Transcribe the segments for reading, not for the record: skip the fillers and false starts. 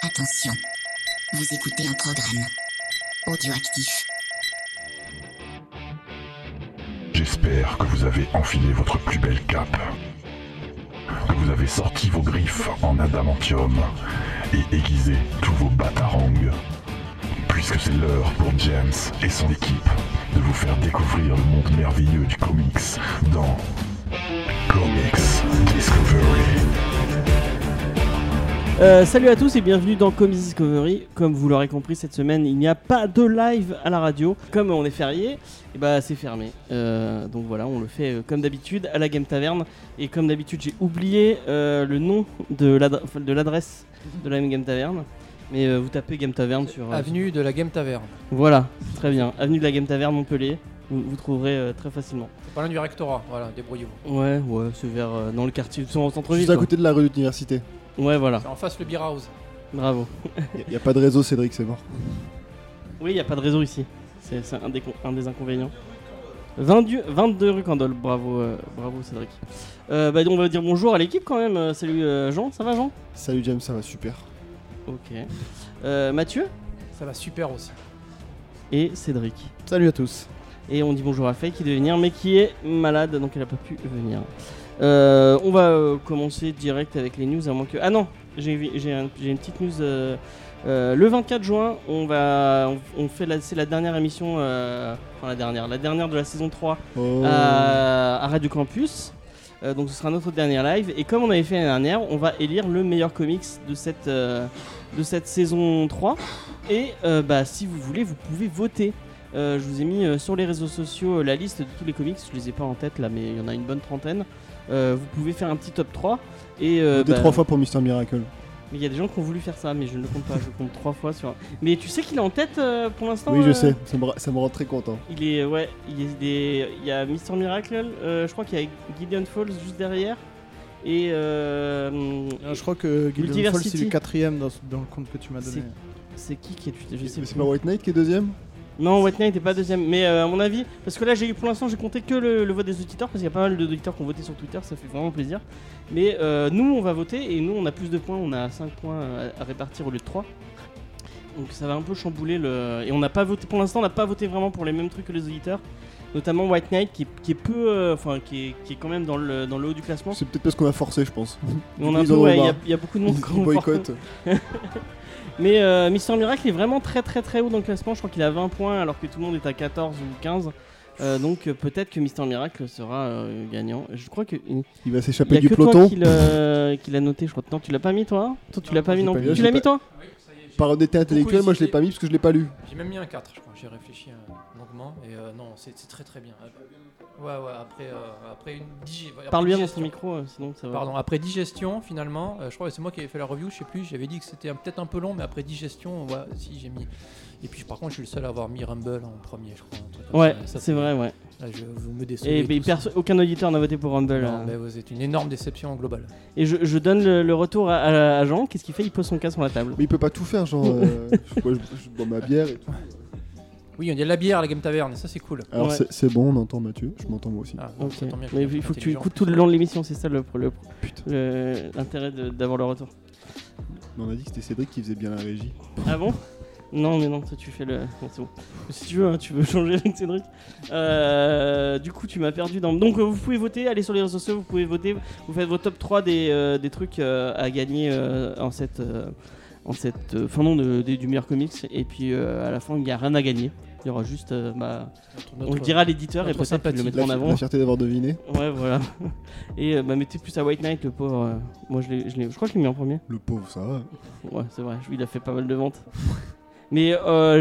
Attention, vous écoutez un programme audioactif. J'espère que vous avez enfilé votre plus belle cape, que vous avez sorti vos griffes en adamantium et aiguisé tous vos batarangs, puisque c'est l'heure pour James et son équipe de vous faire découvrir le monde merveilleux du comics dans Comics Discovery. Salut à tous et bienvenue dans Comics Discovery. Comme vous l'aurez compris, cette semaine il n'y a pas de live à la radio. Comme on est férié, et bah c'est fermé. Donc voilà, on le fait comme d'habitude à la Game Taverne. Et comme d'habitude, j'ai oublié le nom de l'adresse de la Game Taverne. Mais vous tapez Game Taverne sur Avenue de la Game Taverne. Voilà, très bien. Avenue de la Game Taverne, Montpellier. Vous trouverez très facilement. C'est pas loin du rectorat, voilà, débrouillez-vous. Ouais, c'est vers dans le quartier, au centre-ville. Juste à côté de la rue de l'université. Ouais, voilà. C'est en face le Beer House. Bravo. Il n'y a pas de réseau, Cédric, c'est mort. Oui, il n'y a pas de réseau ici. C'est un des inconvénients. 22 rue Candolle, bravo Cédric. On va dire bonjour à l'équipe quand même. Salut Jean, ça va Jean ? Salut James, ça va super. Ok. Mathieu Ça va super aussi. et Cédric. Salut à tous. Et on dit bonjour à Faye qui devait venir mais qui est malade donc elle n'a pas pu venir. On va commencer direct avec les news à moins que... Ah non, j'ai une petite news. Le 24 juin, c'est la dernière émission, la dernière de la saison 3 à Radio Campus. Donc ce sera notre dernier live. Et comme on avait fait l'année dernière, on va élire le meilleur comics de cette saison 3. Et si vous voulez, vous pouvez voter. Je vous ai mis sur les réseaux sociaux la liste de tous les comics. Je les ai pas en tête là, mais il y en a une bonne trentaine. Vous pouvez faire un petit top 3 et Votez 3 fois pour Mister Miracle. Mais il y a des gens qui ont voulu faire ça, mais je ne le compte pas. Je compte 3 fois sur. Mais tu sais qu'il est en tête pour l'instant. Oui, je sais. Ça me rend très content. Il y a Mister Miracle. Je crois qu'il y a Gideon Falls juste derrière. Et je crois que Gideon Falls c'est le 4ème dans le compte que tu m'as donné. C'est qui est je sais c'est pas White Knight qui est deuxième? Non, White Knight n'est pas deuxième, mais à mon avis, parce que là pour l'instant j'ai compté que le vote des auditeurs, parce qu'il y a pas mal d'auditeurs qui ont voté sur Twitter, ça fait vraiment plaisir. Mais nous on va voter, et nous on a plus de points, on a 5 points à répartir au lieu de 3. Donc ça va un peu chambouler Et on n'a pas voté, pour l'instant on n'a pas voté vraiment pour les mêmes trucs que les auditeurs. Notamment White Knight qui est peu, qui est quand même dans le haut du classement. C'est peut-être parce qu'on a forcé, je pense. Mais on a un peu, il y a beaucoup de monde qui boycott. Mais Mister Miracle est vraiment très très très haut dans le classement. Je crois qu'il a 20 points alors que tout le monde est à 14 ou 15. Donc peut-être que Mister Miracle sera gagnant. Je crois que il va s'échapper du Il peloton. y a que toi qui l'a noté, je crois. Non, tu l'as pas mis toi ? Toi tu l'as pas mis non plus. Tu l'as mis toi ? Par honnêteté intellectuelle, moi je l'ai pas mis parce que je l'ai pas lu. J'ai même mis un 4, je crois. J'ai réfléchi longuement et non, c'est très très bien. Ouais, après une digestion. Parle bien dans ton micro, sinon ça va. Pardon, après digestion, finalement, je crois que c'est moi qui avais fait la review, je sais plus, j'avais dit que c'était peut-être un peu long, mais après digestion, si j'ai mis. Et puis par contre, je suis le seul à avoir mis Rumble en premier, je crois. Ouais, ça, c'est vrai, ouais. Là, vous me décevez. Et aucun auditeur n'a voté pour Rumble. Non, mais vous êtes une énorme déception globale. Et je donne le retour à Jean. Qu'est-ce qu'il fait ? Il pose son casque sur la table. Mais il peut pas tout faire, genre. je bois ma bière et tout. Oui, il y a de la bière à la Game Taverne, et ça c'est cool. Alors c'est bon, on entend Mathieu, je m'entends moi aussi. Ah, okay. Mais il faut que tu écoutes tout le long de l'émission, c'est ça l'intérêt d'avoir le retour. Mais on a dit que c'était Cédric qui faisait bien la régie. Ah bon ? Non, mais non, toi tu fais le... Bon, c'est bon. Si tu veux, tu veux changer avec Cédric. Du coup, tu m'as perdu dans... Donc vous pouvez voter, allez sur les réseaux sociaux, vous pouvez voter. Vous faites vos top 3 des trucs à gagner en cette fin du meilleur comics. Et puis à la fin, il n'y a rien à gagner. Il y aura juste... on le dira à l'éditeur et peut-être qu'il le mettra en avant. La fierté d'avoir deviné. Ouais, voilà. Et mettez plus à White Knight, le pauvre. Moi, je crois qu'il est mis en premier. Le pauvre, ça va. Ouais, c'est vrai. Il a fait pas mal de ventes. Mais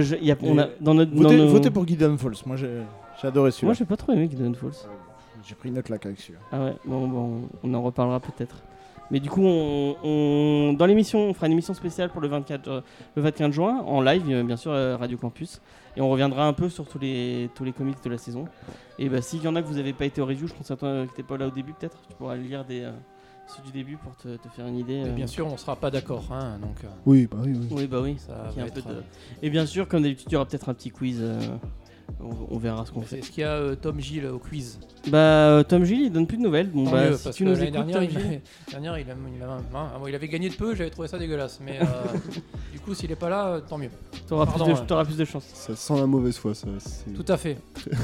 votez pour Gideon Falls. Moi j'ai adoré celui-là. Moi j'ai pas trop aimé Gideon Falls. J'ai pris une note là avec celui-là. Ah ouais, bon, on en reparlera peut-être. Mais du coup, dans l'émission, on fera une émission spéciale pour le 24 juin en live, bien sûr, Radio Campus, et on reviendra un peu sur tous les comics de la saison. Et s'il y en a que vous n'avez pas été au review, je pense que t'es pas là au début, peut-être, tu pourras lire ceux du début pour te faire une idée. Bien sûr, on sera pas d'accord, hein, donc. Oui, bah oui. Oui, bah oui. Ça va être... Et bien sûr, comme d'habitude, il y aura peut-être un petit quiz On verra ce qu'on fait. Est-ce qu'il y a Tom Gilles au quiz? Tom Gilles, il donne plus de nouvelles. Bon, Tant mieux, si parce tu que nous l'année écoutes, dernière, Tom Gilles. il avait gagné de peu, j'avais trouvé ça dégueulasse. Mais du coup, s'il est pas là, tant mieux. T'auras plus de chance. Ça sent la mauvaise foi, ça. Tout à fait.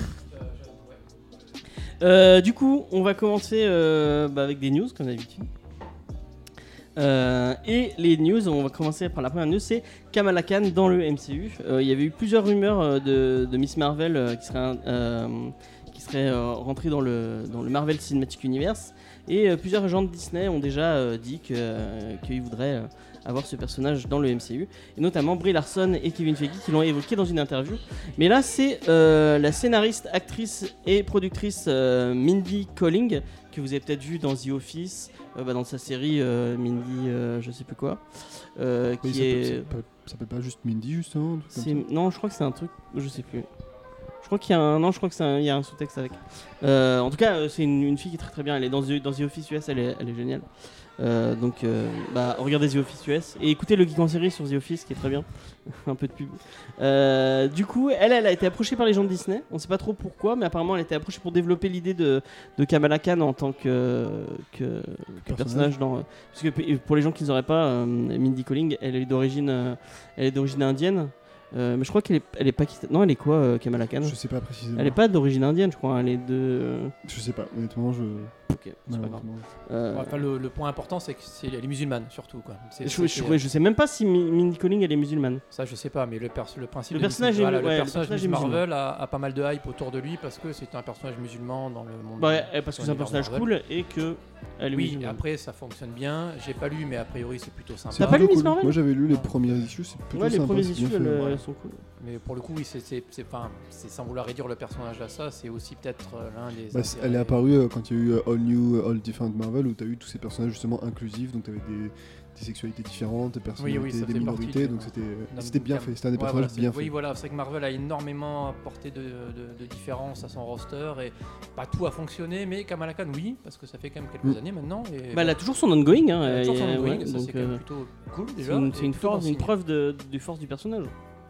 Du coup, on va commencer avec des news, comme d'habitude. Et les news, on va commencer par la première news, c'est Kamala Khan dans le MCU. Il y avait eu plusieurs rumeurs de Miss Marvel qui serait rentrée dans le Marvel Cinematic Universe, et plusieurs agents de Disney ont déjà dit qu'ils voudraient avoir ce personnage dans le MCU, et notamment Brie Larson et Kevin Feige qui l'ont évoqué dans une interview. Mais là, c'est la scénariste, actrice et productrice Mindy Kaling, que vous avez peut-être vu dans The Office, dans sa série Mindy je sais plus quoi, qui ça s'appelle pas juste Mindy, justement? Non, je crois que c'est un truc, je sais plus. Je crois qu'il y a il y a un sous-texte avec. En tout cas, c'est une fille qui est très très bien. Elle est dans The Office US, elle est géniale. Donc, regardez The Office US et écoutez le Geek en série sur The Office qui est très bien. Un peu de pub. Du coup, elle a été approchée par les gens de Disney. On sait pas trop pourquoi, mais apparemment, elle a été approchée pour développer l'idée de Kamala Khan en tant que personnage dans. Parce que pour les gens qui ne sauraient pas, Mindy Kaling, elle est d'origine indienne. Mais je crois qu'elle est pakistanaise. Non, elle est quoi, Kamala Khan? Je sais pas précisément. Elle est pas d'origine indienne, je crois. Elle est de. Je sais pas, honnêtement, Ok, c'est pas grave. Le point important, c'est qu'elle est musulmane, surtout. Quoi. Je sais même pas si Mindy Kaling elle est musulmane. Ça, je sais pas, mais le principe. Le personnage de Marvel a pas mal de hype autour de lui parce que c'est un personnage musulman dans le monde. Parce que c'est un personnage cool et que. Elle est oui, après ça fonctionne bien. J'ai pas lu, mais a priori c'est plutôt sympa. T'as pas lu Miss Marvel? Moi j'avais lu les premières issues, c'est plutôt sympa. Les premières issues, elles sont cool. Mais pour le coup, oui, c'est sans vouloir réduire le personnage à ça, c'est aussi peut-être l'un des. Elle est apparue quand il y a eu All New, All Different Marvel, où tu as eu tous ces personnages justement inclusifs, donc tu avais des sexualités différentes, des personnalités, des minorités, donc c'était bien fait, c'était un des personnages bien fait. Oui, voilà, c'est vrai que Marvel a énormément apporté de différences à son roster, et pas tout a fonctionné, mais Kamala Khan, oui, parce que ça fait quand même quelques années maintenant. Et elle a toujours son ongoing, elle a toujours son ongoing, ça c'est quand même plutôt cool déjà. C'est une preuve de force du personnage.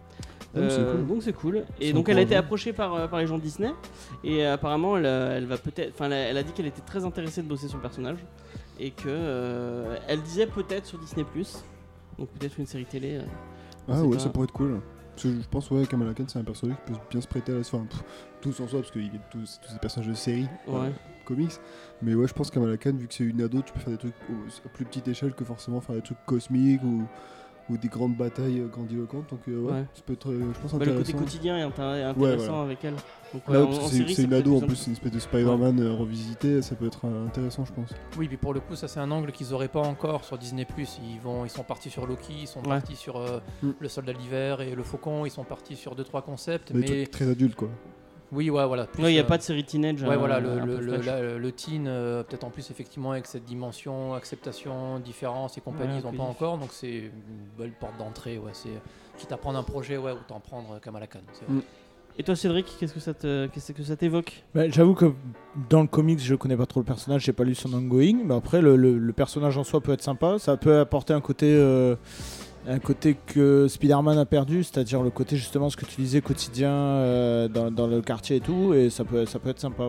Donc c'est cool. Et donc elle a été approchée par les gens de Disney, et apparemment elle a dit qu'elle était très intéressée de bosser son personnage, et que elle disait peut-être sur Disney+, donc peut-être une série télé. Ça pourrait être cool. Parce que je pense Kamala Khan c'est un personnage qui peut bien se prêter à la fin, tous en soi, parce qu'il y a tous ces personnages de série, comics. Mais ouais, je pense Kamala Khan, vu que c'est une ado, tu peux faire des trucs à plus petite échelle que forcément faire des trucs cosmiques ou des grandes batailles grandiloquentes, donc ça peut être, je pense, intéressant. Le côté quotidien est intéressant avec elle. Donc, c'est une ado en plus, c'est une espèce de Spider-Man revisité, ça peut être intéressant, je pense. Oui, puis pour le coup, ça c'est un angle qu'ils auraient pas encore sur Disney+. Ils sont partis sur Loki, ils sont partis sur le Soldat d'hiver et le Faucon, ils sont partis sur 2-3 concepts, mais trucs très adultes quoi. Oui, voilà. Il n'y a pas de série teenage. Voilà, le teen, peut-être en plus, effectivement, avec cette dimension, acceptation, différence et compagnie, ils n'ont pas encore. Donc, c'est une belle porte d'entrée. C'est quitte à prendre un projet, autant prendre Kamala Khan. Et toi, Cédric, qu'est-ce que ça t'évoque? J'avoue que dans le comics, je connais pas trop le personnage, j'ai pas lu son ongoing. Mais après, le personnage en soi peut être sympa. Ça peut apporter un côté que Spider-Man a perdu, c'est-à-dire le côté justement ce que tu disais quotidien dans le quartier et tout, et ça peut être sympa,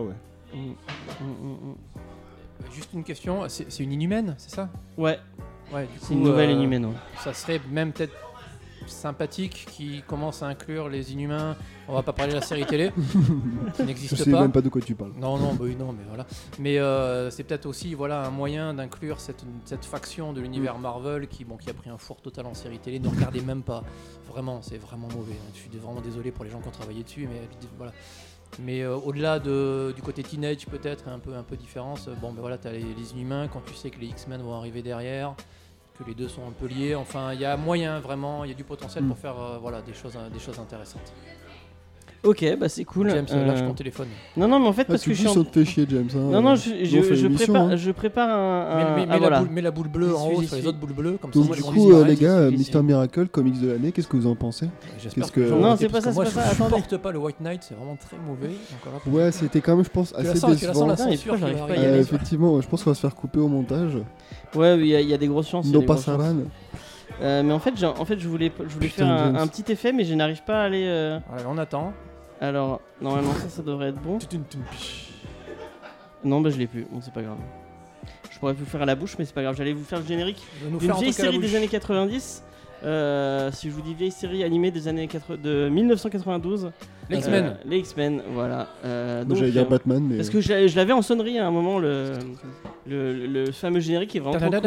Juste une question, c'est une inhumaine, c'est ça? Ouais, c'est une nouvelle inhumaine. Ça serait même peut-être sympathique qui commence à inclure les inhumains. On va pas parler de la série télé qui n'existe pas. Je sais même pas de quoi tu parles. Non, mais voilà. Mais c'est peut-être aussi un moyen d'inclure cette faction de l'univers Marvel qui a pris un four total en série télé. Ne regardez même pas. Vraiment, c'est vraiment mauvais. Je suis vraiment désolé pour les gens qui ont travaillé dessus, mais voilà. Mais au-delà du côté teenage peut-être, un peu différence. T'as les inhumains quand tu sais que les X-Men vont arriver derrière, que les deux sont un peu liés. Enfin, il y a moyen vraiment, il y a du potentiel pour faire des choses intéressantes. Ok, c'est cool. James, lâche ton téléphone. Non, mais en fait, parce que je suis en... te chier, James. Non, je prépare un. Mets la boule bleue en haut sur les autres boules bleues. Comme donc, ça, du coup, les gars, Mister Miracle, comics de l'année, qu'est-ce que vous en pensez? Non, c'est pas ça. Moi, je supporte pas le White Knight, c'est vraiment très mauvais. Ouais, c'était quand même, je pense, assez décevant. Effectivement, je pense qu'on va se faire couper au montage. Ouais, il y a des grosses chances. No passaran. Mais en fait, je voulais faire un petit effet, mais je n'arrive pas à aller. On attend. Alors, normalement, ça devrait être bon. Non, bah je l'ai plus. Bon, c'est pas grave. Je pourrais vous faire à la bouche, mais c'est pas grave. J'allais vous faire le générique d'une vieille série des années 90. Si je vous dis vieille série animée des années de 1992. Les X-Men. Les X-Men, voilà. Donc, j'allais dire Batman, mais. Parce que je l'avais en sonnerie à un moment, le fameux générique qui est vraiment trop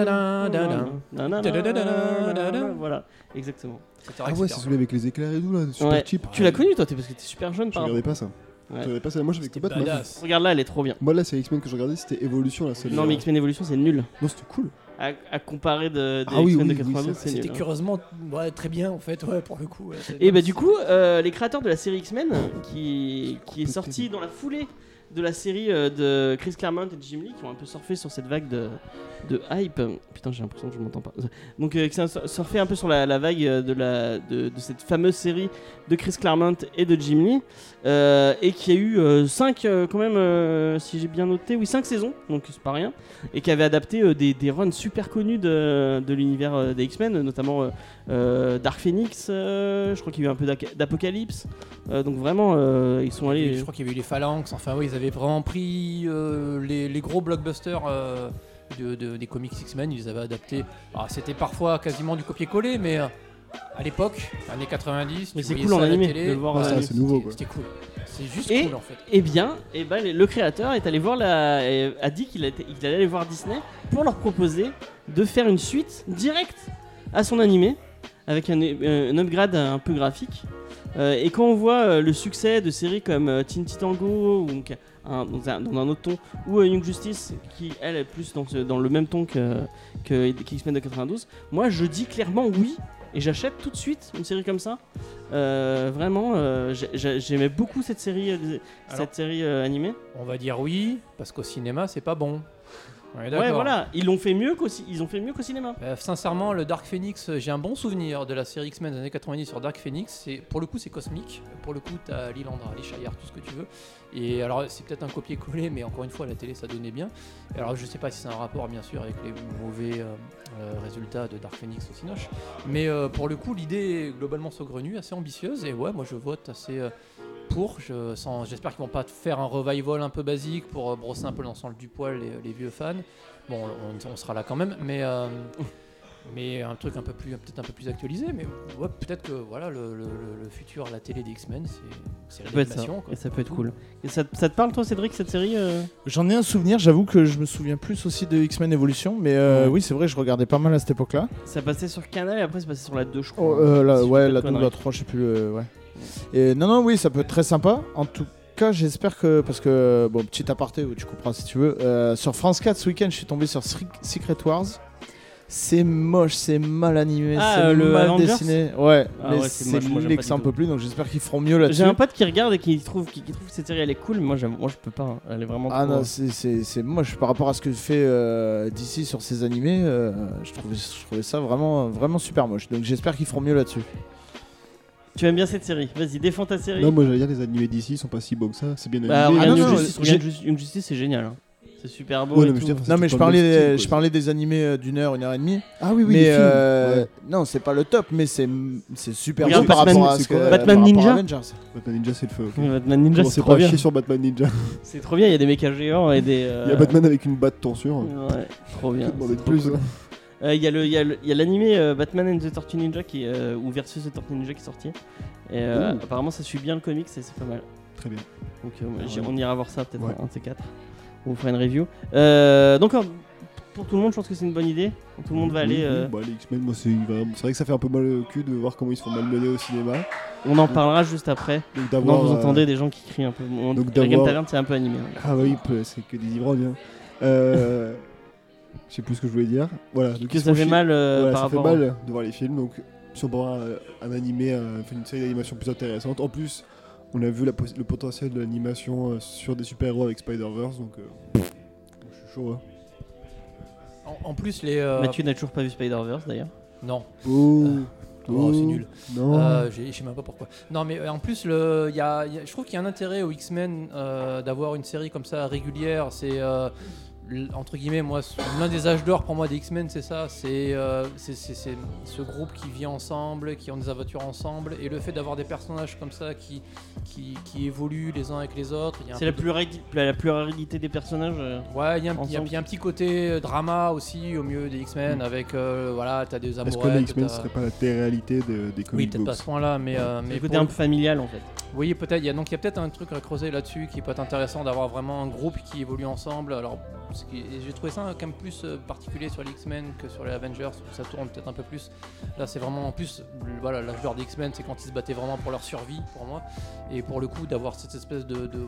cool. Voilà, exactement. Ah ouais, c'est celui avec les éclairs et tout là, super cheap. Tu l'as connu toi, parce que t'es super jeune. Je regardais pas ça. Ouais. Je regardais pas ça. Moi j'avais que Batman. Badass. Regarde là, elle est trop bien. Moi là, c'est X-Men que je regardais, c'était Evolution là. Non, mais X-Men Evolution, c'est nul. Non, c'était cool. À comparer des oui, X-Men de 92, c'est nul. C'était curieusement très bien en fait, ouais, pour le coup. Ouais, et bah du coup, les créateurs de la série X-Men, qui est sortie dans la foulée de la série de Chris Claremont et Jim Lee, qui ont un peu surfé sur cette vague de hype. Putain, j'ai l'impression que je m'entends pas. Donc qui ont surfé un peu sur la vague de cette fameuse série de Chris Claremont et de Jim Lee, et qui a eu 5 quand même, si j'ai bien noté, oui 5 saisons, donc c'est pas rien, et qui avait adapté des runs super connus de l'univers des X-Men, notamment Dark Phoenix, je crois qu'il y a eu un peu d'Apocalypse, donc vraiment ils sont allés. Je crois qu'il y avait eu les Phalanx, enfin oui, ils avaient vraiment pris les gros blockbusters des comics X-Men, ils les avaient adaptés. Alors, c'était parfois quasiment du copier-coller, mais à l'époque, années 90, mais c'est cool en animé de le voir. C'est nouveau quoi. C'était cool. C'est juste cool en fait. Et bien, le créateur est allé voir a dit qu'il allait aller voir Disney pour leur proposer de faire une suite directe à son animé avec un upgrade un peu graphique. Et quand on voit le succès de séries comme Teen Titango ou dans un autre ton, ou Young Justice qui elle est plus dans le même ton que X-Men de 92, moi je dis clairement oui et j'achète tout de suite une série comme ça. Vraiment, j'aimais beaucoup cette série animée. On va dire oui parce qu'au cinéma c'est pas bon. Ouais, voilà, ils ont fait mieux qu'au cinéma. Sincèrement, le Dark Phoenix, j'ai un bon souvenir de la série X-Men des années 90 sur Dark Phoenix. Pour le coup, c'est cosmique. Pour le coup, t'as Lilandra, les Shire, tout ce que tu veux. Et alors, c'est peut-être un copier-coller, mais encore une fois, à la télé, ça donnait bien. Et alors, je sais pas si c'est un rapport, bien sûr, avec les mauvais résultats de Dark Phoenix au Cinoche. Mais pour le coup, l'idée est globalement saugrenue, assez ambitieuse. Et ouais, moi, je vote assez. J'espère qu'ils vont pas faire un revival un peu basique pour brosser un peu l'ensemble du poil les vieux fans. Bon, on sera là quand même, mais un truc peut-être un peu plus actualisé. Mais ouais, peut-être que voilà le futur à la télé des X-Men, c'est l'animation. Et ça peut être cool. Et ça te parle toi, Cédric, cette série J'en ai un souvenir. J'avoue que je me souviens plus aussi de X-Men Evolution, mais oui, c'est vrai, je regardais pas mal à cette époque-là. Ça passait sur Canal et après ça passait sur la 2, je crois. La 2 ou la 3, je sais plus. Ouais. Et non, oui, ça peut être très sympa. En tout cas, j'espère que. Parce que, bon, petit aparté où tu couperas si tu veux. Sur France 4 ce week-end, je suis tombé sur Secret Wars. C'est moche, c'est mal animé, c'est le mal Avengers dessiné. Ouais, mais c'est moche, moi, j'aime c'est pas que ça du un peu plus, donc j'espère qu'ils feront mieux là-dessus. J'ai un pote qui regarde et qui trouve que cette série elle est cool, mais moi je peux pas. Hein. Elle est vraiment. Ah trop... non, c'est moche par rapport à ce que fait DC sur ses animés. Je trouvais ça vraiment, vraiment super moche. Donc j'espère qu'ils feront mieux là-dessus. Tu aimes bien cette série? Vas-y, défends ta série. Non, moi j'allais dire les animés d'ici sont pas si beaux que ça, c'est bien animé. Regarde Young Justice, c'est génial. Hein. C'est super beau. Ouais, et mais tout. Non, mais je parlais des animés d'une heure et demie. Ah oui, mais les films, ouais. non, c'est pas le top, mais c'est super Regarde beau par Batman, rapport à ce que Batman par Ninja. rapport à Avengers. Batman Ninja, c'est le feu. Ouais, Batman Ninja, c'est C'est trop pas bien. chier sur Batman Ninja. C'est trop bien, il y a des mechas géants et des. Il y a Batman avec une batte tonsure. Ouais, trop bien. On c'est de trop plus. cool. Il y a l'animé Batman and the Tortue Ninja ou versus the Tortue Ninja qui est sorti. Et apparemment ça suit bien le comics et c'est pas mal. Très bien. Donc on ira voir ça peut-être un de ces 4. On vous fera une review. Donc pour tout le monde, je pense que c'est une bonne idée. Tout le monde va aller. Bah, les X-Men, moi c'est vrai que ça fait un peu mal au cul de voir comment ils se font malmener au cinéma. On en parlera juste après. Donc vous entendez des gens qui crient un peu. La Game Tavern, c'est un peu animé. Hein. Ah oui, c'est que des ivrognes. Je sais plus ce que je voulais dire. Voilà. Donc que ça fait mal par rapport. Ça fait mal de voir les films. Donc si on peut avoir un animé, une série d'animation plus intéressante. En plus, on a vu le potentiel de l'animation sur des super-héros avec Spider-Verse. Donc je suis chaud. Hein. En plus, Mathieu n'a toujours pas vu Spider-Verse d'ailleurs. Non. Oh, c'est nul. Non. Je sais même pas pourquoi. Non, mais en plus, je trouve qu'il y a un intérêt aux X-Men d'avoir une série comme ça régulière. C'est entre guillemets, moi, l'un des âges d'or pour moi des X-Men, c'est ça, c'est ce groupe qui vit ensemble, qui ont des aventures ensemble, et le fait d'avoir des personnages comme ça qui évoluent les uns avec les autres. C'est la pluralité des personnages. Ouais, il y a un petit côté drama aussi au milieu des X-Men, avec voilà, t'as des amourettes. Est-ce que les X-Men serait pas la télé-réalité des comic Oui, peut-être books pas à ce point-là, mais le côté un peu familial en fait. Oui, peut-être. Il y a peut-être un truc à creuser là-dessus qui peut être intéressant d'avoir vraiment un groupe qui évolue ensemble. Alors, j'ai trouvé ça quand même plus particulier sur les X-Men que sur les Avengers, où ça tourne peut-être un peu plus. Là, c'est vraiment en plus, voilà, l'âge d'or des X-Men, c'est quand ils se battaient vraiment pour leur survie, pour moi. Et pour le coup, d'avoir cette espèce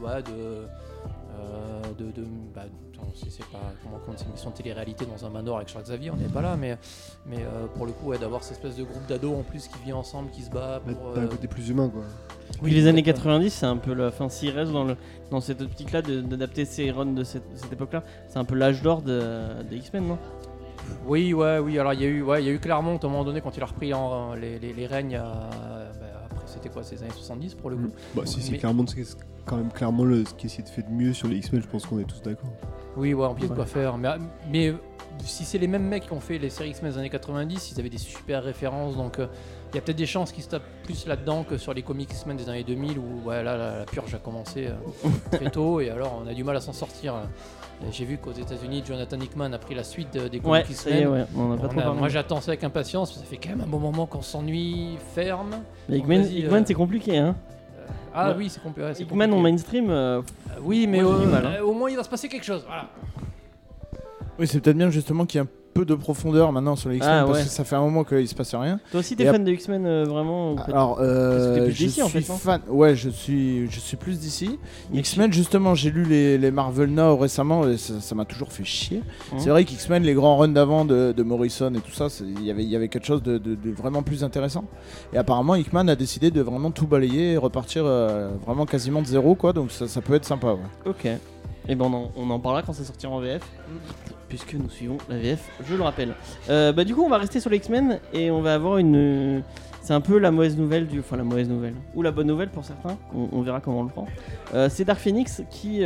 c'est pas comment c'est une mission de télé-réalité dans un manoir avec Charles Xavier, on n'est pas là, mais pour le coup, d'avoir cette espèce de groupe d'ados en plus qui vit ensemble, qui se bat pour. T'as un côté plus humain, quoi. Oui, les années 90, c'est un peu la fin. S'il reste dans cette optique-là d'adapter ces héros de cette époque-là, c'est un peu l'âge d'or des X-Men, non? Oui. Alors il y a eu Claremont à un moment donné quand il a repris les règnes. Après, c'était quoi, ces années 70 pour le coup. Bah, si c'est Claremont, c'est quand même clairement ce qui essaie de faire de mieux sur les X-Men. Je pense qu'on est tous d'accord. Oui, on peut de quoi faire. Mais si c'est les mêmes mecs qui ont fait les séries X-Men des années 90, ils avaient des super références, donc il y a peut-être des chances qu'ils se tapent plus là-dedans que sur les comics X-Men des années 2000 où là la purge a commencé très tôt et alors on a du mal à s'en sortir. J'ai vu qu'aux États-Unis, Jonathan Hickman a pris la suite des comics X-Men. Moi j'attends ça avec impatience, ça fait quand même un bon moment qu'on s'ennuie ferme. Mais Hickman c'est compliqué, hein. Oui, c'est compliqué. Hickman en mainstream. Oui, mais au moins il va se passer quelque chose. Voilà. Oui, c'est peut-être bien justement qu'il y ait un peu de profondeur maintenant sur les X-Men parce que ça fait un moment qu'il se passe rien. Toi aussi t'es fan de X-Men vraiment Alors je suis fan. Ouais, je suis plus d'ici. X-Men justement, j'ai lu les Marvel Now récemment et ça m'a toujours fait chier. C'est vrai qu'X-Men, les grands runs d'avant de Morrison et tout ça, il y avait quelque chose de vraiment plus intéressant. Et apparemment Hickman a décidé de vraiment tout balayer et repartir vraiment quasiment de zéro, quoi. Donc ça peut être sympa. Ouais. Ok. Et ben on en parlera quand ça sortira en VF. Puisque nous suivons la VF, je le rappelle. Du coup, on va rester sur les X-Men et on va avoir une. C'est un peu la mauvaise nouvelle Enfin, la mauvaise nouvelle. Ou la bonne nouvelle pour certains. On verra comment on le prend. C'est Dark Phoenix qui.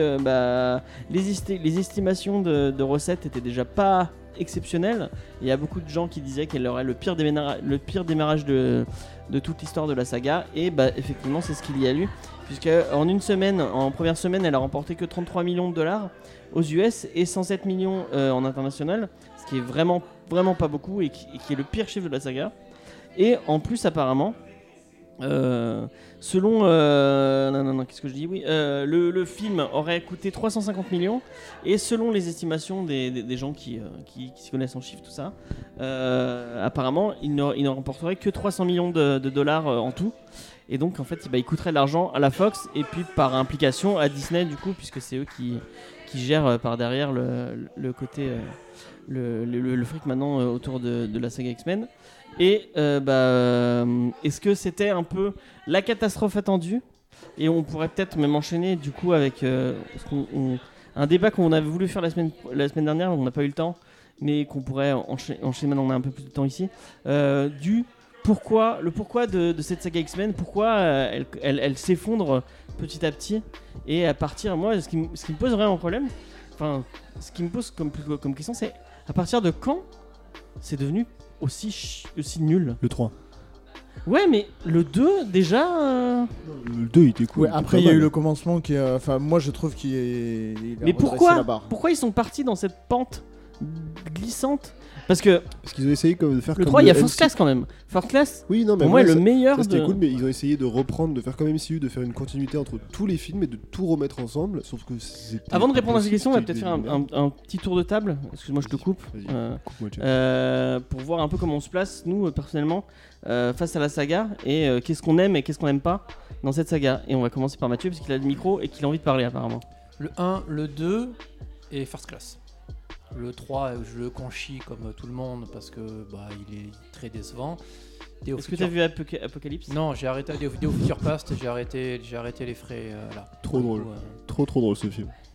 Les estimations de recettes étaient déjà pas exceptionnelles. Il y a beaucoup de gens qui disaient qu'elle aurait le pire démarrage de toute l'histoire de la saga. Et effectivement, c'est ce qu'il y a eu. Puisque en première semaine, elle a remporté que 33 millions de dollars aux US et 107 millions en international, ce qui est vraiment, vraiment pas beaucoup et qui est le pire chiffre de la saga. Et en plus, apparemment, selon qu'est-ce que je dis ? Oui, le film aurait coûté 350 millions et selon les estimations des gens qui s'y connaissent en chiffres, tout ça, apparemment, il ne remporterait que 300 millions de dollars en tout. Et donc en fait il coûterait de l'argent à la Fox et puis par implication à Disney du coup, puisque c'est eux qui gèrent par derrière le côté le fric maintenant autour de la saga X-Men. Et est-ce que c'était un peu la catastrophe attendue? Et on pourrait peut-être même enchaîner du coup avec un débat qu'on avait voulu faire la semaine dernière, on n'a pas eu le temps, mais qu'on pourrait enchaîner maintenant, on a un peu plus de temps ici, pourquoi de cette saga X-Men, pourquoi elle s'effondre petit à petit et à partir, moi ce qui me pose vraiment problème, enfin ce qui me pose comme question, c'est à partir de quand c'est devenu aussi nul? Le 3. Ouais, mais le 2 déjà Le 2 il était cool. Ouais, après il y a eu le commencement qui enfin moi je trouve qu'il est mais pourquoi ils sont partis dans cette pente glissante? Parce qu'ils ont essayé de faire le 3, il y a First Class quand même. First Class, oui, non, mais pour moi, le meilleur. Ça, c'était cool, mais ils ont essayé de reprendre, de faire comme MCU, de faire une continuité entre tous les films et de tout remettre ensemble. Sauf que avant de répondre à ces questions, on va peut-être faire un petit tour de table. Excuse-moi, je te coupe. Pour voir un peu comment on se place, nous, personnellement, face à la saga et qu'est-ce qu'on aime et qu'est-ce qu'on n'aime pas dans cette saga. Et on va commencer par Mathieu, parce qu'il a le micro et qu'il a envie de parler, apparemment. Le 1, le 2 et First Class. Le 3, je le conchis comme tout le monde parce que il est très décevant. Est-ce que tu as vu Apocalypse? Non, j'ai arrêté Day of Future Past, j'ai arrêté les frais là. Trop drôle. Trop drôle ce film.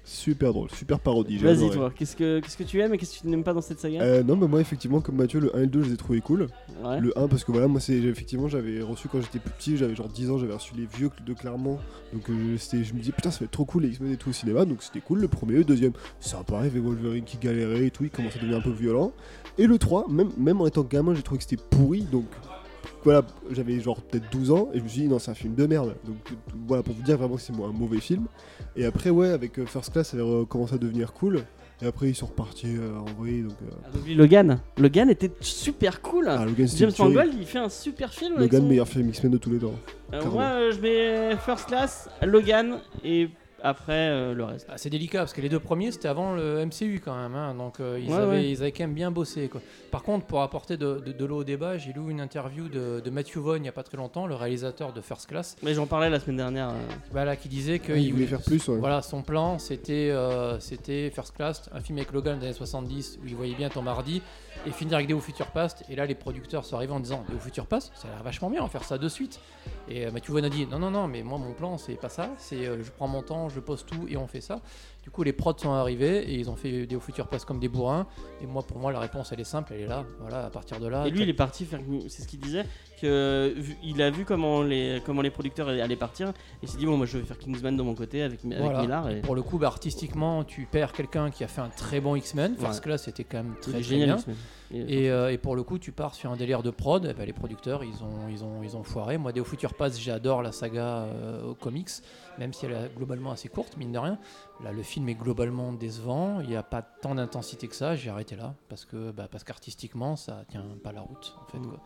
Super drôle, super parodie. j'ai Vas-y, adoré. toi, qu'est-ce que tu aimes et qu'est-ce que tu n'aimes pas dans cette saga? Non, mais moi, effectivement, comme Mathieu, le 1 et le 2, je les ai trouvés cool. Ouais. Le 1, parce que voilà, moi, effectivement, j'avais reçu quand j'étais plus petit, j'avais genre 10 ans, j'avais reçu les vieux de Clermont. Donc, je me disais, putain, ça va être trop cool les X-Men et tout au cinéma. Donc, c'était cool. Le premier, le deuxième, ça pareil, avec Wolverine qui galérait et tout, il commençait à devenir un peu violent. Et le 3, même en étant gamin, j'ai trouvé que c'était pourri. Donc, voilà, j'avais genre peut-être 12 ans et je me suis dit, non, c'est un film de merde. Donc, voilà, pour vous dire vraiment que c'est un mauvais film. Et après, ouais, avec First Class, ça avait commencé à devenir cool. Et après, ils sont repartis en vrille. Donc, Oublie Logan. Logan était super cool. Logan, c'était James une tuerie. Mangold, il fait un super film. avec Logan, son- meilleur film X-Men de tous les temps. Moi, je mets First Class, Logan et après le reste. Ah, c'est délicat parce que les deux premiers c'était avant le MCU quand même, hein, donc ils Ouais, avaient ouais. quand même bien bossé, quoi. Par contre, pour apporter de l'eau au débat, j'ai lu une interview de Matthew Vaughn il n'y a pas très longtemps, le réalisateur de First Class, Mais j'en parlais la semaine dernière. voilà, qui disait que Il voulait faire plus, ouais. Voilà, son plan c'était First Class, un film avec Logan des années 70 où il voyait bien Tom Hardy et finir avec Day of Future Past. Et là, les producteurs sont arrivés en disant Day of Future Past, ça a l'air vachement bien, on va faire ça de suite. Et Matthew Vaughn a dit non, mais moi mon plan c'est pas ça, c'est je prends mon temps, je pose tout et on fait ça. Du coup, les prods sont arrivés et ils ont fait Day of Future Past comme des bourrins. Et moi, pour moi, la réponse elle est simple, elle est là. Voilà, à partir de là. Et lui, il est parti faire. C'est ce qu'il disait. Il a vu comment les producteurs allaient partir. Et il s'est dit, bon, moi je vais faire Kingsman de mon côté avec Voilà. Millard. Et... Pour le coup, artistiquement, tu perds quelqu'un qui a fait un très bon X-Men. First Class, c'était quand même Il est très génial, bien. X-Men. Et pour le coup, tu pars sur un délire de prod. Et ben, les producteurs, ils ont foiré. Moi, Day of Future Past, j'adore la saga aux comics, même si elle est globalement assez courte, mine de rien. Là, le film est globalement décevant. Il n'y a pas tant d'intensité que ça. J'ai arrêté là parce qu'artistiquement, ça tient pas la route, en fait, quoi.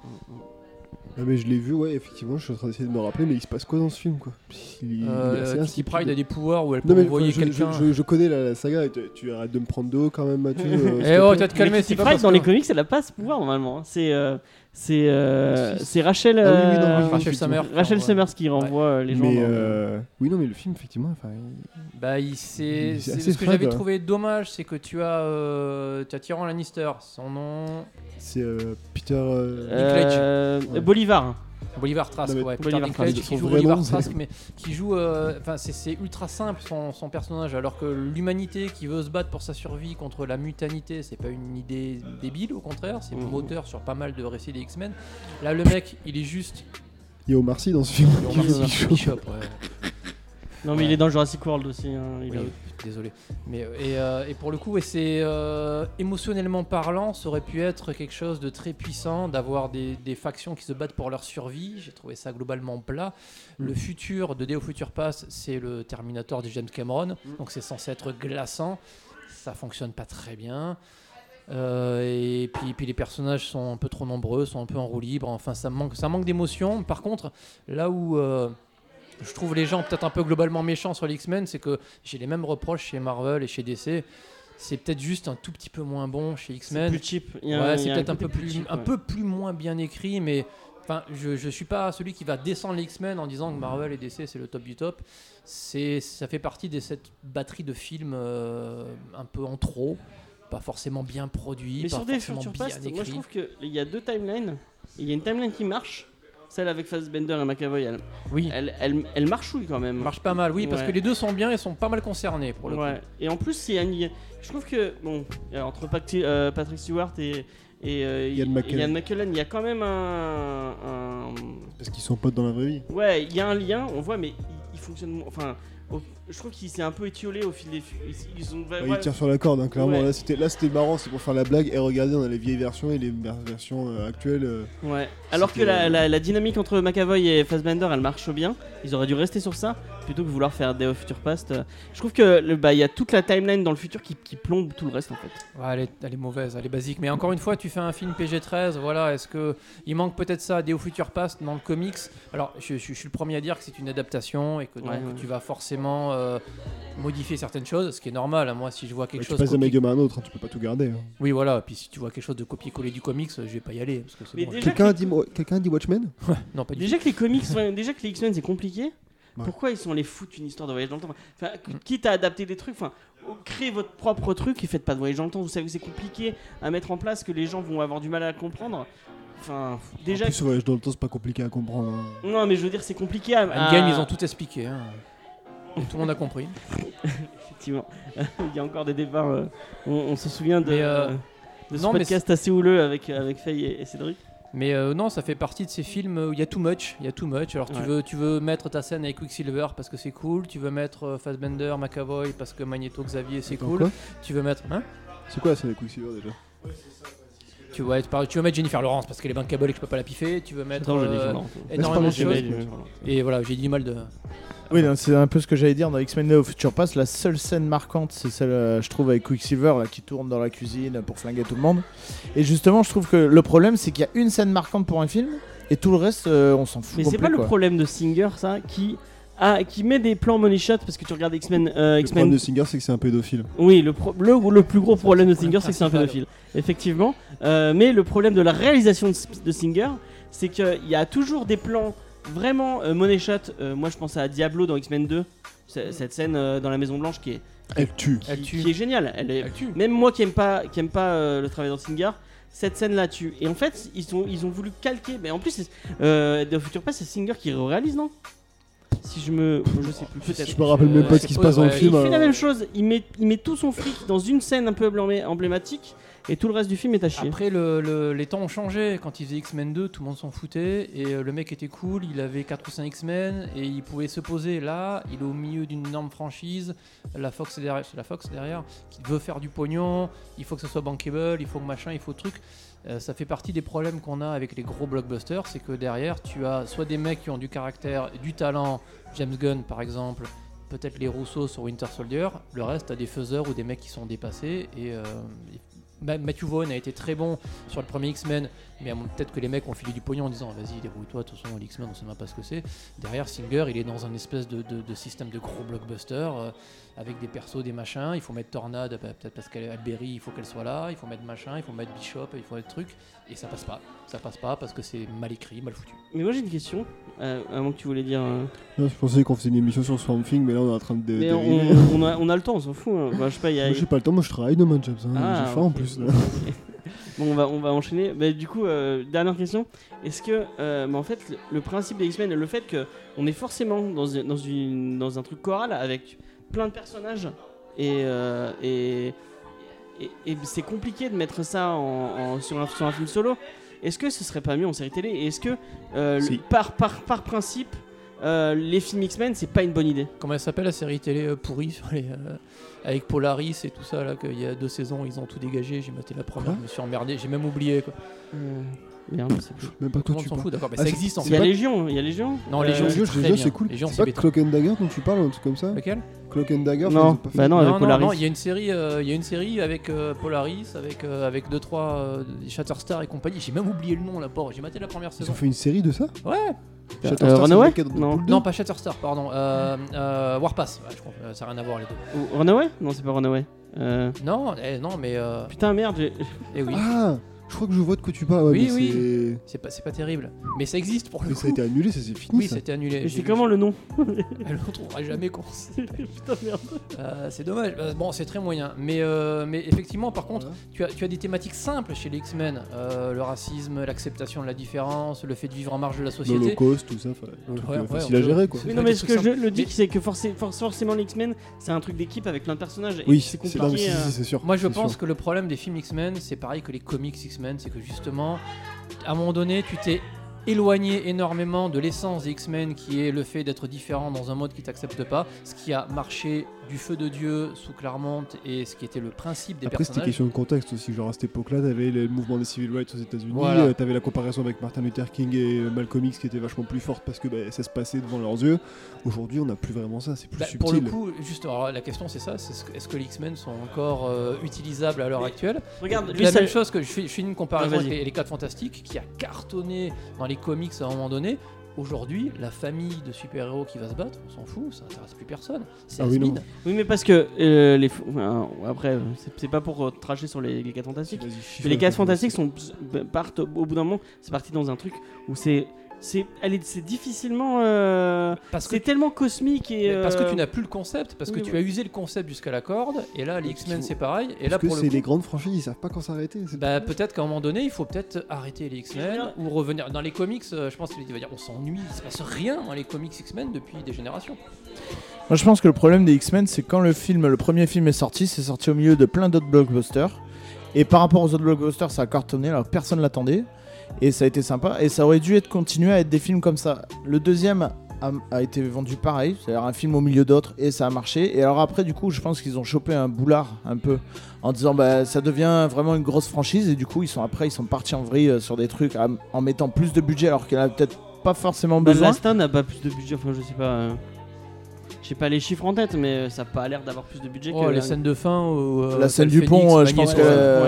Ah, mais je l'ai vu, ouais, effectivement, je suis en train d'essayer de me rappeler, mais il se passe quoi dans ce film, quoi? Il est assez Kitty insipide. Pryde a des pouvoirs où elle peut Non, mais envoyer enfin, quelqu'un. je connais la saga, et tu arrêtes de me prendre de haut quand même, Mathieu. Eh oh, t'as te calmer, Mais c'est Kitty pas Pryde parce dans que- les comics, elle a pas ce pouvoir normalement. C'est Rachel. Ah oui, oui, non, oui, Rachel effectivement. Summers. Rachel Ouais. Summers qui renvoie les gens. Mais dans- oui, non, mais le film, effectivement, enfin, Bah, Il est c'est assez ce que fade, j'avais hein. trouvé dommage, c'est que tu as Tyrion Lannister, son nom c'est Peter. Dinklage. Bolivar. Bolivar Trask, Non, mais ouais, Peter Bolivar Dinklage Trask. qui Son joue vrai Bolivar nom, c'est- Trask, mais qui joue, enfin c'est ultra simple son personnage, alors que l'humanité qui veut se battre pour sa survie contre la mutanité, c'est pas une idée débile, au contraire, c'est moteur sur pas mal de récits des X-Men. Là, le mec, il est juste. Il y a Omar Sy dans ce film. On qui joue Bishop. Bishop, ouais. Non, mais il est dans Jurassic World aussi. Hein. Il Oui, a- désolé. Mais, et pour le coup, ouais, c'est émotionnellement parlant, ça aurait pu être quelque chose de très puissant, d'avoir des factions qui se battent pour leur survie. J'ai trouvé ça globalement plat. Le futur de Day of Future Past, c'est le Terminator de James Cameron, donc c'est censé être glaçant. Ça fonctionne pas très bien. Et puis les personnages sont un peu trop nombreux, sont un peu en roue libre. Enfin, ça manque d'émotion. Par contre, là où je trouve les gens peut-être un peu globalement méchants sur les X-Men, c'est que j'ai les mêmes reproches chez Marvel et chez DC. C'est peut-être juste un tout petit peu moins bon chez C'est X-Men. plus cheap. Ouais, c'est peut-être un côté peu plus, cheap, un ouais. peu plus moins bien écrit, mais enfin, je suis pas celui qui va descendre les X-Men en disant que Marvel et DC c'est le top du top. Ça fait partie de cette batterie de films un peu en trop, pas forcément bien produits, Mais pas sur des forcément Future bien Past, moi je écrits. trouve qu'il y a deux timelines. Il y a une timeline qui marche, celle avec Fassbender et McAvoy. Oui, Elle marchouille quand même. marche pas mal, oui, parce Ouais. que les deux sont bien et sont pas mal concernés pour le coup. Ouais. Et en plus, je trouve que bon, entre Patrick Stewart et Ian McKellen. Ian McKellen, il y a quand même un Parce qu'ils sont potes dans la vraie vie. ouais, il y a un lien, on voit, mais il fonctionne. Enfin, je trouve qu'il s'est un peu étiolé au fil des. Ils ont. Ouais, ils tirent sur la corde, hein, clairement. Ouais. Là, c'était marrant, c'est pour faire la blague. Et regardez, on a les vieilles versions et les versions actuelles. Ouais. Alors que C'était, la dynamique entre McAvoy et Fassbender, elle marche bien. Ils auraient dû rester sur ça plutôt que vouloir faire Day of Future Past. Je trouve que il y a toute la timeline dans le futur qui plombe tout le reste en fait. Ouais, elle est mauvaise, elle est basique. Mais encore une fois, tu fais un film PG-13, voilà, est-ce que il manque peut-être ça à Day of Future Past dans le comics? Alors, je suis le premier à dire que c'est une adaptation et que donc Ouais. tu vas forcément modifier certaines choses, ce qui est normal. Hein. Moi, si je vois quelque Tu chose... passes d'un copier- médium à un autre, hein, tu peux pas tout garder. Hein. Oui, voilà. Puis si tu vois quelque chose de copier-coller du comics, je vais pas y aller parce que c'est Mais bon. déjà- Quelqu'un a dit Watchmen? Non, pas du Déjà que les comics, déjà que les X-Men c'est compliqué. Ouais. Pourquoi ils sont allés foutre une histoire de voyage dans le temps? Enfin, quitte à adapter des trucs, enfin, créez votre propre truc et faites pas de voyage dans le temps. Vous savez que c'est compliqué à mettre en place, que les gens vont avoir du mal à comprendre. Enfin, déjà. En plus, ce voyage dans le temps, c'est pas compliqué à comprendre. Hein. Non, mais je veux dire, c'est compliqué à. Endgame, ils ont tout expliqué. Hein. Tout le monde a compris. Effectivement. Il y a encore des débats. On se souvient de ce non, mais podcast assez houleux avec Faye et Cédric. Mais non, ça fait partie de ces films où il y a too much. Alors tu veux mettre ta scène avec Quicksilver parce que c'est cool. Tu veux mettre Fassbender, McAvoy parce que Magneto, Xavier c'est cool. Quoi Tu veux mettre... C'est quoi la scène avec Quicksilver déjà? Tu veux mettre Jennifer Lawrence parce qu'elle est bankable et que je peux pas la piffer. Tu veux mettre énormément de je choses. Et voilà, j'ai du mal de... Oui, non, c'est un peu ce que j'allais dire dans X-Men Days of Future Past. La seule scène marquante, c'est celle, je trouve, avec Quicksilver là, qui tourne dans la cuisine pour flinguer tout le monde. Et justement, je trouve que le problème, c'est qu'il y a une scène marquante pour un film et tout le reste, on s'en fout. Mais complet, c'est pas quoi. le problème de Singer, ça, qui met des plans money shot parce que tu regardes X-Men. Le problème de Singer, c'est que c'est un pédophile. Oui, le plus gros problème de Singer, c'est que c'est un pédophile. Effectivement. Mais le problème de la réalisation de Singer, c'est qu'il y a toujours des plans vraiment money shot. Moi, je pense à Diablo dans X-Men 2. Cette scène dans la Maison Blanche qui est géniale. Elle tue. Même moi qui aime pas le travail de Singer, cette scène là tue. Et en fait, ils ont voulu calquer. Mais en plus, dans Future Past, c'est Singer qui réalise, non? Si je sais plus, peut-être. Je me rappelle même pas ce qui se passe dans le film. Il fait la même chose. Il met tout son fric dans une scène un peu emblématique. Et tout le reste du film est à chier. Après, les temps ont changé. Quand il faisait X-Men 2, tout le monde s'en foutait. Et le mec était cool, il avait 4 ou 5 X-Men. Et il pouvait se poser là. Il est au milieu d'une énorme franchise. La Fox est derrière. Qui veut faire du pognon. Il faut que ça soit bankable. Il faut que machin, il faut truc. Ça fait partie des problèmes qu'on a avec les gros blockbusters. C'est que derrière, tu as soit des mecs qui ont du caractère, du talent. James Gunn, par exemple. Peut-être les Rousseau sur Winter Soldier. Le reste, t'as des faiseurs ou des mecs qui sont dépassés. Et Matthew Vaughn a été très bon sur le premier X-Men, mais peut-être que les mecs ont filé du pognon en disant vas-y débrouille-toi, de toute façon les X-Men on sait même pas ce que c'est. Derrière Singer il est dans un espèce de système de gros blockbuster avec des persos, des machins, il faut mettre Tornade peut-être parce qu'elle est Alberi, il faut qu'elle soit là, il faut mettre machin, il faut mettre Bishop, il faut mettre truc, et ça passe pas parce que c'est mal écrit, mal foutu. Mais moi j'ai une question, avant que tu voulais dire... Non, je pensais qu'on faisait une émission sur Swamp Thing, mais là on est en train de... Mais on a le temps, on s'en fout. Hein. Bah, je sais pas, Moi j'ai pas le temps, moi je travaille demain, James. J'ai faim en plus. Là. Bon, on va enchaîner. Mais du coup, dernière question. Est-ce que, en fait, le principe des X-Men, le fait qu'on est forcément dans un truc choral avec plein de personnages et c'est compliqué de mettre ça sur un film solo. Est-ce que ce serait pas mieux en série télé? Et est-ce que par principe les films X-Men c'est pas une bonne idée? Comment elle s'appelle la série télé pourrie sur avec Polaris et tout ça là, qu'il y a 2 saisons ils ont tout dégagé, j'ai maté la première, je me suis emmerdé, j'ai même oublié quoi. Merde, je sais plus. Même pas Tout toi le monde tu s'en parles. fout, d'accord, mais ça existe en Il y fait. a Légion. Non, Légion c'est cool. Légion, C'est c'est pas béton. Cloak and Dagger dont tu parles, un truc comme ça? Lequel? Cloak and Dagger? Non, bah non, avec Polaris. Non, il y a une série avec Polaris, avec 2-3 Shatterstar et compagnie. J'ai même oublié le nom là, bord. J'ai maté la première Ils saison. ont fait une série de ça? Ouais. Shatterstar, Runaway? c'est le mec qui a Non. dans le Non, pas Shatterstar, pardon. Warpath. Ouais, je crois. Ça n'a rien à voir les deux. Ou Runaway? Non, c'est pas Runaway. Non, mais. Putain, merde. Eh oui. Ah, je crois que je vois de quoi tu parles. Ouais, Oui, mais oui. C'est pas terrible. Mais ça existe pour le Mais coup. ça a été annulé, ça c'est fini. Oui, ça. c'était annulé. Et c'est comment le nom? Elle ne trouvera jamais qu'on sait. Putain, merde. C'est dommage. Bon, c'est très moyen. Mais effectivement, par contre, tu as des thématiques simples chez les X-Men. Le racisme, l'acceptation de la différence, le fait de vivre en marge de la société. L'Holocauste, tout ça. Ouais, Facile à gérer quoi. Oui, non, mais ce que je le dis, c'est que forcément les X-Men, c'est un truc d'équipe avec plein de personnages. Et Oui, c'est c'est compliqué. c'est sûr. Moi, je c'est pense sûr. que le problème des films X-Men, c'est pareil que les comics X-Men, c'est que justement, à un moment donné, tu t'es éloigné énormément de l'essence des X-Men, qui est le fait d'être différent dans un mode qui t'accepte pas, ce qui a marché du feu de Dieu sous Claremont et ce qui était le principe des Après, c'était personnages. question de contexte aussi. Genre à cette époque-là, t'avais le mouvement des civil rights aux États-Unis, Voilà. t'avais la comparaison avec Martin Luther King et Malcolm X qui était vachement plus forte parce que ça se passait devant leurs yeux. Aujourd'hui, on n'a plus vraiment ça, c'est plus subtil. Pour le coup, juste, alors, la question c'est ça, est-ce que les X-Men sont encore utilisables à l'heure actuelle? Regarde, lui, La ça... même chose que je fais une comparaison Ah, vas-y. avec les 4 Fantastiques qui a cartonné dans les comics à un moment donné. Aujourd'hui, la famille de super-héros qui va se battre, on s'en fout, ça n'intéresse plus personne. C'est Ah oui, has-been. non. Oui, mais parce que après, c'est pas pour tracher sur les 4 Fantastiques. Vas-y, Mais chiffre les un 4 peu. Fantastiques partent au bout d'un moment, c'est parti dans un truc où c'est difficilement. Parce que C'est tellement cosmique et. Mais parce que tu n'as plus le concept, parce que oui, tu ouais. as usé le concept jusqu'à la corde, et là les X-Men faut- c'est pareil, et là Parce que pour le c'est coup, les grandes franchises, ils savent pas quand s'arrêter. c'est bah, tout. peut-être qu'à un moment donné il faut peut-être arrêter les Je X-Men veux dire- ou revenir dans les comics. Je pense qu'il va dire on s'ennuie, il se passe rien dans les comics X-Men depuis des générations. Moi je pense que le problème des X-Men, c'est quand le premier film est sorti, c'est sorti au milieu de plein d'autres blockbusters. Et par rapport aux autres blockbusters, ça a cartonné, alors personne l'attendait. Et ça a été sympa. Et ça aurait dû continuer à être des films comme ça. Le deuxième a été vendu pareil, c'est-à-dire un film au milieu d'autres, et ça a marché. Et alors après, du coup, je pense qu'ils ont chopé un boulard un peu en disant ça devient vraiment une grosse franchise. Et du coup, ils sont partis en vrille sur des trucs en mettant plus de budget alors qu'il en a peut-être pas forcément besoin. Last n'a pas plus de budget, enfin je sais pas. J'ai pas les chiffres en tête, mais ça n'a pas l'air d'avoir plus de budget que les scènes de fin. La scène du pont, je pense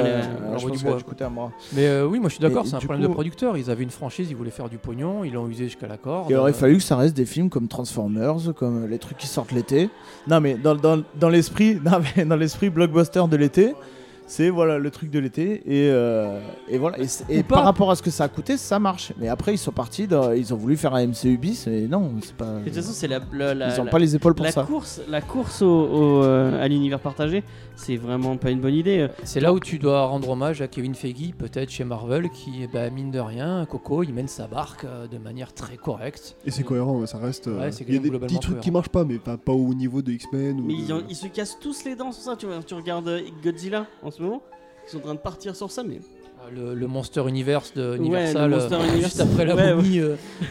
que coûtait un bras. Mais oui, moi je suis d'accord, c'est un problème de producteur. Ils avaient une franchise, ils voulaient faire du pognon, ils l'ont usé jusqu'à la corde. Il aurait fallu que ça reste des films comme Transformers, comme les trucs qui sortent l'été. Non, mais dans l'esprit blockbuster de l'été. C'est le truc de l'été et voilà et par rapport à ce que ça a coûté, ça marche. Mais après ils sont partis, ils ont voulu faire un MCU bis et non, c'est pas. De toute façon, c'est ils ont pas les épaules pour ça. La course à l'univers partagé, c'est vraiment pas une bonne idée. C'est là où tu dois rendre hommage à Kevin Feige, peut-être chez Marvel, qui mine de rien, Coco, il mène sa barque de manière très correcte. Et c'est cohérent, ça reste. Il y a des petits trucs qui marchent pas, mais pas au niveau de X-Men. Mais ils se cassent tous les dents sur ça. Tu regardes Godzilla en ce moment, ils sont en train de partir sur ça, mais. Le Monster Universe de Universal, juste après la momie.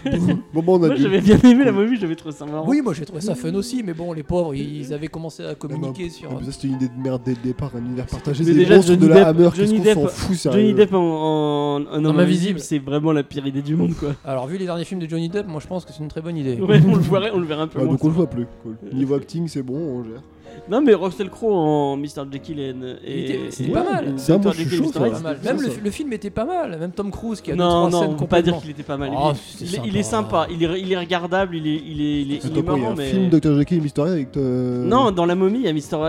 Moi j'avais bien aimé la momie, j'avais trouvé ça marrant. Oui, moi j'ai trouvé ça fun aussi, mais bon, les pauvres, ils avaient commencé à communiquer sur. Ça c'était une idée de merde dès le départ, un univers partagé. Mais c'est déjà, Johnny Depp, de la Hammer, qu'est-ce qu'on s'en fout, sérieux. Johnny Depp en homme invisible, invisible, c'est vraiment la pire idée du monde, quoi. Alors vu les derniers films de Johnny Depp, moi je pense que c'est une très bonne idée. Ouais, on le verra un peu. Donc on le voit plus. Cool. Niveau acting, c'est bon, on gère. Non, mais Russell Crowe en Mr. Jekyll c'était pas mal. C'est un bon chouchou, Même le film était pas mal. Même Tom Cruise qui a non, 2-3 scènes on peut pas dire qu'il était pas mal. Il est sympa, il est regardable, il est marrant. Il y a un film Dr. Jekyll et Mr. Hyde avec. Non, dans la momie,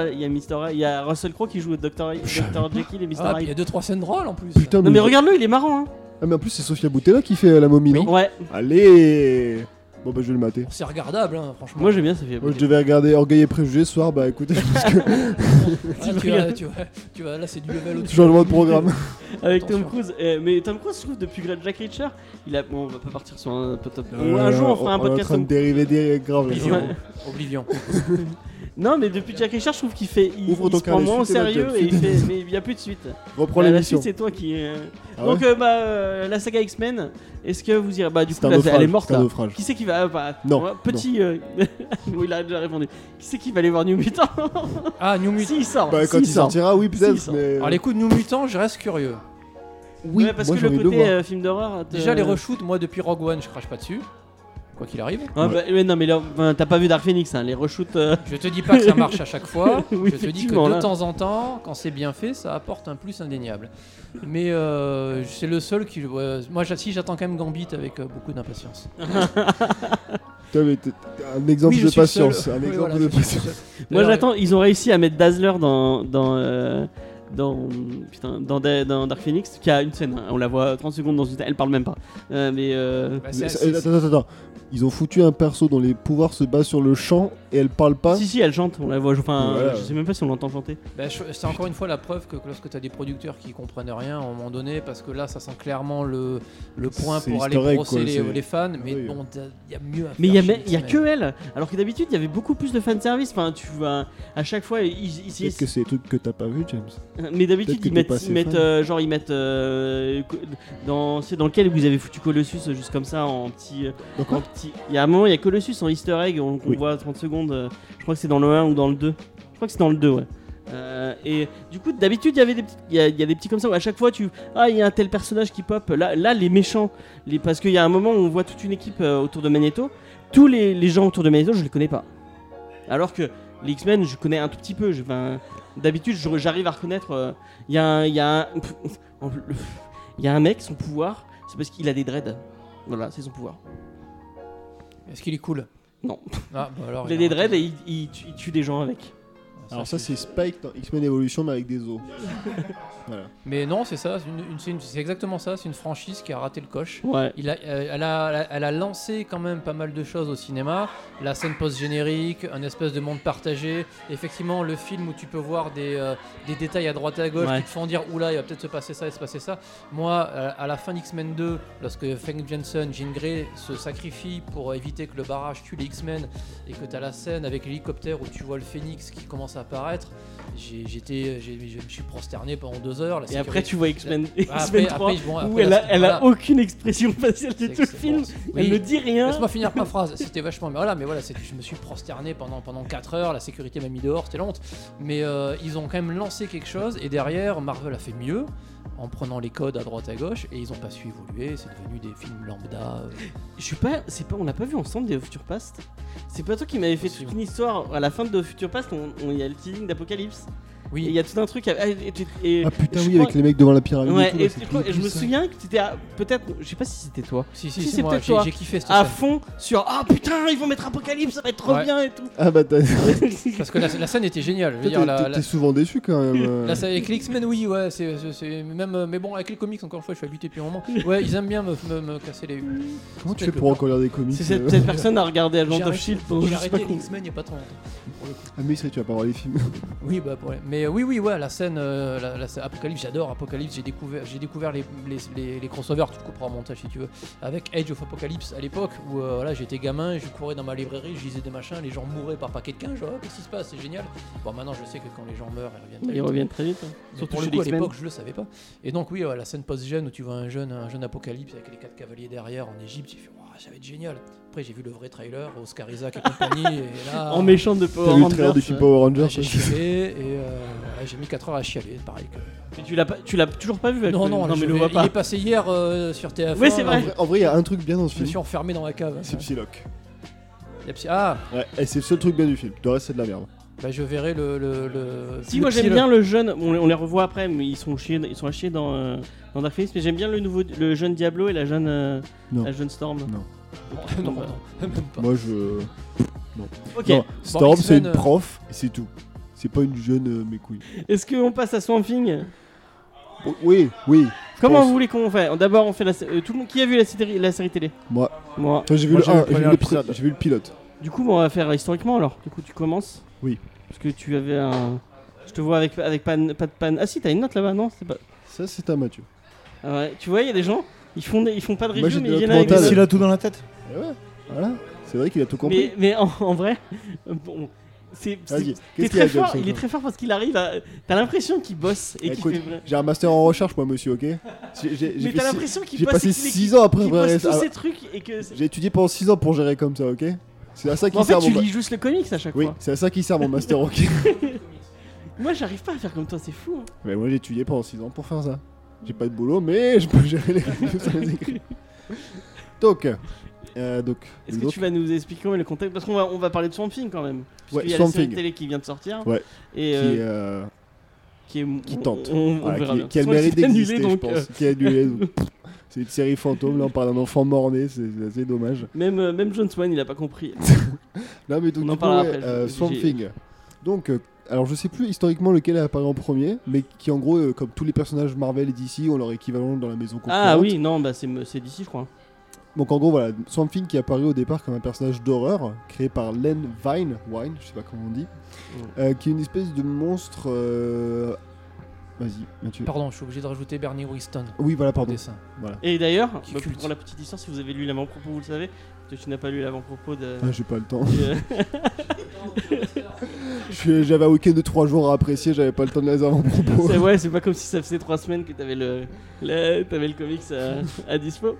il y a Russell Crowe qui joue Dr. Jekyll et Mr. Hyde. Il y a 2-3 scènes drôles en plus. Putain, non, mais regarde-le, il est marrant. Ah, mais en plus, c'est Sofia Boutella qui fait la momie, non ? Ouais. Allez. Bon bah je vais le mater. C'est regardable, franchement. Moi j'aime bien Sofia Boutella. Moi je devais regarder Orgueil et Préjugés ce soir, bah écoutez, je pense que. tu vois, là c'est du level au-dessus. Changement de programme. Avec Tom Cruise. Mais Tom Cruise, je trouve, depuis Jack Reacher, on va pas partir sur un top. Un jour on fera un podcast. On est en train de dériver grave. Oblivion. Non, mais depuis Jack Reacher, je trouve qu'il se prend moins au sérieux et mais il n'y a plus de suite. Reprends l'émission. La suite, c'est toi qui. Donc, la saga X-Men, est-ce que vous irez. Bah, du coup, là, elle est morte là. Qui c'est qui va. Non. Petit. Oui, il a déjà répondu. Qui c'est qui va aller voir New Mutant ? Ah, New Mutant. Si, il sort. Bah, quand il sortira, oui, peut-être. Mais... Alors, les coups de New Mutant, je reste curieux. Oui, parce que le côté film d'horreur. Déjà, les reshoots, moi, depuis Rogue One, je crache pas dessus. Quoi qu'il arrive. Mais non, mais là, t'as pas vu Dark Phoenix, les reshoots. Je te dis pas que ça marche à chaque fois. Oui, je te dis que de temps en temps, quand c'est bien fait, ça apporte un plus indéniable. Mais c'est le seul qui. Moi, j'attends quand même Gambit avec beaucoup d'impatience. Un exemple de patience. Un exemple de patience. Moi, j'attends. Ils ont réussi à mettre Dazzler dans Dark Phoenix, qui a une scène, on la voit 30 secondes dans une scène, elle parle même pas. Attends. Ils ont foutu un perso dont les pouvoirs se basent sur le chant et elle parle pas. Si, elle chante, on la voit. Enfin, je sais même pas si on l'entend chanter. C'est encore une fois la preuve que lorsque tu as des producteurs qui comprennent rien à un moment donné, parce que là ça sent clairement le point c'est pour aller brosser les fans, mais bon, il y a mieux à faire. Mais il y a que elle, alors que d'habitude il y avait beaucoup plus de fanservice. Enfin, tu vois, à chaque fois, peut-être que c'est des trucs que t'as pas vu, James. Mais d'habitude ils mettent dans lequel vous avez foutu Colossus juste comme ça en petit. Il y a un moment, il y a Colossus en Easter egg, on voit 30 secondes. Je crois que c'est dans le 1 ou dans le 2. Je crois que c'est dans le 2, ouais. Et du coup, d'habitude, il y a des petits comme ça où à chaque fois, il y a un tel personnage qui pop. Là les méchants, parce qu'il y a un moment où on voit toute une équipe autour de Magneto. Tous les gens autour de Magneto, je les connais pas. Alors que les X-Men, je connais un tout petit peu. D'habitude, j'arrive à reconnaître. Il y a un mec, son pouvoir, c'est parce qu'il a des dreads. Voilà, c'est son pouvoir. Est-ce qu'il est cool ? Non. Ah, bah alors, il a des dreads et il tue des gens avec. Alors ça c'est Spike dans X-Men Evolution mais avec des os. Voilà. Mais non, c'est ça, c'est exactement ça, c'est une franchise qui a raté le coche. Ouais. Elle a lancé quand même pas mal de choses au cinéma, la scène post-générique, un espèce de monde partagé, effectivement le film où tu peux voir des détails à droite et à gauche qui te font dire oula, il va peut-être se passer ça et se passer ça. Moi, à la fin d'X-Men 2, lorsque Frank Jensen, Jean Grey se sacrifie pour éviter que le barrage tue les X-Men et que tu as la scène avec l'hélicoptère où tu vois le Phénix qui commence à apparaître, je me suis prosterné pendant 2 heures. Et après tu vois X-Men 3 où elle a aucune expression faciale de tout le film, elle ne dit rien. Laisse-moi finir ma phrase, c'était vachement... Mais voilà, je me suis prosterné pendant 4 heures, la sécurité m'a mis dehors, c'était la honte. Mais ils ont quand même lancé quelque chose et derrière Marvel a fait mieux en prenant les codes à droite à gauche et ils ont pas su évoluer, c'est devenu des films lambda. On n'a pas vu ensemble des Future Past. C'est pas toi qui m'avais fait toute une histoire à la fin de Future Past, il y a le teasing d'Apocalypse. Oui. Il y a tout un truc. Putain, oui, avec les mecs devant la pyramide. Ouais, et je me souviens que t'étais peut-être. Je sais pas si c'était toi. Si, c'est moi, j'ai kiffé cette à fond sur putain, ils vont mettre Apocalypse, ça va être trop bien et tout. Ah bah t'as. Parce que la scène était géniale. T'es souvent déçu quand même. Là, avec les X-Men, oui, ouais, c'est même. Mais bon, avec les comics, encore une fois, je suis habitué depuis un moment. Ouais, ils aiment bien me casser les. Comment tu fais pour encore lire des comics? C'est cette personne à regarder Agent of Shield. J'ai arrêté les X-Men il y a pas trop longtemps. Ah, mais tu vas pas voir les films. Oui, bah, mais oui, ouais, la scène Apocalypse, j'adore Apocalypse, j'ai découvert les crossovers, tu te couperas en montage si tu veux, avec Age of Apocalypse à l'époque où voilà, j'étais gamin, je courais dans ma librairie, je lisais des machins, les gens mouraient par paquet de 15, genre qu'est-ce qui se passe, c'est génial. Bon, maintenant je sais que quand les gens meurent, ils reviennent très vite. Surtout pour le coup, à l'époque, je le savais pas. Et donc oui, la scène post-gène où tu vois un jeune Apocalypse avec les 4 cavaliers derrière en Égypte, tu fais ça va être génial. Après j'ai vu le vrai trailer, Oscar Isaac et compagnie, et là en méchant de Power Rangers. T'as vu le trailer du film Power Rangers. J'ai chialé et j'ai mis 4 heures à chialer, pareil que. Mais tu l'as toujours pas vu avec Non, mais le vois pas. Il est passé hier sur TF1. Oui, c'est vrai. En vrai, il y a un truc bien dans ce film. Je me suis enfermé dans la cave. C'est Psylocke. Ah. Ouais, et c'est le seul truc bien du film. Le reste c'est de la merde. Bah je verrai le. Si moi j'aime bien le jeune, on les revoit après, mais ils sont à chier dans Dark Phoenix, mais j'aime bien le jeune Diablo et la jeune Storm. Non. Non, même pas. Moi je. Non. Ok. Non, Storm c'est une prof et c'est tout. C'est pas une jeune mes couilles. Est-ce qu'on passe à Swamp Thing? Oui. Comment vous voulez qu'on fait? D'abord on fait tout le monde qui a vu la série télé? Moi. Moi. J'ai vu le pilote. Du coup on va faire historiquement alors. Du coup tu commences? Oui. Parce que tu avais un. Je te vois avec pas de panne. Ah si, t'as une note là-bas, non? C'est pas. Ça c'est à Mathieu. Ah ouais. Tu vois, il y a des gens, ils font pas de Moi, review, mais des ils viennent notes avec. mentales. S'il a tout dans la tête. Et ouais. Voilà. C'est vrai qu'il a tout compris. Mais en vrai, bon. Vas-y. Il est très fort. Il est très fort parce qu'il arrive à. T'as l'impression qu'il bosse et qu'il fait. J'ai un master en recherche, moi, monsieur, ok? Mais t'as l'impression qu'il J'ai bosse. passé 6 ans après tous ces trucs et que. J'ai étudié pendant 6 ans pour gérer comme ça, ok? C'est à ça qui En fait, sert tu lis juste le comics à chaque fois. Oui, c'est à ça qui sert mon master, ok? Moi, j'arrive pas à faire comme toi, c'est fou. Mais moi, j'ai étudié pendant 6 ans pour faire ça. J'ai pas de boulot, mais je peux gérer les reviews sur les écrits. Donc. Est-ce que tu vas nous expliquer le contexte? Parce qu'on va parler de Swamp Thing quand même. Parce qu'il y a Swamp la série Thing. télé qui vient de sortir. Ouais. Et qui tente. On Voilà, verra bien. qui a le mérite d'exister, je donc, pense. Qui a annulé. C'est une série fantôme, là on parle d'un enfant mort-né, c'est assez dommage. Même John Swan il a pas compris. Non mais donc on en parlera après. Swamp Thing. Donc, alors je sais plus historiquement lequel a apparu en premier, mais qui en gros, comme tous les personnages Marvel et DC, ont leur équivalent dans la maison concurrente. Ah oui, non, bah c'est DC je crois. Donc en gros voilà, Swamp Thing qui est apparu au départ comme un personnage d'horreur, créé par Len Wein, je sais pas comment on dit, qui est une espèce de monstre... Vas-y, Mathieu. Pardon, je suis obligé de rajouter Bernie Wriston. Oui, voilà, pardon. Dessin. Voilà. Et d'ailleurs, pour la petite histoire, si vous avez lu l'avant-propos, vous le savez, que tu n'as pas lu l'avant-propos de... Ah, j'ai pas le temps. J'avais un week-end de 3 jours à apprécier, j'avais pas le temps de les avant-propos. C'est pas comme si ça faisait 3 semaines que t'avais le comics à dispo.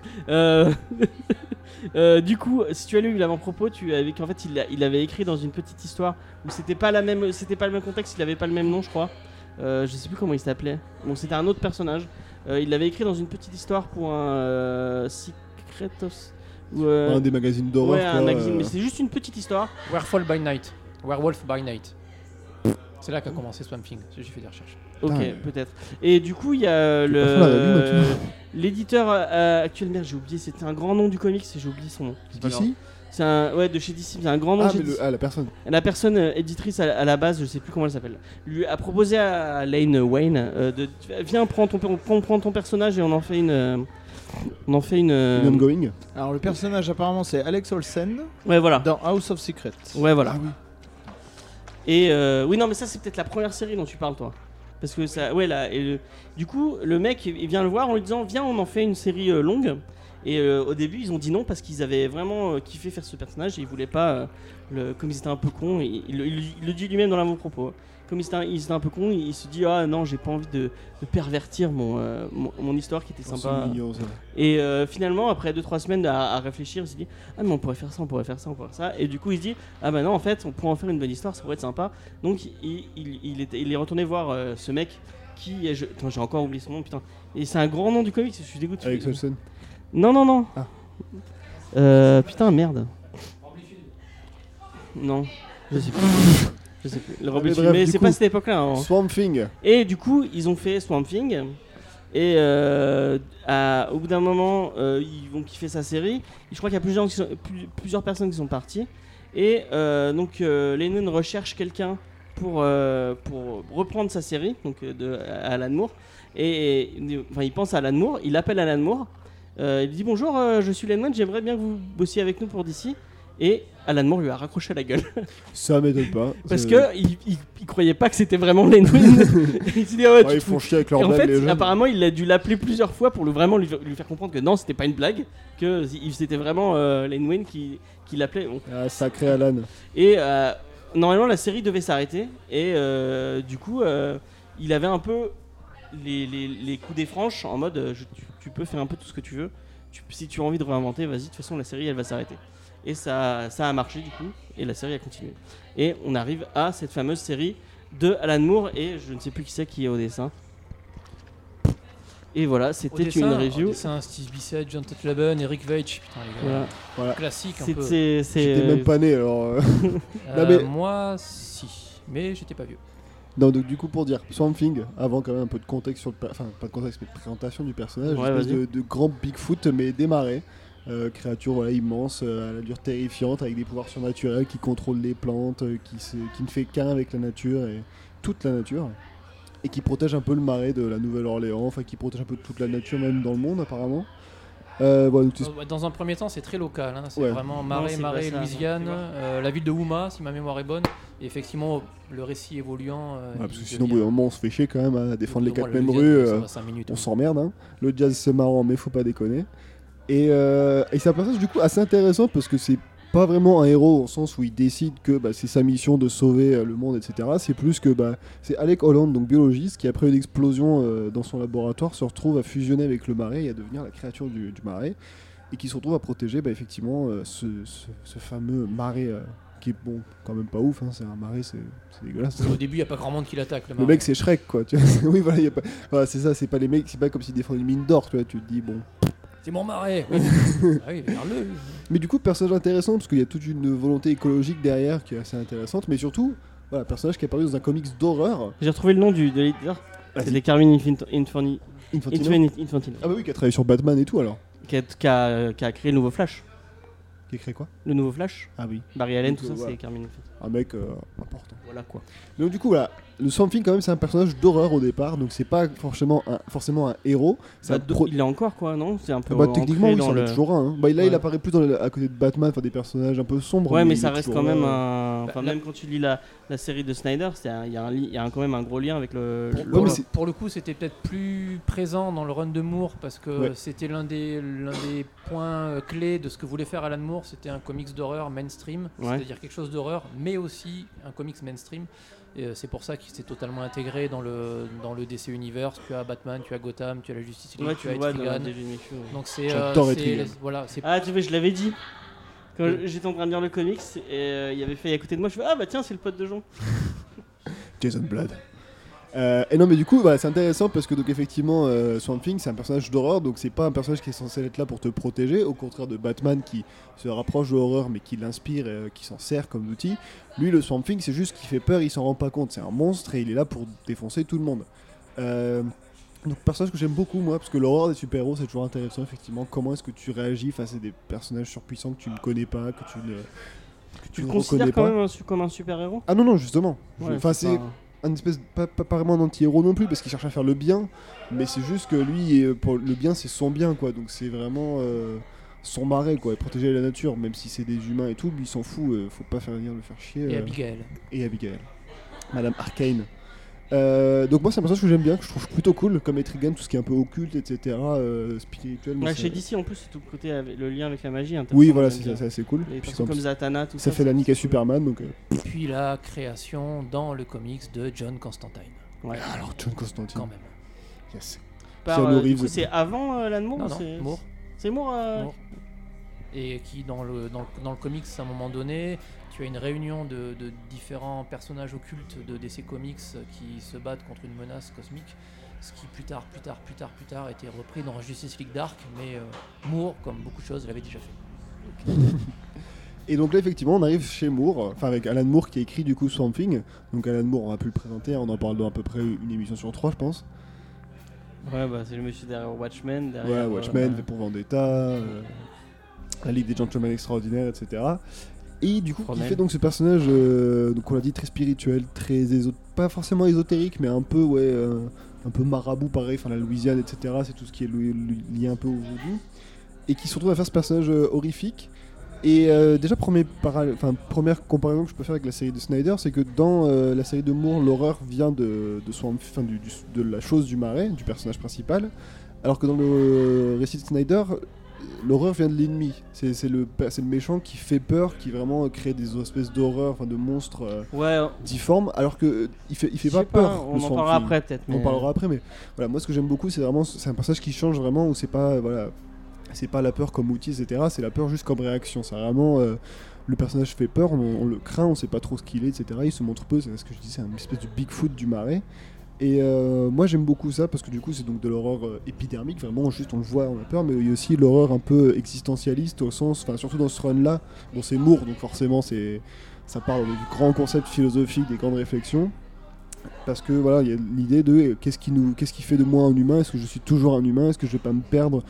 Du coup, si tu as lu l'avant-propos, tu avais qu'en fait il avait écrit dans une petite histoire où c'était pas le même contexte, il avait pas le même nom, je crois. Je sais plus comment il s'appelait. Bon, c'était un autre personnage. Il l'avait écrit dans une petite histoire pour un Secret of... un des magazines d'horreur. Ouais, un magazine, mais c'est juste une petite histoire. Werewolf by Night. C'est là qu'a commencé Swamp Thing. J'ai fait des recherches. Ok, peut-être. Et du coup, il y a l'éditeur actuel, merde, j'ai oublié, c'était un grand nom du comics et j'ai oublié son nom. DC ? C'est de chez DC, c'est un grand nom. Ah, chez mais DC. la personne. La personne éditrice à la base, je sais plus comment elle s'appelle, lui a proposé à Lane Wayne viens prends ton personnage et on en fait une Une ongoing. Alors le personnage apparemment c'est Alex Olsen ouais voilà. dans House of Secrets. Ouais voilà. Ah oui. Et oui non mais ça c'est peut-être la première série dont tu parles toi. Parce que ça du coup le mec il vient le voir en lui disant viens on en fait une série longue. Et au début ils ont dit non parce qu'ils avaient vraiment kiffé faire ce personnage et ils voulaient pas comme ils étaient un peu cons, il le dit lui-même dans l'avant-propos. Comme ils étaient un peu cons, il se dit ah non j'ai pas envie de pervertir mon histoire qui était sympa. C'est mignon, ça. Et finalement après 2-3 semaines à réfléchir, il s'est dit ah mais on pourrait faire ça. Et du coup il se dit ah bah non en fait on pourrait en faire une bonne histoire, ça pourrait être sympa. Donc il est retourné voir ce mec qui est attends, j'ai encore oublié son nom putain. Et c'est un grand nom du comics, je suis dégoûté. Alex Olsen. Non. Ah. Putain, merde. Non, je sais plus. Le Robin mais Film, bref, mais du c'est coup, pas cette époque-là. Hein. Swamp Thing. Et du coup, ils ont fait Swamp Thing. Et au bout d'un moment, ils vont kiffer sa série. Je crois qu'il y a plusieurs personnes qui sont parties. Et donc, Lennon recherche quelqu'un pour reprendre sa série, donc de Alan Moore. Et enfin, il pense à Alan Moore, il appelle Alan Moore. Il dit bonjour, je suis Lennon, j'aimerais bien que vous bossiez avec nous pour DC. Et Alan Moore lui a raccroché la gueule. Ça m'étonne pas. Parce que il croyait pas que c'était vraiment Lennon. Il s'est dit ouais, ils font chier avec leur et en blague, les fait, jeunes. apparemment, il a dû l'appeler plusieurs fois pour vraiment lui faire comprendre que non, c'était pas une blague, que c'était vraiment Lennon qui l'appelait. Bon. Ah, sacré Alan. Et normalement, la série devait s'arrêter. Et du coup, il avait un peu les coups des franches en mode tu peux faire un peu tout ce que tu veux. Si tu as envie de réinventer, vas-y, de toute façon, la série elle va s'arrêter. Et ça a marché du coup, et la série a continué. Et on arrive à cette fameuse série de Alan Moore, et je ne sais plus qui est au dessin. Et voilà, c'était une review. Au dessin, Steve Bissett, John Tutlaben, Eric Veitch, putain les gars. Voilà. Classique un peu. J'étais même pas né alors. Non, mais- Moi, si, mais j'étais pas vieux. Non, donc du coup pour dire Swamp Thing, avant quand même un peu de contexte sur enfin pas de contexte mais de présentation du personnage, Ouais, une espèce vas-y. de grand Bigfoot mais démarré, créature voilà immense, à l'allure terrifiante avec des pouvoirs surnaturels qui contrôle les plantes, qui ne fait qu'un avec la nature et toute la nature et qui protège un peu le marais de la Nouvelle-Orléans, enfin qui protège un peu toute la nature même dans le monde apparemment. Voilà, donc Dans un premier temps, c'est très local. Hein. C'est Ouais. vraiment Non, c'est pas ça, Louisiane, tu vois. la ville de Houma, si ma mémoire est bonne. Et effectivement, le récit évoluant. parce que il sinon, au bout devient- d'un moment, on se fait chier quand même à défendre les Moi, quatre la mêmes Louisiane, rues. ça va 5 minutes, On hein. s'emmerde. Hein. Le jazz, c'est marrant, mais faut pas déconner. Et c'est un personnage du coup assez intéressant parce que c'est pas vraiment un héros au sens où il décide que c'est sa mission de sauver le monde, etc. C'est plus que c'est Alec Holland, donc biologiste, qui après une explosion dans son laboratoire se retrouve à fusionner avec le marais et à devenir la créature du marais. Et qui se retrouve à protéger effectivement ce fameux marais qui est bon quand même pas ouf, hein, c'est un marais, c'est dégueulasse. Au début, il n'y a pas grand monde qui l'attaque. Le mec c'est Shrek quoi, tu vois. Oui voilà, voilà, c'est ça, c'est pas les mecs, c'est pas comme s'ils défendent une mine d'or, tu vois, tu te dis bon. C'est mon marais. Oui. Ah oui, regarde-le. Mais du coup personnage intéressant parce qu'il y a toute une volonté écologique derrière qui est assez intéressante, mais surtout voilà, personnage qui est apparu dans un comics d'horreur. J'ai retrouvé le nom de l'éditeur. Vas-y. C'était Carmine Infantino. Ah bah oui, qui a travaillé sur Batman et tout alors. Qui a créé le nouveau Flash. Qui a créé quoi? Le nouveau Flash. Ah oui. Barry Allen, Donc, tout ça, voilà. c'est Carmine Infantino. Un mec important. Voilà quoi. Donc du coup voilà, le Swamp Thing quand même c'est un personnage d'horreur au départ, donc c'est pas forcément un héros. C'est un Il est encore quoi, non? C'est un peu. techniquement ancré oui, dans c'en est le... toujours un. Hein. Là Ouais. il apparaît plus à côté de Batman, enfin des personnages un peu sombres. Ouais, mais il ça est reste toujours quand même là. un. Enfin, Bah, même quand tu lis la série de Snyder, il y a quand même un gros lien avec le. Pour le coup, c'était peut-être plus présent dans le run de Moore parce que Ouais. c'était l'un des points clés de ce que voulait faire Alan Moore. C'était un comics d'horreur mainstream, Ouais. c'est-à-dire quelque chose d'horreur, mais aussi un comics mainstream. Et c'est pour ça qu'il s'est totalement intégré dans le DC Universe. Tu as Batman, tu as Gotham, tu as la Justice League, Ouais, tu tu as vois dans Etrigan. David Mitchell. Donc c'est J'adore Etrigan. voilà, c'est Ah, tu vois, je l'avais dit. Quand Oui. j'étais en train de lire le comics, et il y avait fait à côté de moi, je fais ah bah tiens, c'est le pote de Jean. Jason Blood. Et non mais du coup c'est intéressant parce que donc effectivement Swamp Thing c'est un personnage d'horreur, donc c'est pas un personnage qui est censé être là pour te protéger, au contraire de Batman qui se rapproche de l'horreur mais qui l'inspire et qui s'en sert comme outil. Lui le Swamp Thing c'est juste qu'il fait peur, il s'en rend pas compte, c'est un monstre et il est là pour défoncer tout le monde. Donc personnage que j'aime beaucoup moi, parce que l'horreur des super-héros c'est toujours intéressant effectivement. Comment est-ce que tu réagis face à des personnages surpuissants que tu ne connais pas, que tu Tu ne le considères reconnais quand pas. même comme un super-héros? Ah non justement. Ouais, Enfin c'est un espèce pas vraiment d'anti-héros non plus parce qu'il cherche à faire le bien, mais c'est juste que lui pour le bien c'est son bien quoi. Donc c'est vraiment son marais quoi, et protéger la nature même si c'est des humains et tout, lui il s'en fout, faut pas venir le faire chier. Et Abigail. Madame Arcane. Donc moi c'est un personnage que j'aime bien, que je trouve plutôt cool, comme Etrigan, tout ce qui est un peu occulte, etc., spirituel. mais Chez DC en plus, c'est tout le côté le lien avec la magie. Oui voilà, c'est assez cool. Les Puis persos comme Zatanna, tout ça. ça fait la nique à Superman, donc... Puis la création dans le comics de John Constantine. Ouais. Alors John Constantine. Quand même. Yes. Par, Keanu du Reeves. coup, c'est avant Alan Moore Non, ou non, c'est... Moore. C'est Moore Moore. Et qui dans le comics à un moment donné, tu as une réunion de différents personnages occultes de DC Comics qui se battent contre une menace cosmique, ce qui plus tard a été repris dans Justice League Dark, mais Moore, comme beaucoup de choses, l'avait déjà fait. Et donc là effectivement on arrive chez Moore, enfin avec Alan Moore qui a écrit du coup Swamp Thing. Donc Alan Moore on va plus le présenter, on en parle dans à peu près une émission sur 3 je pense. Ouais bah c'est le monsieur derrière Watchmen. Derrière, Ouais, Watchmen, V pour Vendetta, la Ligue des Gentlemen Extraordinaires, etc. Et du coup, il fait donc ce personnage, donc on l'a dit, très spirituel, très pas forcément ésotérique, mais un peu, un peu marabout, pareil, enfin la Louisiane, etc. C'est tout ce qui est lié un peu au voodoo. Et qui se retrouve à faire ce personnage horrifique. Et déjà, première comparaison que je peux faire avec la série de Snyder, c'est que dans la série de Moore, l'horreur vient de la chose du marais, du personnage principal. Alors que dans le récit de Snyder, l'horreur vient de l'ennemi. C'est le méchant qui fait peur, qui vraiment crée des espèces d'horreur, enfin de monstres difformes, alors que il fait pas peur. On en parlera après peut-être. On parlera après, mais voilà, moi ce que j'aime beaucoup, c'est un personnage qui change vraiment, où c'est pas c'est pas la peur comme outil, etc. C'est la peur juste comme réaction. C'est vraiment le personnage fait peur, on le craint, on sait pas trop ce qu'il est, etc. Il se montre peu, c'est ce que je dis, c'est une espèce de Bigfoot du marais. Et moi j'aime beaucoup ça parce que du coup c'est donc de l'horreur épidermique, vraiment juste on le voit, on a peur, mais il y a aussi l'horreur un peu existentialiste au sens, enfin surtout dans ce run là, bon c'est Moore donc forcément ça parle du grand concept philosophique, des grandes réflexions, parce que voilà il y a l'idée de qu'est-ce qui fait de moi un humain, est-ce que je suis toujours un humain, est-ce que je vais pas me perdre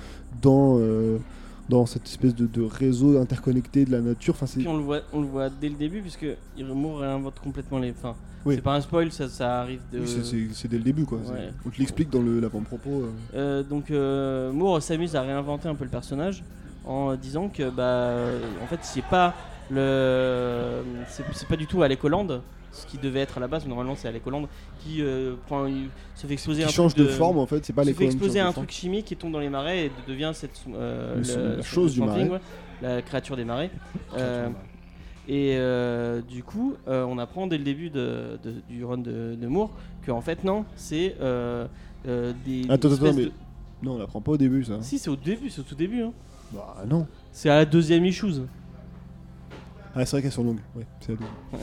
dans cette espèce de réseau interconnecté de la nature. Puis on le voit dès le début puisque Moore réinvente complètement les... Oui. C'est pas un spoil, ça arrive de... Oui, c'est dès le début quoi. Ouais. On te l'explique dans l'avant-propos. Donc Moore s'amuse à réinventer un peu le personnage en disant que en fait c'est pas du tout Alec Holland, ce qui devait être à la base, mais normalement c'est Alec Holland qui se fait exploser qui change de forme en fait, c'est pas Alec Holland. Se fait exploser un truc chimique et tombe dans les marais et devient la chose du marais, la créature des marais. Et du coup, on apprend dès le début du run de Moore que en fait non, c'est des. Attends, mais non, on l'apprend pas au début ça. Si, c'est au tout début. Hein. Bah non. C'est à la deuxième issues. Ah c'est vrai qu'elles sont longues. Ouais, c'est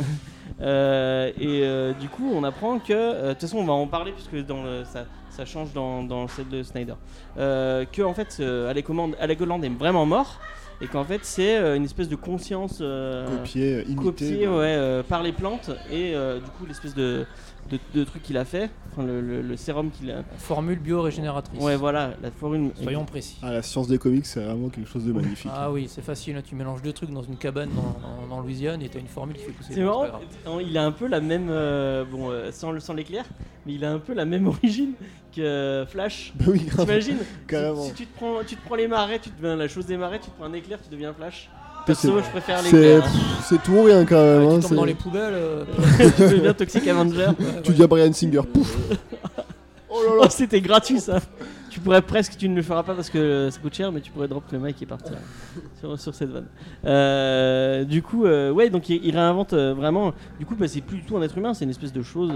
la deuxième. Du coup, on apprend que de toute façon, on va en parler puisque ça change dans celle de Snyder. Que en fait, Alec Holland est vraiment mort. Et qu'en fait c'est une espèce de conscience copiée par les plantes et du coup l'espèce de truc qu'il a fait, le sérum qu'il a... Formule bio-régénératrice. Ouais voilà, la formule... Soyons précis. Ah, la science des comics c'est vraiment quelque chose de magnifique. Ah oui c'est facile, tu mélanges deux trucs dans une cabane dans Louisiane et t'as une formule qui fait pousser. C'est marrant, il a un peu la même... sans l'éclair, mais il a un peu la même origine que Flash. Bah oui, t'imagines carrément. Si tu te prends les marais, tu deviens la chose des marais, tu te prends un éclair, tu deviens Flash. Perso, je préfère l'éclair. C'est tout ou rien quand même. Tu tombes dans les poubelles. Tu deviens Toxic Avenger. Tu deviens Bryan Singer. Pouf. Oh là là, c'était gratuit ça. Tu pourrais presque, tu ne le feras pas parce que ça coûte cher, mais tu pourrais drop le mic et partir sur cette vanne. Du coup, donc il réinvente vraiment. Du coup, c'est plus du tout un être humain, c'est une espèce de chose.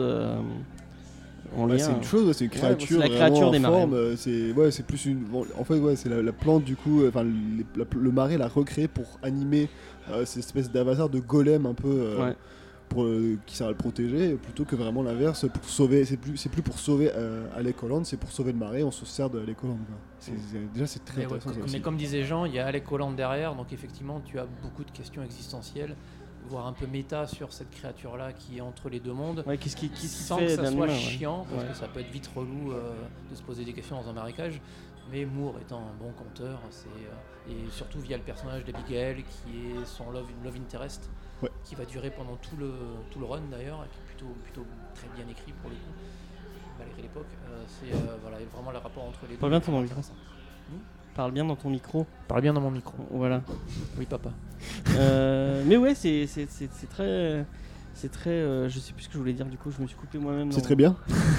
C'est une chose, c'est une créature. C'est la créature des marais. C'est plus une. En fait, c'est la plante du coup. Enfin, le marais l'a recréé pour animer cette espèce d'avatar de golem un peu. Qui sert à le protéger, plutôt que vraiment l'inverse pour sauver. C'est plus pour sauver Alec Holland, c'est pour sauver le marais. On se sert de Alec Holland. Déjà, c'est très intéressant. Mais comme disait Jean, il y a Alec Holland derrière, donc effectivement, tu as beaucoup de questions existentielles voire un peu méta sur cette créature-là qui est entre les deux mondes. Ouais, qu'est-ce qui Sans fait que ça d'un soit humain, ouais. chiant, parce Ouais. que ça peut être vite relou de se poser des questions dans un marécage. Mais Moore étant un bon conteur, et surtout via le personnage d'Abigail, qui est son love interest, Ouais. qui va durer pendant tout le run d'ailleurs, et qui est plutôt très bien écrit pour le coup, malgré l'époque. C'est voilà, vraiment le rapport entre les deux. Parle bien dans ton micro. Parle bien dans ton micro. Parle bien dans mon micro. Voilà. Oui, papa. Mais ouais, c'est très... C'est très... je sais plus ce que je voulais dire, du coup je me suis coupé moi-même. C'est très bien.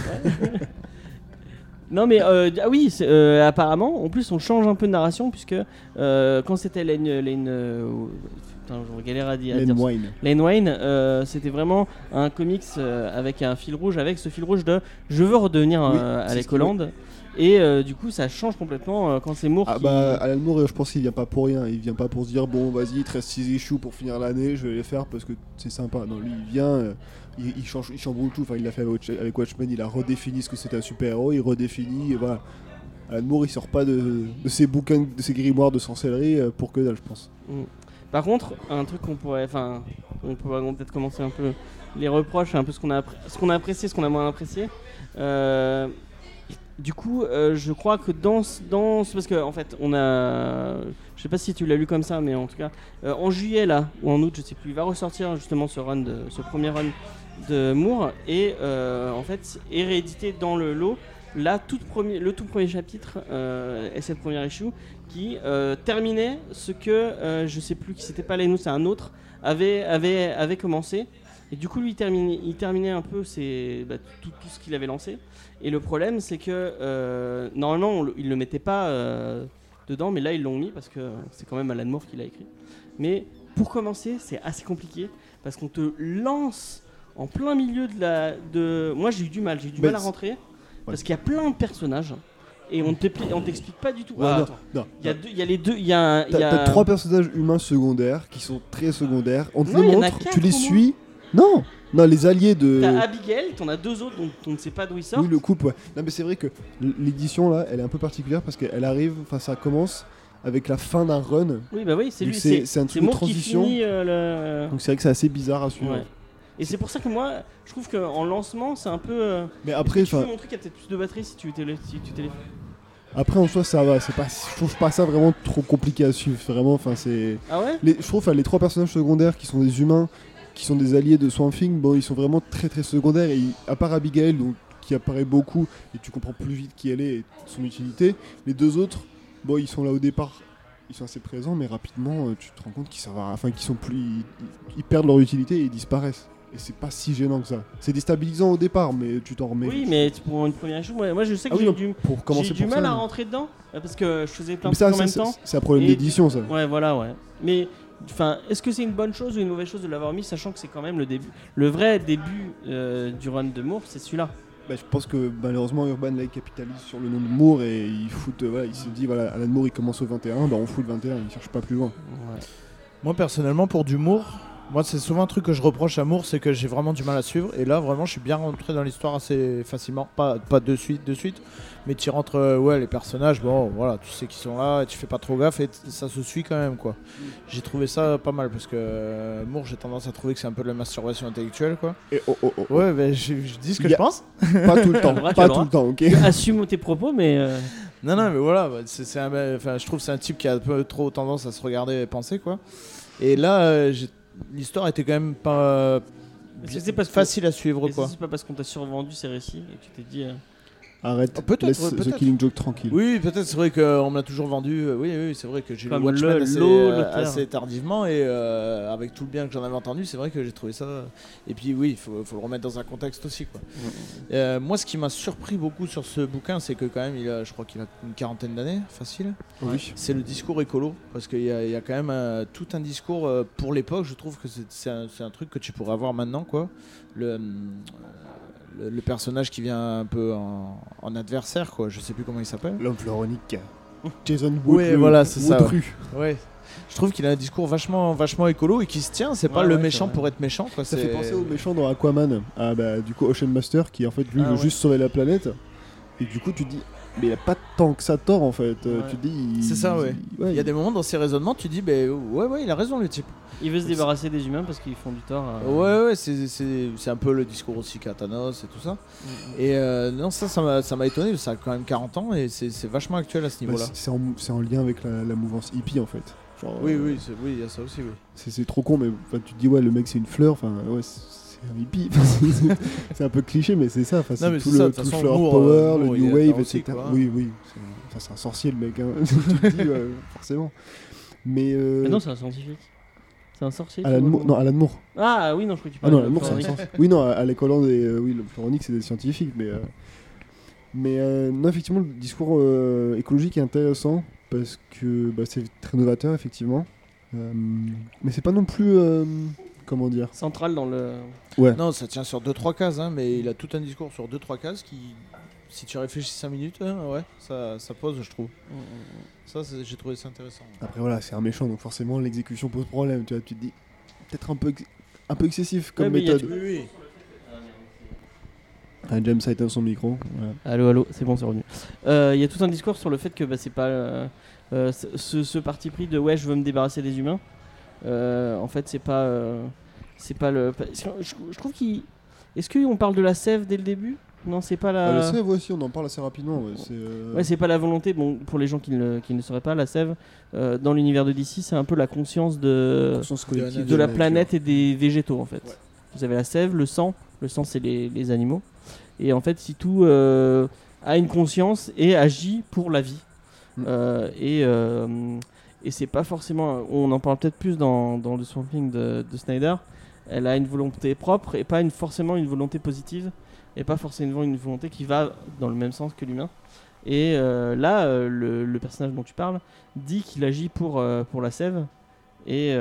Non mais ah oui, apparemment, en plus on change un peu de narration puisque quand c'était putain, je galère à dire. Len Wein. Len Wein, c'était vraiment un comics avec un fil rouge, avec ce fil rouge de je veux redevenir Oui, à c'est Legoland. Et du coup ça change complètement quand c'est Moore Ah qui... bah Alan Moore, je pense qu'il vient pas pour rien. Il vient pas pour se dire bon vas-y il te reste 6 issues pour finir l'année, je vais les faire parce que c'est sympa. Non, lui il vient, il chamboule tout. Enfin il l'a fait avec Watchmen, il a redéfini ce que c'était un super-héros, il redéfinit et voilà. Alan Moore il sort pas de ses bouquins, de ses grimoires de sorcellerie pour que dalle je pense. Par contre, un truc qu'on pourrait peut-être commencer un peu les reproches, un peu ce qu'on a apprécié, ce qu'on a moins apprécié. Du coup, je crois que parce que en fait, on a, je sais pas si tu l'as lu comme ça, mais en tout cas, en juillet là ou en août, je sais plus, il va ressortir justement ce premier run de Moore et en fait est réédité dans le lot le tout premier chapitre et cette première issue qui terminait ce que je sais plus qui c'était pas Lennou, c'est un autre avait commencé. Et du coup, lui, il terminait un peu tout ce qu'il avait lancé. Et le problème, c'est que normalement, ils le mettaient pas dedans, mais là, ils l'ont mis parce que c'est quand même Alan Moore qui l'a écrit. Mais pour commencer, c'est assez compliqué parce qu'on te lance en plein milieu Moi, j'ai eu du mal à rentrer parce qu'il y a plein de personnages et on t'explique pas du tout. Ouais, non. Il y a les deux. T'as 3 personnages humains secondaires qui sont très secondaires. On te Non, les il y en a montre, 4 tu les au moins. suis. Non, les alliés de. T'as Abigail, t'en as 2 autres dont on ne sait pas d'où ils sortent. Oui, le couple, ouais. Non, mais c'est vrai que l'édition là, elle est un peu particulière parce qu'elle arrive, enfin, ça commence avec la fin d'un run. Oui, bah oui, c'est Donc lui, c'est un c'est truc de Moore qui transition. finit le. Donc c'est vrai que c'est assez bizarre à suivre. Ouais. Et c'est pour ça que moi, je trouve qu'en lancement, c'est un peu. Mais après, tu peux montrer qu'il y a peut-être plus de batterie si tu télé. après en soi, ça va. C'est pas, je trouve pas ça vraiment trop compliqué à suivre. Vraiment, enfin, c'est. Ah ouais. Je trouve les 3 personnages secondaires qui sont des humains, qui sont des alliés de Swamp Thing, bon, ils sont vraiment très très secondaires. Et à part Abigail, donc, qui apparaît beaucoup, et tu comprends plus vite qui elle est et son utilité. Les 2 autres, bon, ils sont là au départ. Ils sont assez présents, mais rapidement, tu te rends compte qu'ils sont plus, ils perdent leur utilité et ils disparaissent. Et c'est pas si gênant que ça. C'est déstabilisant au départ, mais tu t'en remets. Oui, mais pour une première chose, moi je sais que Ah oui, j'ai du mal à rentrer dedans parce que je faisais plein de mais ça, trucs en même temps. c'est un problème Et d'édition, ça. Ouais, voilà, ouais. Mais enfin, est-ce que c'est une bonne chose ou une mauvaise chose de l'avoir mis, sachant que c'est quand même le début, le vrai début du run de Moore, c'est celui-là. Bah, je pense que malheureusement Urban là, il capitalise sur le nom de Moore et il se dit voilà, Alan Moore il commence au 21, bah on fout le 21, il cherche pas plus loin. Ouais. Moi personnellement pour du Moore, moi c'est souvent un truc que je reproche à Moore, c'est que j'ai vraiment du mal à suivre et là vraiment je suis bien rentré dans l'histoire assez facilement, pas de suite, mais tu rentres les personnages, bon voilà, tu sais qu'ils sont là et tu fais pas trop gaffe et ça se suit quand même quoi. J'ai trouvé ça pas mal parce que Moore j'ai tendance à trouver que c'est un peu de la masturbation intellectuelle quoi. Et Ouais, mais je dis ce que je pense. Pas tout le temps, Ouais, tu pas as le tout droit. le temps, ok. Assume tes propos, mais Non, mais voilà, je trouve que c'est un type qui a un peu trop tendance à se regarder et penser quoi. Et là, l'histoire était quand même pas facile à suivre quoi. C'est pas parce qu'on t'a survendu ces récits et que tu t'es dit. Arrête, Peut-être, laisse ouais, The peut-être. Killing Joke tranquille. Oui, peut-être, c'est vrai qu'on me l'a toujours vendu. Oui, c'est vrai que j'ai lu Comme Watchmen l'auteur. assez tardivement et avec tout le bien que j'en avais entendu, c'est vrai que j'ai trouvé ça. Et puis, oui, il faut le remettre dans un contexte aussi. Quoi. Moi, ce qui m'a surpris beaucoup sur ce bouquin, c'est que, quand même, je crois qu'il a une 40aine d'années, facile. Oui. C'est le discours écolo. Parce qu'il y a quand même tout un discours pour l'époque. Je trouve que c'est un truc que tu pourrais avoir maintenant. Quoi. Le personnage qui vient un peu en adversaire, quoi. Je sais plus comment il s'appelle. L'homme floronique. Jason Wood. Ouais, voilà, c'est ça. Woodru. Ouais. Je trouve qu'il a un discours vachement écolo et qui se tient. C'est pas Ouais, le ouais, méchant c'est vrai. pour être méchant, quoi. Ça c'est... fait penser au méchant dans Aquaman, du coup Ocean Master qui en fait lui Ah veut ouais. juste sauver la planète. Et du coup tu te dis mais il a pas tant que ça tort en fait. Ouais. Tu te dis. C'est ça, ouais. Il y a des moments dans ses raisonnements, tu dis, ouais, il a raison le type. Il veut se débarrasser des humains parce qu'ils font du tort. Ouais, c'est un peu le discours aussi qu'a Thanos et tout ça. Et non, ça m'a étonné, ça a quand même 40 ans et c'est vachement actuel à ce niveau-là. C'est en lien avec la mouvance hippie en fait. Genre, Oui, il y a ça aussi, oui. C'est trop con, mais tu te dis, ouais, le mec c'est une fleur, enfin, ouais, c'est un hippie. C'est un peu cliché, mais c'est ça. Enfin, c'est mais tout c'est ça, le de toute façon, flower Moore, power, Moore, le il new est wave, là aussi, etc. quoi. Oui. C'est un sorcier le mec, hein. Tu te dis, forcément. Mais. Mais non, c'est un scientifique. C'est un sorcier. Alan Moore. Non, Alan Moore. Ah oui, non, je crois que tu Ah parlais non, de Alan Moore, c'est un Floronique. sens. Oui, non, Alec Holland et oui, le Floronique, c'est des scientifiques, mais non, effectivement, le discours écologique est intéressant parce que c'est très novateur, effectivement. Mais c'est pas non plus. Comment dire? Central dans le. Ouais. Non, ça tient sur 2-3 cases, hein, mais il a tout un discours sur 2-3 cases qui, si tu réfléchis 5 minutes, ouais, ça pose, je trouve. Ça, j'ai trouvé ça intéressant. Après, voilà, c'est un méchant, donc forcément, l'exécution pose problème. Tu te dis, peut-être un peu excessif comme Ouais, mais méthode. Oui. Ah, James a éteint son micro. Voilà. Allô, c'est bon, c'est revenu. Il y a tout un discours sur le fait que c'est pas ce parti pris de ouais, je veux me débarrasser des humains. En fait, c'est pas le. Je trouve qu'il. Est-ce qu'on parle de la sève dès le début? Non, c'est pas la. La sève aussi, on en parle assez rapidement. Ouais, Ouais, c'est pas la volonté. Bon, pour les gens qui ne sauraient pas, la sève dans l'univers de DC, c'est un peu la conscience conscience collective de la nature. planète et des végétaux en fait. Ouais. Vous avez la sève, le sang. Le sang, c'est les animaux. Et en fait, si tout a une conscience et agit pour la vie. Et c'est pas forcément. On en parle peut-être plus dans le Swamp Thing de Snyder. Elle a une volonté propre et pas forcément une volonté positive. Et pas forcément une volonté qui va dans le même sens que l'humain. Et là, le personnage dont tu parles dit qu'il agit pour la sève. Et.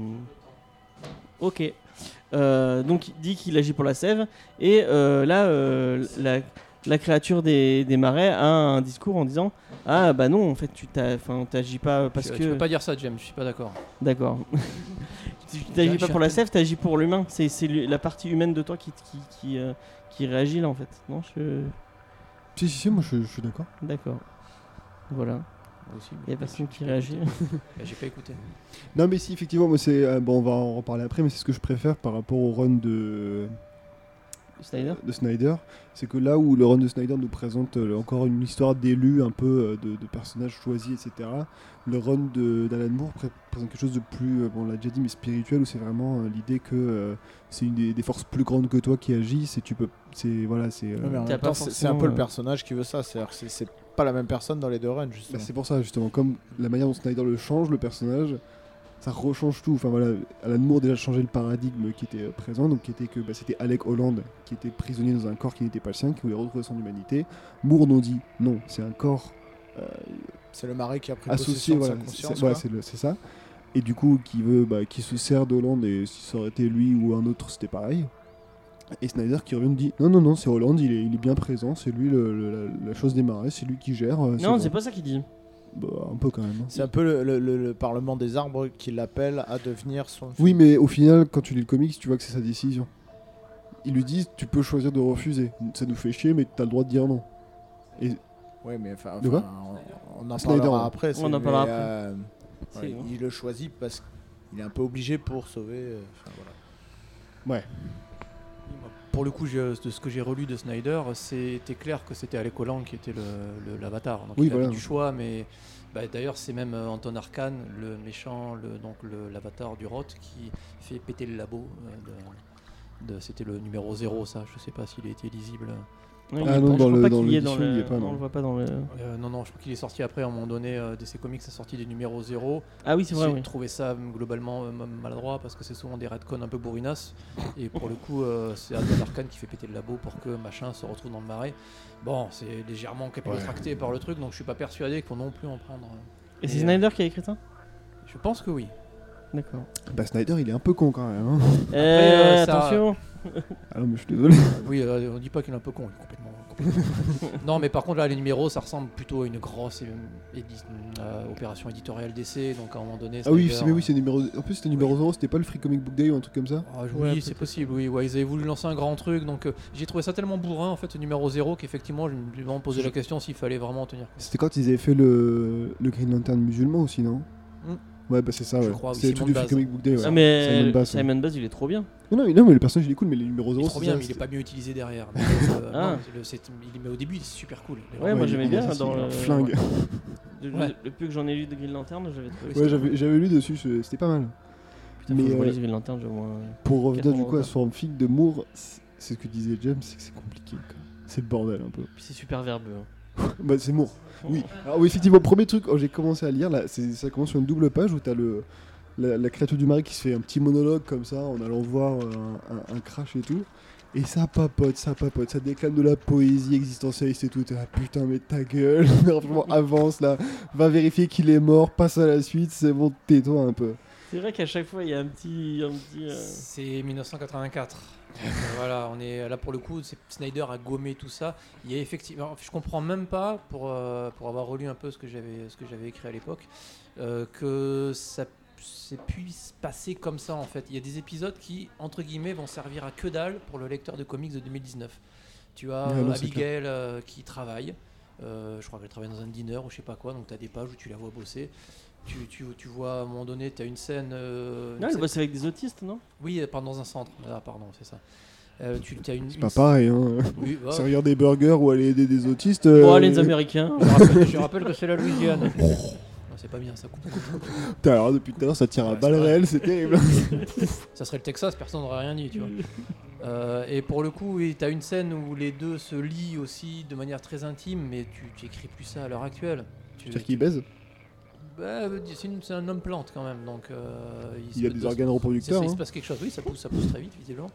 Ok. Donc il dit qu'il agit pour la sève. Et là, la créature des marais a un discours en disant ah bah non, en fait, t'agis pas parce que. Tu peux pas dire ça, James, je suis pas d'accord. D'accord. Tu t'agis pas pour la sève, t'agis pour l'humain. C'est la partie humaine de toi qui réagit là en fait. Non, Si, moi je suis d'accord. D'accord. Voilà. Il y a personne qui réagit. J'ai pas écouté. Non, mais si, effectivement, moi c'est. Bon, on va en reparler après, mais c'est ce que je préfère par rapport au run de Snyder. C'est que là où le run de Snyder nous présente encore une histoire d'élus, un peu de personnages choisis, etc., le run d'Alan Moore présente quelque chose de plus, on l'a déjà dit, mais spirituel, où c'est vraiment l'idée que c'est une des forces plus grandes que toi qui agissent, et tu peux. C'est en T'as même temps, pas c'est un peu le personnage qui veut ça, c'est-à-dire que c'est pas la même personne dans les deux runs, justement. c'est pour ça, justement, comme la manière dont Snyder le change, le personnage, ça rechange tout. Enfin voilà, Alan Moore déjà changé le paradigme qui était présent, donc qui était que c'était Alec Holland qui était prisonnier dans un corps qui n'était pas le sien, qui voulait retrouver son humanité. Moore nous dit non, c'est un corps C'est le mari qui a pris associé, possession de voilà, sa conscience. c'est ça. Et du coup, qui se sert d'Holland, et si ça aurait été lui ou un autre, c'était pareil. Et Snyder qui revient nous dit non, c'est Holland, il est bien présent, c'est lui la chose des marais, c'est lui qui gère. Non, c'est pas ça qu'il dit. Bah, un peu quand même. C'est un peu le Parlement des arbres qui l'appelle à devenir son fils. Oui, mais au final, quand tu lis le comics, tu vois que c'est sa décision. Ils lui disent tu peux choisir de refuser. Ça nous fait chier, mais t'as le droit de dire non. Et Ouais, mais enfin, De quoi on en Snyder, parlera ouais. après. On en parlera après. C'est- Il le choisit parce qu'il est un peu obligé pour sauver. Voilà. Pour le coup, de ce que j'ai relu de Snyder, c'était clair que c'était Alec Holland qui était l'avatar. Donc Oui, il avait voilà. du choix, mais d'ailleurs c'est même Anton Arcan, le méchant, l'avatar du Roth, qui fait péter le labo. C'était le numéro 0, ça. Je sais pas s'il a été lisible. Ouais, Ah il est non, pas- je dans crois le- pas dans qu'il y ait l'édition, il y est pas, non. on le voit pas dans le. Non, je crois qu'il est sorti après, à un moment donné, DC Comics a sorti des numéros 0. Ah oui, c'est vrai. J'ai Oui. trouvé ça globalement maladroit parce que c'est souvent des retcons un peu bourrinas. Et pour le coup, c'est Anton Arcan qui fait péter le labo pour que machin se retrouve dans le marais. Bon, c'est légèrement capillotracté par le truc, donc je suis pas persuadé qu'il faut non plus en prendre. Et c'est Et, Snyder qui a écrit ça? Je pense que oui. D'accord. Bah Snyder, il est un peu con quand même. Hein. ça- Attention. Ah non, mais je suis désolé. Oui, on dit pas qu'il est un peu con, il est complètement Non, mais par contre, là, les numéros, ça ressemble plutôt à une grosse opération éditoriale d'essai. Donc, à un moment donné. Ah oui, Snyder, c'est numéro. En plus, c'était numéro 0, c'était pas le Free Comic Book Day ou un truc comme ça? Oui, c'est possible. Oui, ouais, ils avaient voulu lancer un grand truc. Donc, j'ai trouvé ça tellement bourrin, en fait, ce numéro 0, qu'effectivement, je me suis vraiment posé la question s'il fallait vraiment en tenir compte. C'était quand ils avaient fait le Green Lantern musulman aussi, non? Ouais, bah c'est ça, Je ouais. crois, C'est oui, le truc du Free Comic Book Day, ouais. Ah, mais Simon Bass, Simon Bass, il est trop bien. Non, mais le personnage il est cool, mais les numéros 0 Il est trop bien, mais il est pas bien utilisé derrière. Donc, Ah. non, mais au début, il est super cool. Ouais, moi j'aimais bien dans le le flingue. Le peu que j'en ai lu de Green Lantern, j'avais trouvé Ouais, ça. j'avais lu dessus, c'était pas mal. Putain, mais, faut que je relise Green Lantern, je vois. Pour revenir du coup à 80. ce fanfic de Moore, c'est ce que disait James, c'est que c'est compliqué, quoi. C'est le bordel un peu. Puis c'est super verbeux. Bah c'est Moore. Oui. Alors oui, effectivement, premier truc, quand j'ai commencé à lire, là, ça commence sur une double page où t'as la créature du marais qui se fait un petit monologue comme ça en allant voir un crash et tout. Et ça papote, ça déclame de la poésie existentialiste et tout. T'es là, putain, mais ta gueule, franchement, avance là, va vérifier qu'il est mort, passe à la suite, c'est bon, tais-toi un peu. C'est vrai qu'à chaque fois il y a un petit C'est 1984. Voilà, on est là pour le coup. Snyder a gommé tout ça. Il y a effectivement, je comprends même pas pour avoir relu un peu ce que j'avais écrit à l'époque, que ça puisse passer comme ça en fait. Il y a des épisodes qui entre guillemets vont servir à que dalle pour le lecteur de comics de 2019. Tu as Abigail qui travaille. Je crois qu'elle travaille dans un diner ou je sais pas quoi. Donc tu as des pages où tu la vois bosser. Tu vois à un moment donné, tu as une scène. Non, elle bosse avec des autistes, non? Oui, dans un centre. Ah, pardon, c'est ça. C'est pas pareil, hein. Oui, bah, Servir des burgers ou aller aider des autistes. Bon, les Américains. je rappelle que c'est la Louisiane. Non, c'est pas bien, ça coupe. Putain, alors depuis tout à l'heure, ça tire à balles réelles, c'est terrible. Ça serait le Texas, personne n'aurait rien dit, tu vois. Et pour le coup, oui, t'as une scène où les deux se lient aussi de manière très intime, mais tu écris plus ça à l'heure actuelle. C'est-à-dire qu'ils baisent? Bah, c'est un homme plante quand même, donc il a des organes reproducteurs. Il se passe quelque chose, oui, ça pousse très vite, visiblement,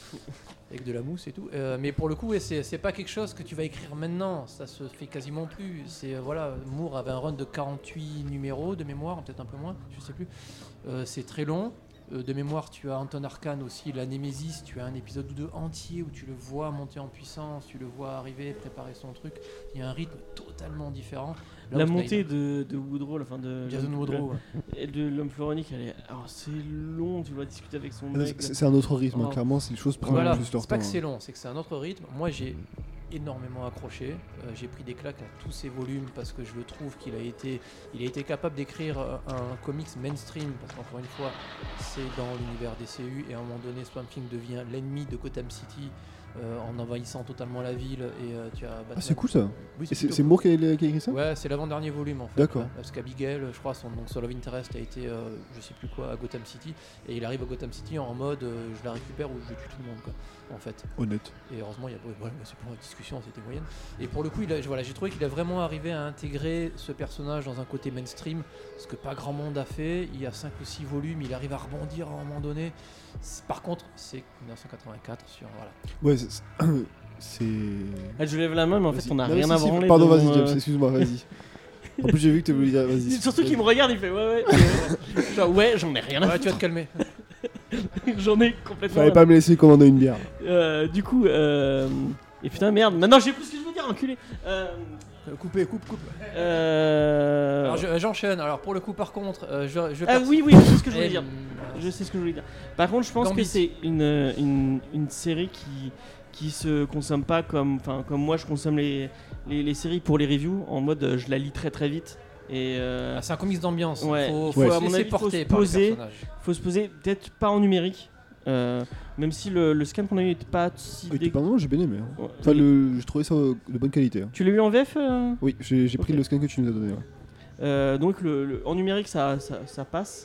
avec de la mousse et tout. Mais pour le coup, ouais, c'est pas quelque chose que tu vas écrire maintenant, ça se fait quasiment plus. Voilà, Moore avait un run de 48 numéros de mémoire, peut-être un peu moins, je sais plus. C'est très long. De mémoire, tu as Anton Arcane aussi, la Némésis, tu as un épisode ou deux entier où tu le vois monter en puissance, tu le vois arriver, préparer son truc. Il y a un rythme totalement différent. Là, La montée de Woodrow, enfin de Jason Woodrow, et de l'homme floronique, c'est long, tu dois discuter avec son mec. C'est un autre rythme, clairement, c'est les choses prennent voilà, plus leur temps. C'est pas que c'est long, c'est que c'est un autre rythme. Moi, j'ai énormément accroché. J'ai pris des claques à tous ces volumes parce que je le trouve qu'il a été capable d'écrire un comics mainstream, parce qu'encore une fois, c'est dans l'univers des CU et à un moment donné, Swamp Thing devient l'ennemi de Gotham City. En envahissant totalement la ville et tu as Batman. Ah, c'est cool ça. Oui, c'est Moore qui a écrit ça? Ouais, c'est l'avant-dernier volume en fait. D'accord. Parce qu'Abigail, je crois, son Love Interest a été je sais plus quoi à Gotham City et il arrive à Gotham City en mode je la récupère ou je tue tout le monde quoi, en fait. Honnête. Et heureusement il y a c'est pour la discussion, c'était moyenne. Et pour le coup, j'ai trouvé qu'il a vraiment arrivé à intégrer ce personnage dans un côté mainstream, ce que pas grand monde a fait. Il y a 5 ou 6 volumes, il arrive à rebondir à un moment donné. Par contre, c'est 1984 sur voilà. Ouais, c'est. Je lève la main, mais en fait, on a rien à branler. Pardon, vas-y, James, excuse-moi, vas-y. En plus, j'ai vu que tu voulais dire, vas-y. Surtout qu'il me regarde, il fait ouais. Genre, ouais, j'en ai rien à foutre. Tu vas te calmer. J'en ai complètement. Fallait pas me laisser commander une bière. Du coup, et putain, merde, maintenant j'ai plus ce que je veux dire, enculé. Coupe. Alors, j'enchaîne. Alors pour le coup, par contre, oui, je sais ce que je voulais dire. Je sais ce que je voulais dire. Par contre, je pense que c'est une série qui se consomme pas comme moi je consomme les séries pour les reviews, en mode je la lis très très vite. Et c'est un comics d'ambiance. Ouais. Faut à mon avis porter par le personnage. Faut se poser, peut-être pas en numérique. Même si le scan qu'on a eu n'était pas si Pardon, j'ai bien aimé. Hein. Ouais. Enfin, je trouvais ça de bonne qualité. Hein. Tu l'as eu en VF Oui, j'ai pris le scan que tu nous as donné. Ouais. Donc en numérique ça passe.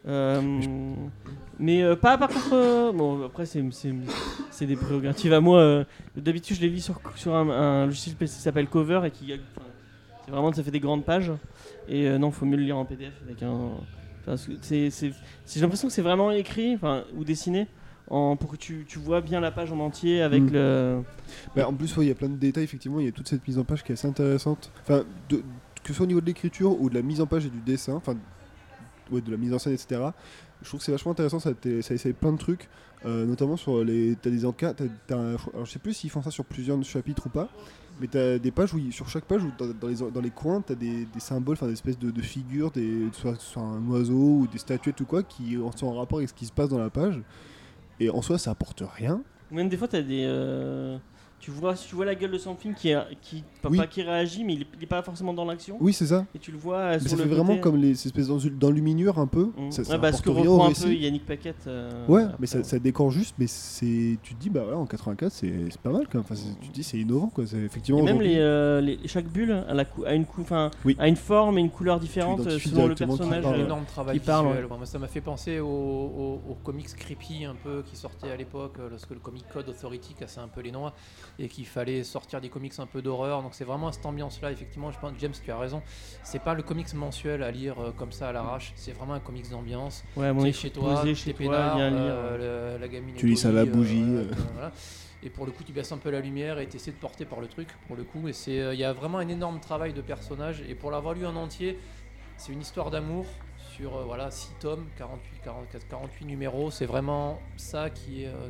Mais pas par contre. Bon, après c'est des prérogatives à moi. D'habitude je les lis sur un logiciel PC qui s'appelle Cover et qui c'est vraiment ça fait des grandes pages. Et non, faut mieux le lire en PDF avec un. J'ai l'impression que c'est vraiment écrit ou dessiné pour que tu vois bien la page en entier avec le. En plus, il y a plein de détails, effectivement, il y a toute cette mise en page qui est assez intéressante. Enfin, que ce soit au niveau de l'écriture ou de la mise en page et du dessin, de la mise en scène, etc. Je trouve que c'est vachement intéressant, ça essaye plein de trucs, notamment sur t'as des encas, alors je sais plus s'ils font ça sur plusieurs chapitres ou pas, mais t'as des pages où sur chaque page, où dans les coins, t'as des symboles, enfin des espèces de figures, soit un oiseau ou des statuettes ou quoi, qui sont en rapport avec ce qui se passe dans la page, et en soi ça apporte rien. Même des fois, t'as des. Tu vois la gueule de Something qui réagit, mais il est pas forcément dans l'action. Oui, c'est ça. Et tu le vois Mais sur ça le fait côté. vraiment comme les espèces d'enluminure un peu. Ça Ce apporte que rien au reprend un récit. peu Yannick Paquette. Ouais, après. mais ça décore juste, mais tu te dis, bah voilà, en 84, c'est pas mal quand même. Enfin, tu te dis, c'est innovant quoi. C'est effectivement. Et même aujourd'hui- chaque bulle a Oui. une forme et une couleur différente identifies selon le directement qui personnage. parle. Un énorme travail qui parle, visuel. Moi, ça m'a fait penser aux comics creepy un peu qui sortaient à l'époque, lorsque le Comic Code Authority cassait un peu les noix et qu'il fallait sortir des comics un peu d'horreur. Donc c'est vraiment cette ambiance-là. Effectivement, je pense, James, tu as raison. C'est pas le comics mensuel à lire comme ça à l'arrache. C'est vraiment un comics d'ambiance. Ouais, Tu moi, es il faut chez toi, poser t'es chez toi, peinard, bien lire. la gamine. Tu est lis ça à la polie, bougie. voilà. Et pour le coup, tu baisses un peu la lumière et tu essaies de porter par le truc, pour le coup. Et il y a vraiment un énorme travail de personnage. Et pour l'avoir lu en entier, c'est une histoire d'amour sur 6 tomes, 48 numéros. C'est vraiment ça qui est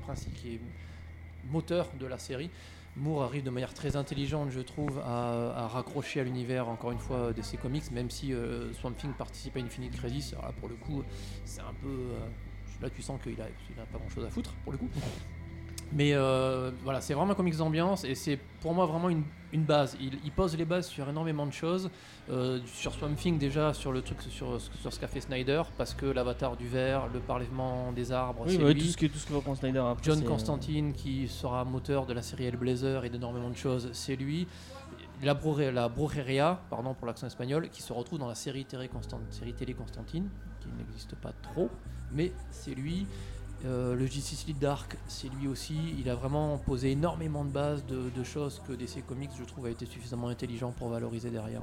moteur de la série. Moore arrive de manière très intelligente, je trouve, à raccrocher à l'univers, encore une fois, de ses comics, même si Swamp Thing participe à Infinite Crisis. Alors là, pour le coup, c'est un peu... là, tu sens qu'il a pas grand-chose à foutre, pour le coup. Mais voilà, c'est vraiment un comics d'ambiance et c'est pour moi vraiment une base. Il pose les bases sur énormément de choses. Sur Swamp Thing déjà, sur le truc, sur ce qu'a fait Snyder, parce que l'avatar du verre, le parlement des arbres, Oui, c'est ouais, lui. tout ce que reprend Snyder après. John c'est- Constantine qui sera moteur de la série Hellblazer et d'énormément de choses, c'est lui. La Brujeria, pardon pour l'accent espagnol, qui se retrouve dans la série télé Constantine, qui n'existe pas trop, mais c'est lui. Le Justice League Dark, c'est lui aussi. Il a vraiment posé énormément de bases de choses que DC Comics, je trouve, a été suffisamment intelligent pour valoriser derrière.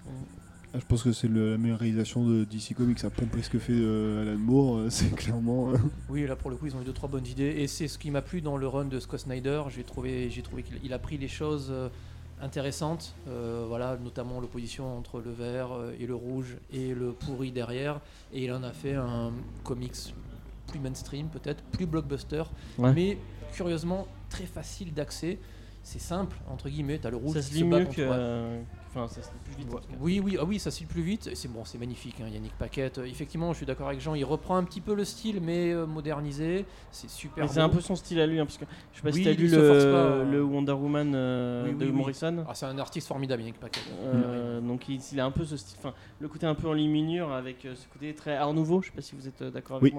Je pense que c'est la meilleure réalisation de DC Comics à pomper ce que fait Alan Moore, c'est clairement. Oui, là pour le coup, ils ont eu 2-3 bonnes idées. Et c'est ce qui m'a plu dans le run de Scott Snyder. J'ai trouvé qu'il a pris les choses intéressantes, notamment l'opposition entre le vert et le rouge et le pourri derrière. Et il en a fait un comics plus mainstream, peut-être, plus blockbuster, Ouais. mais curieusement très facile d'accès. C'est simple, entre guillemets, t'as le rouge Ça qui se se lit bat mieux contre- que. Enfin, ça se lit plus vite. en tout cas. Oui, ça se lit plus vite. C'est magnifique, hein, Yannick Paquette. Effectivement, je suis d'accord avec Jean. Il reprend un petit peu le style, mais modernisé. C'est super. Mais c'est un peu son style à lui, parce que je sais pas Oui, si t'as il lu se force pas, le Wonder Woman Oui, de oui. Morrison. Ah, c'est un artiste formidable, Yannick Paquette. Donc il a un peu ce style, enfin le côté un peu en luminure avec ce côté très Art Nouveau. Je sais pas si vous êtes d'accord avec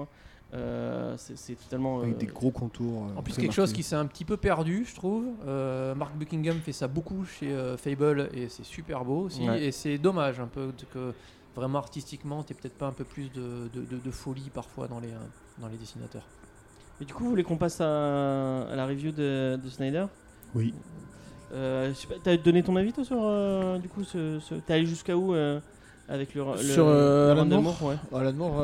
Oui. moi. C'est totalement. Avec des gros contours. En plus, très quelque chose marqués. qui s'est un petit peu perdu, je trouve. Mark Buckingham fait ça beaucoup chez Fable et c'est super beau aussi. Ouais. Et c'est dommage un peu que vraiment artistiquement, t'aies peut-être pas un peu plus de folie parfois dans les dessinateurs. Et du coup, vous voulez qu'on passe à la review de Snyder? Oui. Je sais pas, t'as donné ton avis toi sur du coup t'es allé jusqu'à où avec le Sur le Alan run de Moore ouais. Alan Moore,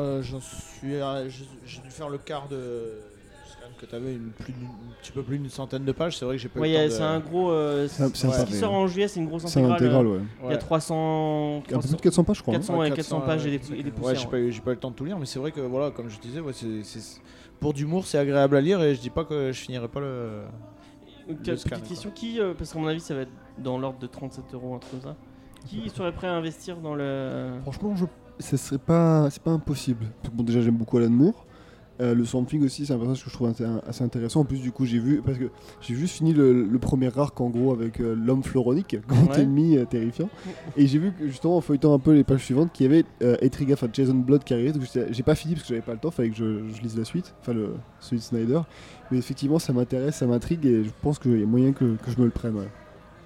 j'ai dû faire le quart de. C'est quand même que t'avais un petit peu plus d'une centaine de pages. C'est vrai que j'ai pas Ouais, eu le temps de... c'est un gros. C'est un Ce qui pavé, sort hein. en juillet, c'est une grosse C'est un intégrale. intégral, ouais. Il y a 300. Un peu plus de 400 pages, je crois. 400, ouais, 400 pages et des Ouais, poussières. j'ai pas eu le temps de tout lire, mais c'est vrai que voilà, comme je disais, ouais, pour du Moore, c'est agréable à lire et je dis pas que je finirai pas le. Petite scan, question, parce qu'à mon avis, ça va être dans l'ordre de 37 €, un truc comme ça. Qui serait prêt à investir dans le. Franchement, c'est pas impossible. Bon, déjà, j'aime beaucoup Alan Moore. Le Swamp Thing aussi, c'est un personnage que je trouve assez intéressant. En plus, du coup, parce que j'ai juste fini le premier arc en gros avec l'homme floronique, grand Ouais. ennemi terrifiant. Et j'ai vu que justement en feuilletant un peu les pages suivantes, qu'il y avait Etriga, enfin Jason Blood qui arrivait. Donc j'ai pas fini parce que j'avais pas le temps, fallait que je lise la suite, enfin celui de Snyder. Mais effectivement, ça m'intéresse, ça m'intrigue et je pense qu'il y a moyen que je me le prenne. Ouais.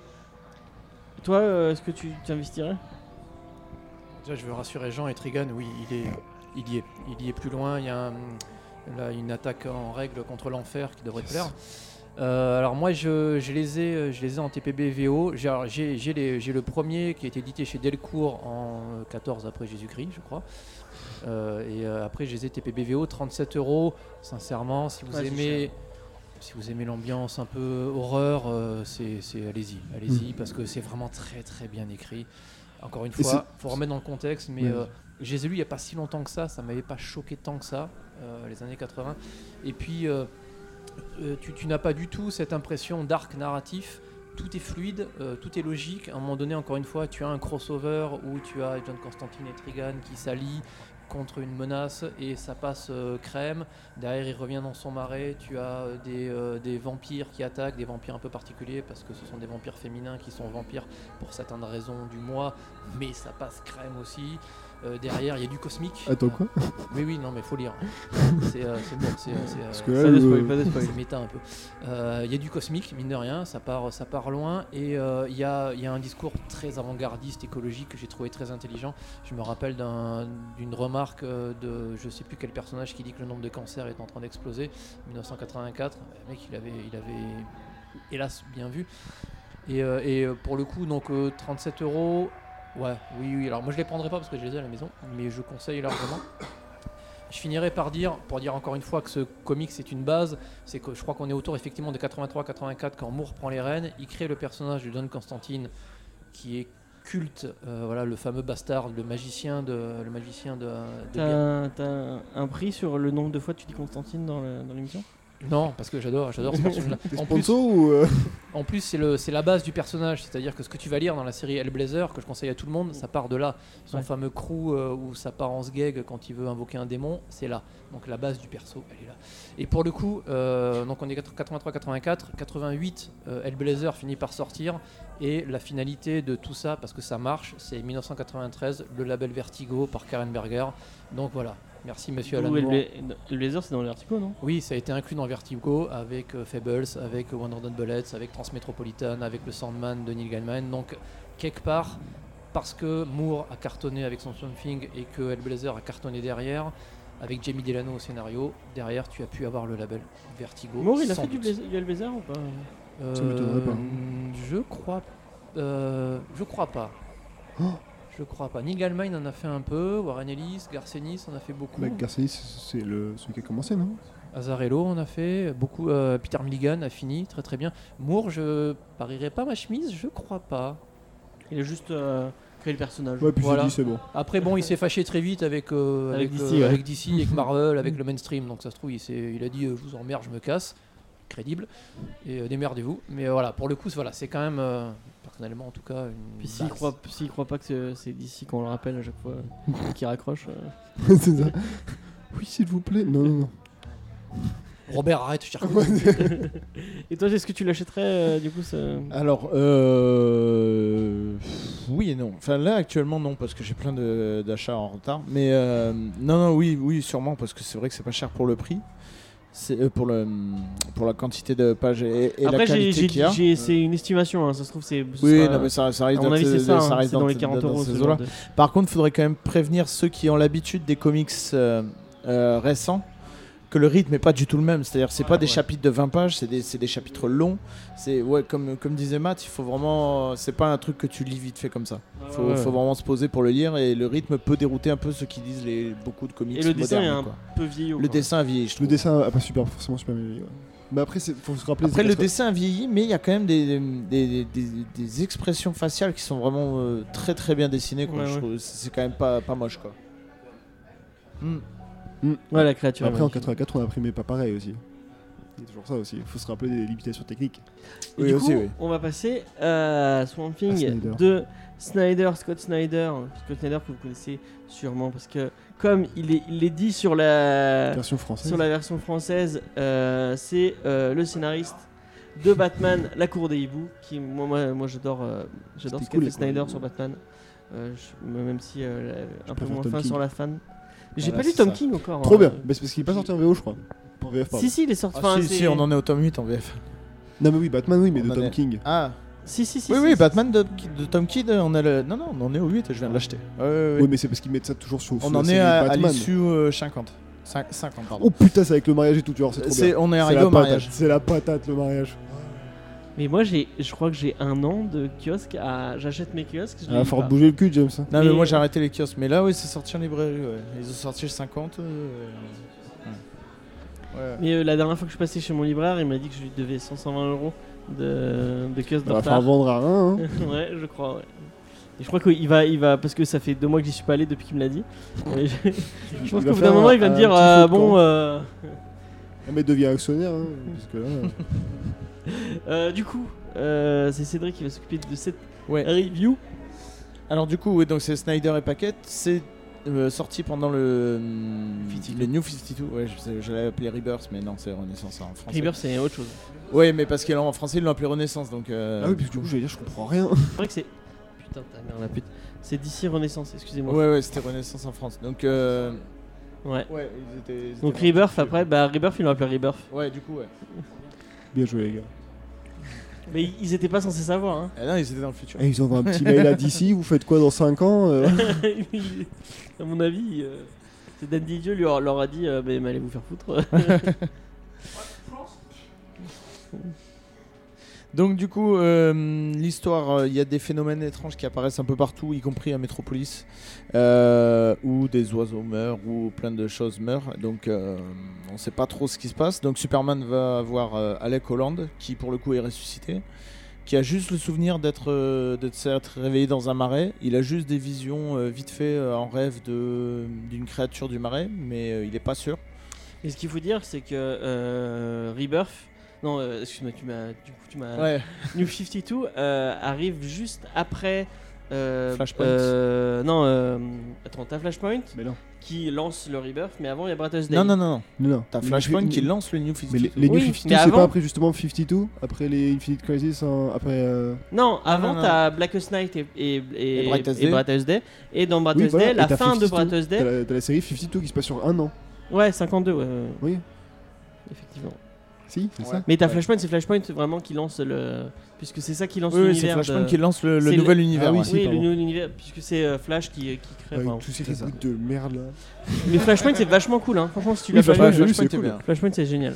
Toi, est-ce que tu t'investirais? Déjà, je veux rassurer Jean et Trigan, oui, il y est plus loin. Il y a une attaque en règle contre l'enfer qui devrait te plaire. Alors moi, je les ai en TPB VO. J'ai le premier qui a été édité chez Delcourt en 14 après Jésus-Christ, je crois. Après, je les ai TPB VO, 37 €. Sincèrement, si vous Ouais, c'est aimez... Si vous aimez l'ambiance un peu horreur, allez-y, parce que c'est vraiment très très bien écrit. Encore une Et fois, faut remettre dans le contexte, mais Ouais. je les ai lus il n'y a pas si longtemps que ça m'avait pas choqué tant que ça, les années 80. Et puis, tu n'as pas du tout cette impression d'arc narratif. Tout est fluide, tout est logique. À un moment donné, encore une fois, tu as un crossover où tu as John Constantine et Trigan qui s'allient contre une menace et ça passe crème. Derrière, il revient dans son marais. Tu as des vampires qui attaquent, des vampires un peu particuliers parce que ce sont des vampires féminins qui sont vampires pour certaines raisons du mois, mais ça passe crème aussi. Derrière, il y a du cosmique. Attends, quoi? Oui, non, mais faut lire. C'est bon, Parce que là, Pas de spoil, pas de spoil. c'est méta un peu. Il y a du cosmique, mine de rien, ça part loin. Et il y a un discours très avant-gardiste, écologique, que j'ai trouvé très intelligent. Je me rappelle d'une remarque de je sais plus quel personnage qui dit que le nombre de cancers est en train d'exploser. 1984, le mec, il avait hélas bien vu. Et pour le coup, donc 37 €. Ouais, oui. Alors moi je les prendrai pas parce que je les ai à la maison, mais je conseille largement. Je finirai par dire, pour dire encore une fois que ce comic c'est une base, c'est que je crois qu'on est autour effectivement de 83-84 quand Moore prend les rênes, il crée le personnage de John Constantine qui est culte, voilà, le fameux bastard, le magicien de T'as un prix sur le nombre de fois que tu dis Constantine dans l'émission? Non, parce que j'adore ce personnage-là. T'es En plus, sponsor ou En plus, c'est la base du personnage, c'est-à-dire que ce que tu vas lire dans la série Hellblazer, que je conseille à tout le monde, ça part de là. Son fameux crew où ça part en sgeg quand il veut invoquer un démon, c'est là. Donc la base du perso, elle est là. Et pour le coup, donc on est 83-84, 88, Hellblazer finit par sortir, et la finalité de tout ça, parce que ça marche, c'est 1993, le label Vertigo par Karen Berger. Donc voilà. Merci monsieur Alan Moore. Le Blazer, c'est dans l'Artico, non? Oui, ça a été inclus dans Vertigo avec Fables, avec Wonder Bullets, avec Transmetropolitan, avec le Sandman de Neil Gaiman. Donc, quelque part, parce que Moore a cartonné avec son Swamp Thing et que Hellblazer a cartonné derrière, avec Jamie Delano au scénario, derrière tu as pu avoir le label Vertigo. Moore, il a sans fait du doute. Blazer ou pas? Ça m'étonnerait pas. Je crois pas. Je crois pas. Neil Gaiman en a fait un peu, Warren Ellis, Garcenis en a fait beaucoup. Garcenis, c'est celui qui a commencé, non? Azzarello en a fait beaucoup. Peter Milligan a fini très très bien. Moore, je parierais pas ma chemise, je crois pas. Il a juste créé le personnage. Ouais, puis Voilà. j'ai dit, c'est bon. Après bon, il s'est fâché très vite avec DC, avec DC, avec Marvel, avec le mainstream. Donc ça se trouve, il a dit je vous emmerde, je me casse. Crédible et démerdez-vous. Mais voilà, pour le coup, voilà, c'est quand même personnellement en tout cas une. Puis s'il croit pas que c'est d'ici qu'on le rappelle à chaque fois qu'il raccroche. C'est ça. Oui, s'il vous plaît. Non. Robert, arrête, je Et toi, est-ce que tu l'achèterais du coup ça... Alors, oui et non. Enfin, là, actuellement, non, parce que j'ai plein d'achats en retard. Mais non, oui, sûrement, parce que c'est vrai que c'est pas cher pour le prix. C'est pour la quantité de pages et Après, la qualité qu'il y a. c'est une estimation, hein, ça se trouve, c'est. Oui, sera- non, mais ça à risque mon avis, c'est ça, ça hein, risque c'est dans les 40 euros. ces ce eaux-là. genre de- Par contre, il faudrait quand même prévenir ceux qui ont l'habitude des comics récents que le rythme n'est pas du tout le même. C'est-à-dire, c'est pas des chapitres de 20 pages, c'est des chapitres longs. C'est comme disait Matt, il faut vraiment. C'est pas un truc que tu lis vite fait comme ça. Faut vraiment se poser pour le lire et le rythme peut dérouter un peu ceux qui lisent beaucoup de comics Et le dessin modernes, est un quoi. peu vieillot. Le quoi. dessin a vieilli, je trouve. Le dessin a pas forcément super vieilli. Ouais. Mais après, faut se rappeler. Après, le dessin a vieilli, mais il y a quand même des expressions faciales qui sont vraiment très très bien dessinées. Quoi. Ouais, Je ouais. trouve c'est quand même pas moche, quoi. Ouais, la créature. Après, est en magnifique. 84, on a imprimé pas pareil aussi. Il y a toujours ça aussi. Il faut se rappeler des limitations techniques. Et Oui, du aussi, coup, oui. on va passer à Swamp Thing Snyder. de Scott Snyder que vous connaissez sûrement parce que comme il est dit sur la Version française. sur la version française, c'est le scénariste de Batman, La Cour des Hiboux, qui moi j'adore ce C'était qu'a cool, fait La Cour Snyder des sur Batman. Même si un peu préfère moins Tom fin King. sur la fan. J'ai Voilà, pas lu c'est Tom ça. King encore. Trop hein. bien. Mais c'est parce qu'il est pas sorti en VO, je crois. Pour VF, pardon. Si il est sorti. Ah, enfin, si, c'est- on en est au tome 8 en VF. Non, mais oui, Batman, oui, mais On de en Tom est- King. Ah, Si. oui, Batman de Tom Kidd, on a le. Non, on en est au 8, je viens de l'acheter. Ouais. Oui, mais c'est parce qu'ils mettent ça toujours sur. On la en est série à Batman. l'issue 50. 50, pardon. Oh putain, c'est avec le mariage et tout, tu vois, c'est trop bien. On est C'est arrivé la au mariage. patate, c'est la patate, le mariage. Mais moi je crois que j'ai un an de kiosque j'achète mes kiosques. Je les Ah, lis faut pas. bouger le cul, James. Non, mais Mais- moi j'ai arrêté les kiosques. Mais là, oui, c'est sorti en librairie. Ouais. Ils ont sorti le 50. Ouais. Mais la dernière fois que je suis passé chez mon libraire, il m'a dit que je lui devais 120 € de kiosque de On va retard. faire vendre à rien. Hein. Ouais, je crois, ouais. Et je crois qu'il va, parce que ça fait 2 mois que j'y suis pas allé depuis qu'il me l'a dit. Et je pense va qu'au bout faire d'un moment, il va un me dire petit feu de bon. Ah, mais devient actionnaire, hein, parce que là. Du coup, c'est Cédric qui va s'occuper de cette Ouais. review. Alors du coup, donc c'est Snyder et Paquette, c'est sorti pendant le New 52. Ouais, je l'avais appelé Rebirth, mais non, c'est Renaissance en français. Rebirth, c'est autre chose. Ouais, mais parce qu'en français ils l'ont appelé Renaissance, donc. Ah oui, puis du coup, j'allais dire, je comprends rien. C'est vrai que c'est. Putain, ta mère la pute. C'est d'ici Renaissance, excusez-moi. Ouais, c'était Renaissance en France. Donc. Ouais. Ouais, ils étaient Donc vraiment Rebirth confus. après, Rebirth ils l'ont appelé Rebirth. Ouais, du coup, ouais. Bien joué, les gars. Mais ils étaient pas censés savoir. Hein. Ah non, ils étaient dans le futur. Et ils envoient un petit mail à DC, vous faites quoi dans 5 ans À mon avis, c'est Dan Didio leur a dit mais allez vous faire foutre. Donc du coup, l'histoire, il y a des phénomènes étranges qui apparaissent un peu partout, y compris à Metropolis, où des oiseaux meurent, où plein de choses meurent. Donc on sait pas trop ce qui se passe. Donc Superman va voir Alec Holland, qui pour le coup est ressuscité, qui a juste le souvenir d'être s'être réveillé dans un marais. Il a juste des visions vite fait en rêve d'une créature du marais, mais il est pas sûr. Et ce qu'il faut dire, c'est que Rebirth. Non, excuse-moi, tu m'as. Ouais. New 52 arrive juste après. Flashpoint. Attends, t'as Flashpoint Mais non. qui lance le Rebirth, mais avant il y a Brightest Day. Non. Non. T'as Flashpoint qui lance le New 52. Mais les New Oui, 52, mais c'est avant- pas après justement 52 Après les Infinite Crisis après. Non, avant non. t'as Blackest Night et Brightest Day. Brightest Day. Et dans Brightest Oui, voilà, Day, et la t'as fin de 52, Brightest Day. T'as la série 52 qui se passe sur 1 an. Ouais, 52, ouais. Oui. Effectivement. Si, c'est ça. Mais t'as Ouais. Flashpoint, c'est Flashpoint vraiment qui lance le. Puisque c'est ça qui lance Oui, c'est l'univers. Flashpoint de- qui lance le C'est nouvel le- univers. Ah oui, ouais. si, Oui, le pardon. nouvel univers, puisque c'est Flash qui crée. Avec enfin, tous ces c'est ça. reboots de merde là. Mais Flashpoint c'est vachement cool, hein. Franchement, si tu Oui, l'as pas Flashpoint, vu, j'ai vu, Flashpoint c'est est cool. bien. Flashpoint c'est génial.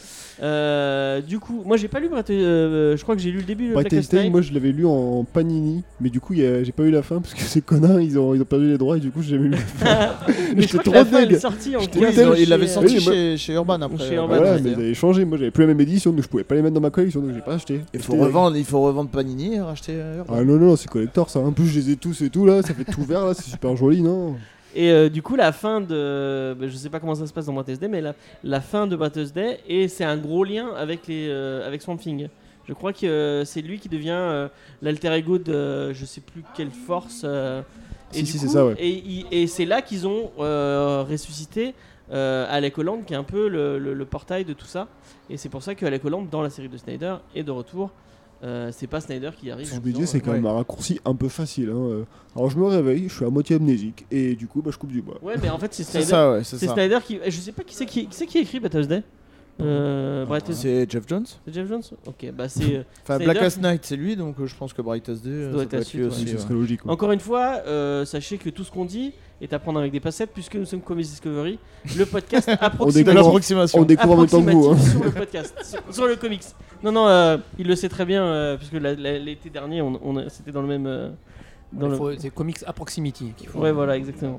Du coup, moi j'ai pas lu je crois que j'ai lu le début de Brightest Blackest Day, Night. moi je l'avais lu en Panini, mais du coup j'ai pas eu la fin parce que ces connards ils ont perdu les droits et du coup j'ai jamais lu la fin. Mais je J'étais crois que trop la fin elle est deg. sortie en J'étais kiosque deg. Ils l'avaient chez- sorti Oui, moi- chez Urban après. Chez Urban, Voilà, ouais, mais ils avaient changé, moi j'avais plus la même édition donc je pouvais pas les mettre dans ma collection donc j'ai pas acheté. Il faut J'étais- revendre Panini et racheter Urban. Ah non, c'est collector ça. En plus je les ai tous et tout là, ça fait tout vert là, c'est super joli, non? Et du coup, la fin de. Je sais pas comment ça se passe dans Brightest Day, mais la fin de Brightest Day, et c'est un gros lien avec, avec Swamp Thing. Je crois que c'est lui qui devient l'alter ego de je sais plus quelle force. Et Si, du si, coup, c'est ça, ouais. Et c'est là qu'ils ont ressuscité Alec Holland, qui est un peu le portail de tout ça. Et c'est pour ça que Alec Holland, dans la série de Snyder, est de retour. C'est pas Snyder qui arrive. Je en me disais, disant, c'est quand même un raccourci un peu facile. Hein. Alors je me réveille, je suis à moitié amnésique et du coup je coupe du bois. Ouais, mais en fait, c'est C'est Snyder. ça, ouais, c'est C'est ça. Snyder qui. Je sais pas qui c'est qui écrit Brightest Day. Brightest- C'est Jeff Jones. C'est Jeff Jones. Ok, bah c'est. Enfin, Snyder Blackest qui- Night, c'est lui, donc je pense que Brightest Day, doit ça être doit la être suite, lui ouais. aussi. Ce ouais. serait logique. Encore une fois, sachez que tout ce qu'on dit est à prendre avec des pincettes puisque nous sommes Comics Discovery, le podcast De approximatif, l'approximation. On découvre en même temps que vous. Hein. sur le podcast, sur le comics. Non, il le sait très bien puisque l'été dernier, c'était dans le même. C'est comics à proximity qu'il faut. Ouais, voilà, exactement.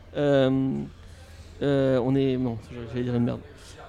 On est. Non, j'allais dire une merde.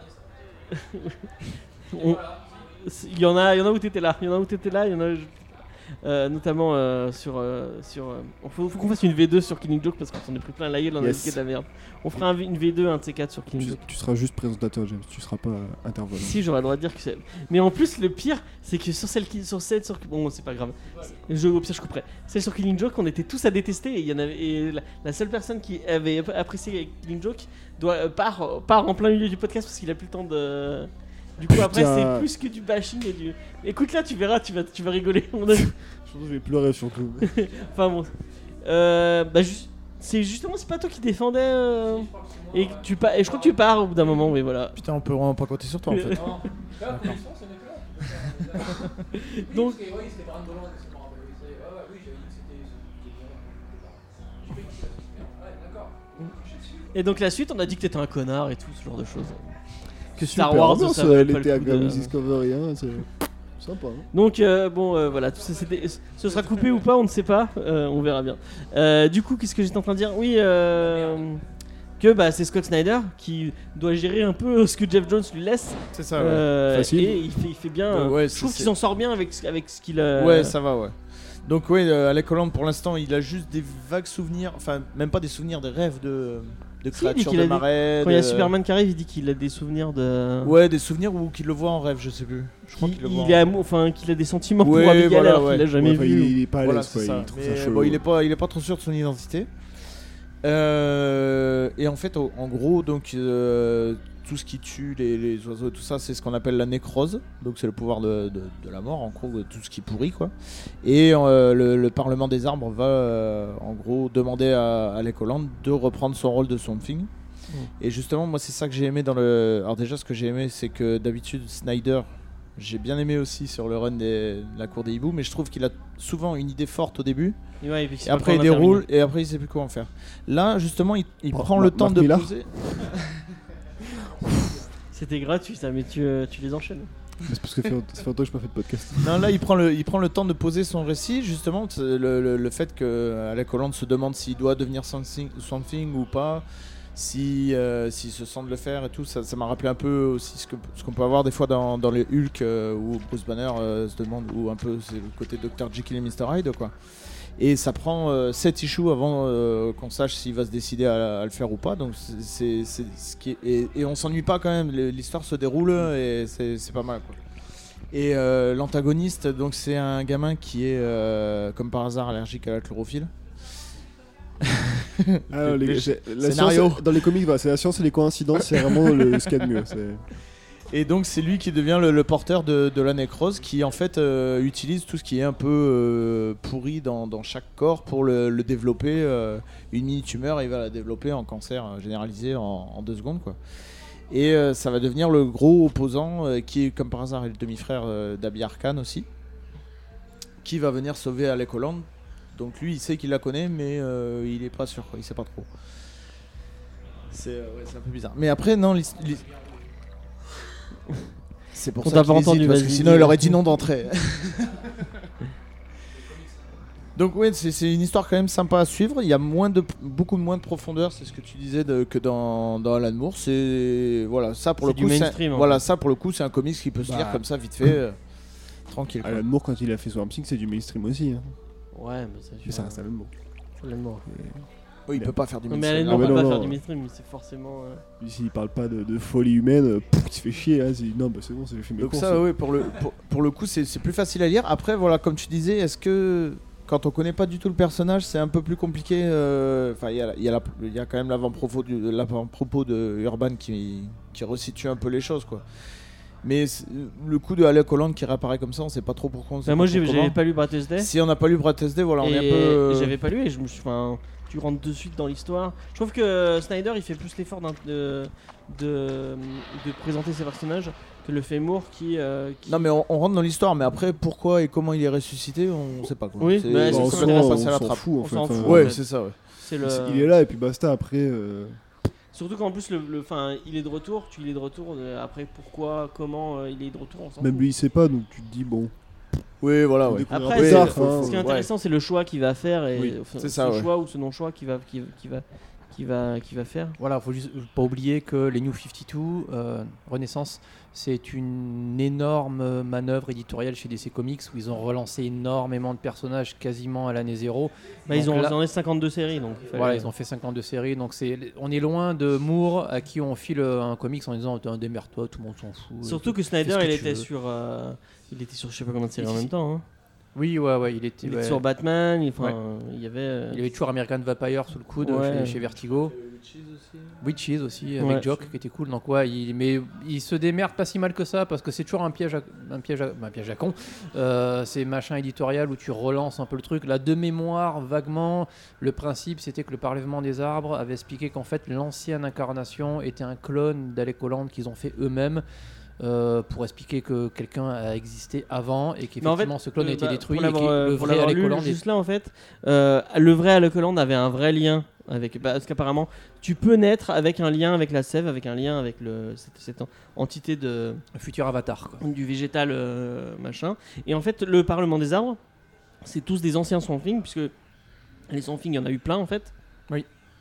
Il y en a où t'étais là, il y en a notamment sur faut qu'on fasse une V2 sur Killing Joke parce qu'on s'en est pris plein la gueule, on a Yes. dit de la merde. On fera une V2, un de ces 4 sur Killing Joke. Tu seras juste présentateur, James. Tu seras pas intervenant. Si, j'aurais le droit de dire que c'est. Mais en plus, le pire, c'est que sur bon, c'est pas grave. Au pire, je couperai. Celle sur Killing Joke, on était tous à détester. Et il y en avait. Et la seule personne qui avait apprécié Killing Joke part en plein milieu du podcast parce qu'il a plus le temps de. Du coup, après, Putain. c'est plus que du bashing et du. Écoute, là, tu verras, tu vas rigoler. On a- Je pense que je vais pleurer surtout. Enfin bon. C'est justement, c'est pas toi qui défendais. Et je crois que tu pars au bout d'un moment, mais voilà. Putain, on peut vraiment pas compter sur toi en fait. Donc. Et donc la suite, on a dit que t'étais un connard et tout ce genre de choses. Que Star Super Wars, ambiance, ça valait elle pas était à le coup de- Comics Discovery. Hein, c'est sympa. Hein. Donc voilà, tout ça, ce sera coupé ou pas, on ne sait pas, on verra bien. Du coup, qu'est-ce que j'étais en train de dire? Oui, que c'est Scott Snyder qui doit gérer un peu ce que Jeff Jones lui laisse. C'est ça, ouais. Facile. Et il fait bien. Ouais, je trouve c'est- qu'il s'en sort bien avec ce qu'il a. Ouais, ça va, ouais. Donc ouais, Alec Holland pour l'instant il a juste des vagues souvenirs, enfin même pas des souvenirs, des rêves de Si, il dit créatures qu'il de a marais. Quand il y a Superman qui arrive, il dit qu'il a des souvenirs de. Ouais, des souvenirs ou qu'il le voit en rêve, je sais plus. Je crois qu'il le voit. Qu'il a des sentiments pour Ouais, Abigail voilà, alors ouais. qu'il l'a jamais Enfin, vu. il est pas à l'aise, Voilà, quoi. c'est ça. Il trouve Mais ça chelou. bon, il est pas trop sûr de son identité. Et en fait, en gros, donc tout ce qui tue les oiseaux et tout ça, c'est ce qu'on appelle la nécrose. Donc c'est le pouvoir de la mort, en gros, tout ce qui pourrit, quoi. Et le Parlement des arbres va en gros demander à Alec Holland de reprendre son rôle de Swamp Thing. Et justement, moi, c'est ça que j'ai aimé dans le. Alors déjà, ce que j'ai aimé, c'est que d'habitude Snyder, j'ai bien aimé aussi sur le run de la cour des hiboux, mais je trouve qu'il a souvent une idée forte au début. Ouais, et puis Et après il déroule et après il sait plus quoi en faire. Là justement il prend le temps Mark de Millar. poser. C'était gratuit ça, mais tu les enchaînes. Mais c'est parce que ça fait longtemps que j'ai pas fait de podcast. Non, là il prend le temps de poser son récit justement, le fait que Alec Holland se demande s'il doit devenir Swamp Thing ou pas, s'il se sent de le faire et tout, ça m'a rappelé un peu aussi ce qu'on peut avoir des fois dans les Hulk où Bruce Banner se demande, ou un peu c'est le côté Dr. Jekyll et Mr. Hyde quoi. Et ça prend 7 issues avant qu'on sache s'il va se décider à le faire ou pas. Donc c'est ce qui est, et on s'ennuie pas quand même. L'histoire se déroule et c'est pas mal quoi. Et l'antagoniste, donc c'est un gamin qui est comme par hasard allergique à la chlorophylle. Ah, la scénario. science, dans les comics, c'est la science et les coïncidences, c'est vraiment ce qu'il y a de mieux. Et donc c'est lui qui devient le porteur de la nécrose, qui en fait utilise tout ce qui est un peu pourri dans chaque corps pour le développer. Une mini-tumeur, et il va la développer en cancer généralisé en 2 secondes quoi. Et ça va devenir le gros opposant qui est comme par hasard le demi-frère d'Abi Arkan aussi, qui va venir sauver Alec Holland. Donc lui il sait qu'il la connaît mais il est pas sûr quoi, il sait pas trop. C'est un peu bizarre. Mais après non, c'est pour On ça t'a qu'il pas hésite, entendu, parce que vas-y, sinon dis. il aurait dit non d'entrée. Donc ouais, c'est une histoire quand même sympa à suivre. Il y a beaucoup moins de profondeur, c'est ce que tu disais que dans Alan Moore. C'est voilà, ça pour le C'est coup, du mainstream, voilà, ça pour le coup, c'est un comics qui peut se lire comme ça vite fait, tranquille. Quoi. Alan Moore, quand il a fait Swamp Thing, c'est du mainstream aussi. Hein. Ouais, mais ça. Mais ça reste Alan Moore. Oui, il peut pas faire du Non, mais mainstream. Alan Moore Ah, peut mais pas non, faire non. du mainstream, mais c'est forcément. Lui, s'il parle pas de folie humaine, il se fait chier. Hein, non, bah c'est bon, c'est le film. Donc ça, oui, pour le coup, c'est plus facile à lire. Après, voilà, comme tu disais, est-ce que quand on connaît pas du tout le personnage, c'est un peu plus compliqué. Enfin, il y a quand même l'avant-propos de Urban qui resitue un peu les choses, quoi. Mais le coup de Alec Holland qui réapparaît comme ça, on sait pas trop pourquoi. Bah, moi j'avais pas lu Brightest Day. Si on n'a pas lu Brightest Day, voilà, on est un Et peu. j'avais pas lu et je me suis. Enfin, tu rentres de suite dans l'histoire. Je trouve que Snyder il fait plus l'effort de présenter ses personnages que le fait Moore qui. Non, mais on rentre dans l'histoire, mais après pourquoi et comment il est ressuscité, on sait pas quoi. Oui, c'est bah, c'est c'est complètement ça, passé à la on s'en trappe. fout en On fait. s'en Enfin, fout, Ouais, en fait. c'est ça, ouais. C'est le. Il est là et puis basta après. Surtout qu'en plus il est de retour. Il est de retour. Après pourquoi, comment il est de retour, on s'en Même fout. lui il sait pas donc tu te dis bon. Oui, voilà, on ouais. découvrira Après, plus c'est- tard, faut- hein. Ce qui est intéressant, c'est le choix qu'il va faire et Oui, enfin, c'est ça, ce ouais. choix ou ce non-choix qu'il va faire. Voilà, faut juste pas oublier que les New 52, Renaissance, c'est une énorme manœuvre éditoriale chez DC Comics où ils ont relancé énormément de personnages quasiment à l'année zéro. Bah, ils Donc ont là- ils en ont 52 séries donc. il fallait- Voilà, ils ont fait 52 séries, donc on est loin de Moore à qui on file un comics en disant démerde-toi, tout le monde s'en fout. Surtout que Fais Snyder ce que il tu était veux. sur je sais pas combien de séries en même temps. Hein. Oui, ouais, il était, Il ouais. était sur Batman. Il y avait. Il avait toujours American Vampire sous le coude Ouais. chez Vertigo. Witches aussi avec Ouais. Jock qui était cool. Donc ouais, mais il se démerde pas si mal que ça parce que c'est toujours un piège à con. C'est machin éditorial où tu relances un peu le truc. Là de mémoire vaguement, le principe c'était que le Parlement des arbres avait expliqué qu'en fait l'ancienne incarnation était un clone d'Alec Holland qu'ils ont fait eux-mêmes. Pour expliquer que quelqu'un a existé avant et Mais en qu'effectivement fait, ce clone a été détruit pour et que l'avoir, le pour vrai l'avoir Alec lu Holland juste là en fait, le vrai Alec Holland avait un vrai lien avec parce qu'apparemment tu peux naître avec un lien avec la sève, avec un lien avec cette entité de le futur avatar, quoi. du végétal machin. Et en fait, le Parlement des arbres, c'est tous des anciens Swamp Thing puisque les Swamp Thing, il y en a eu plein en fait. Oui.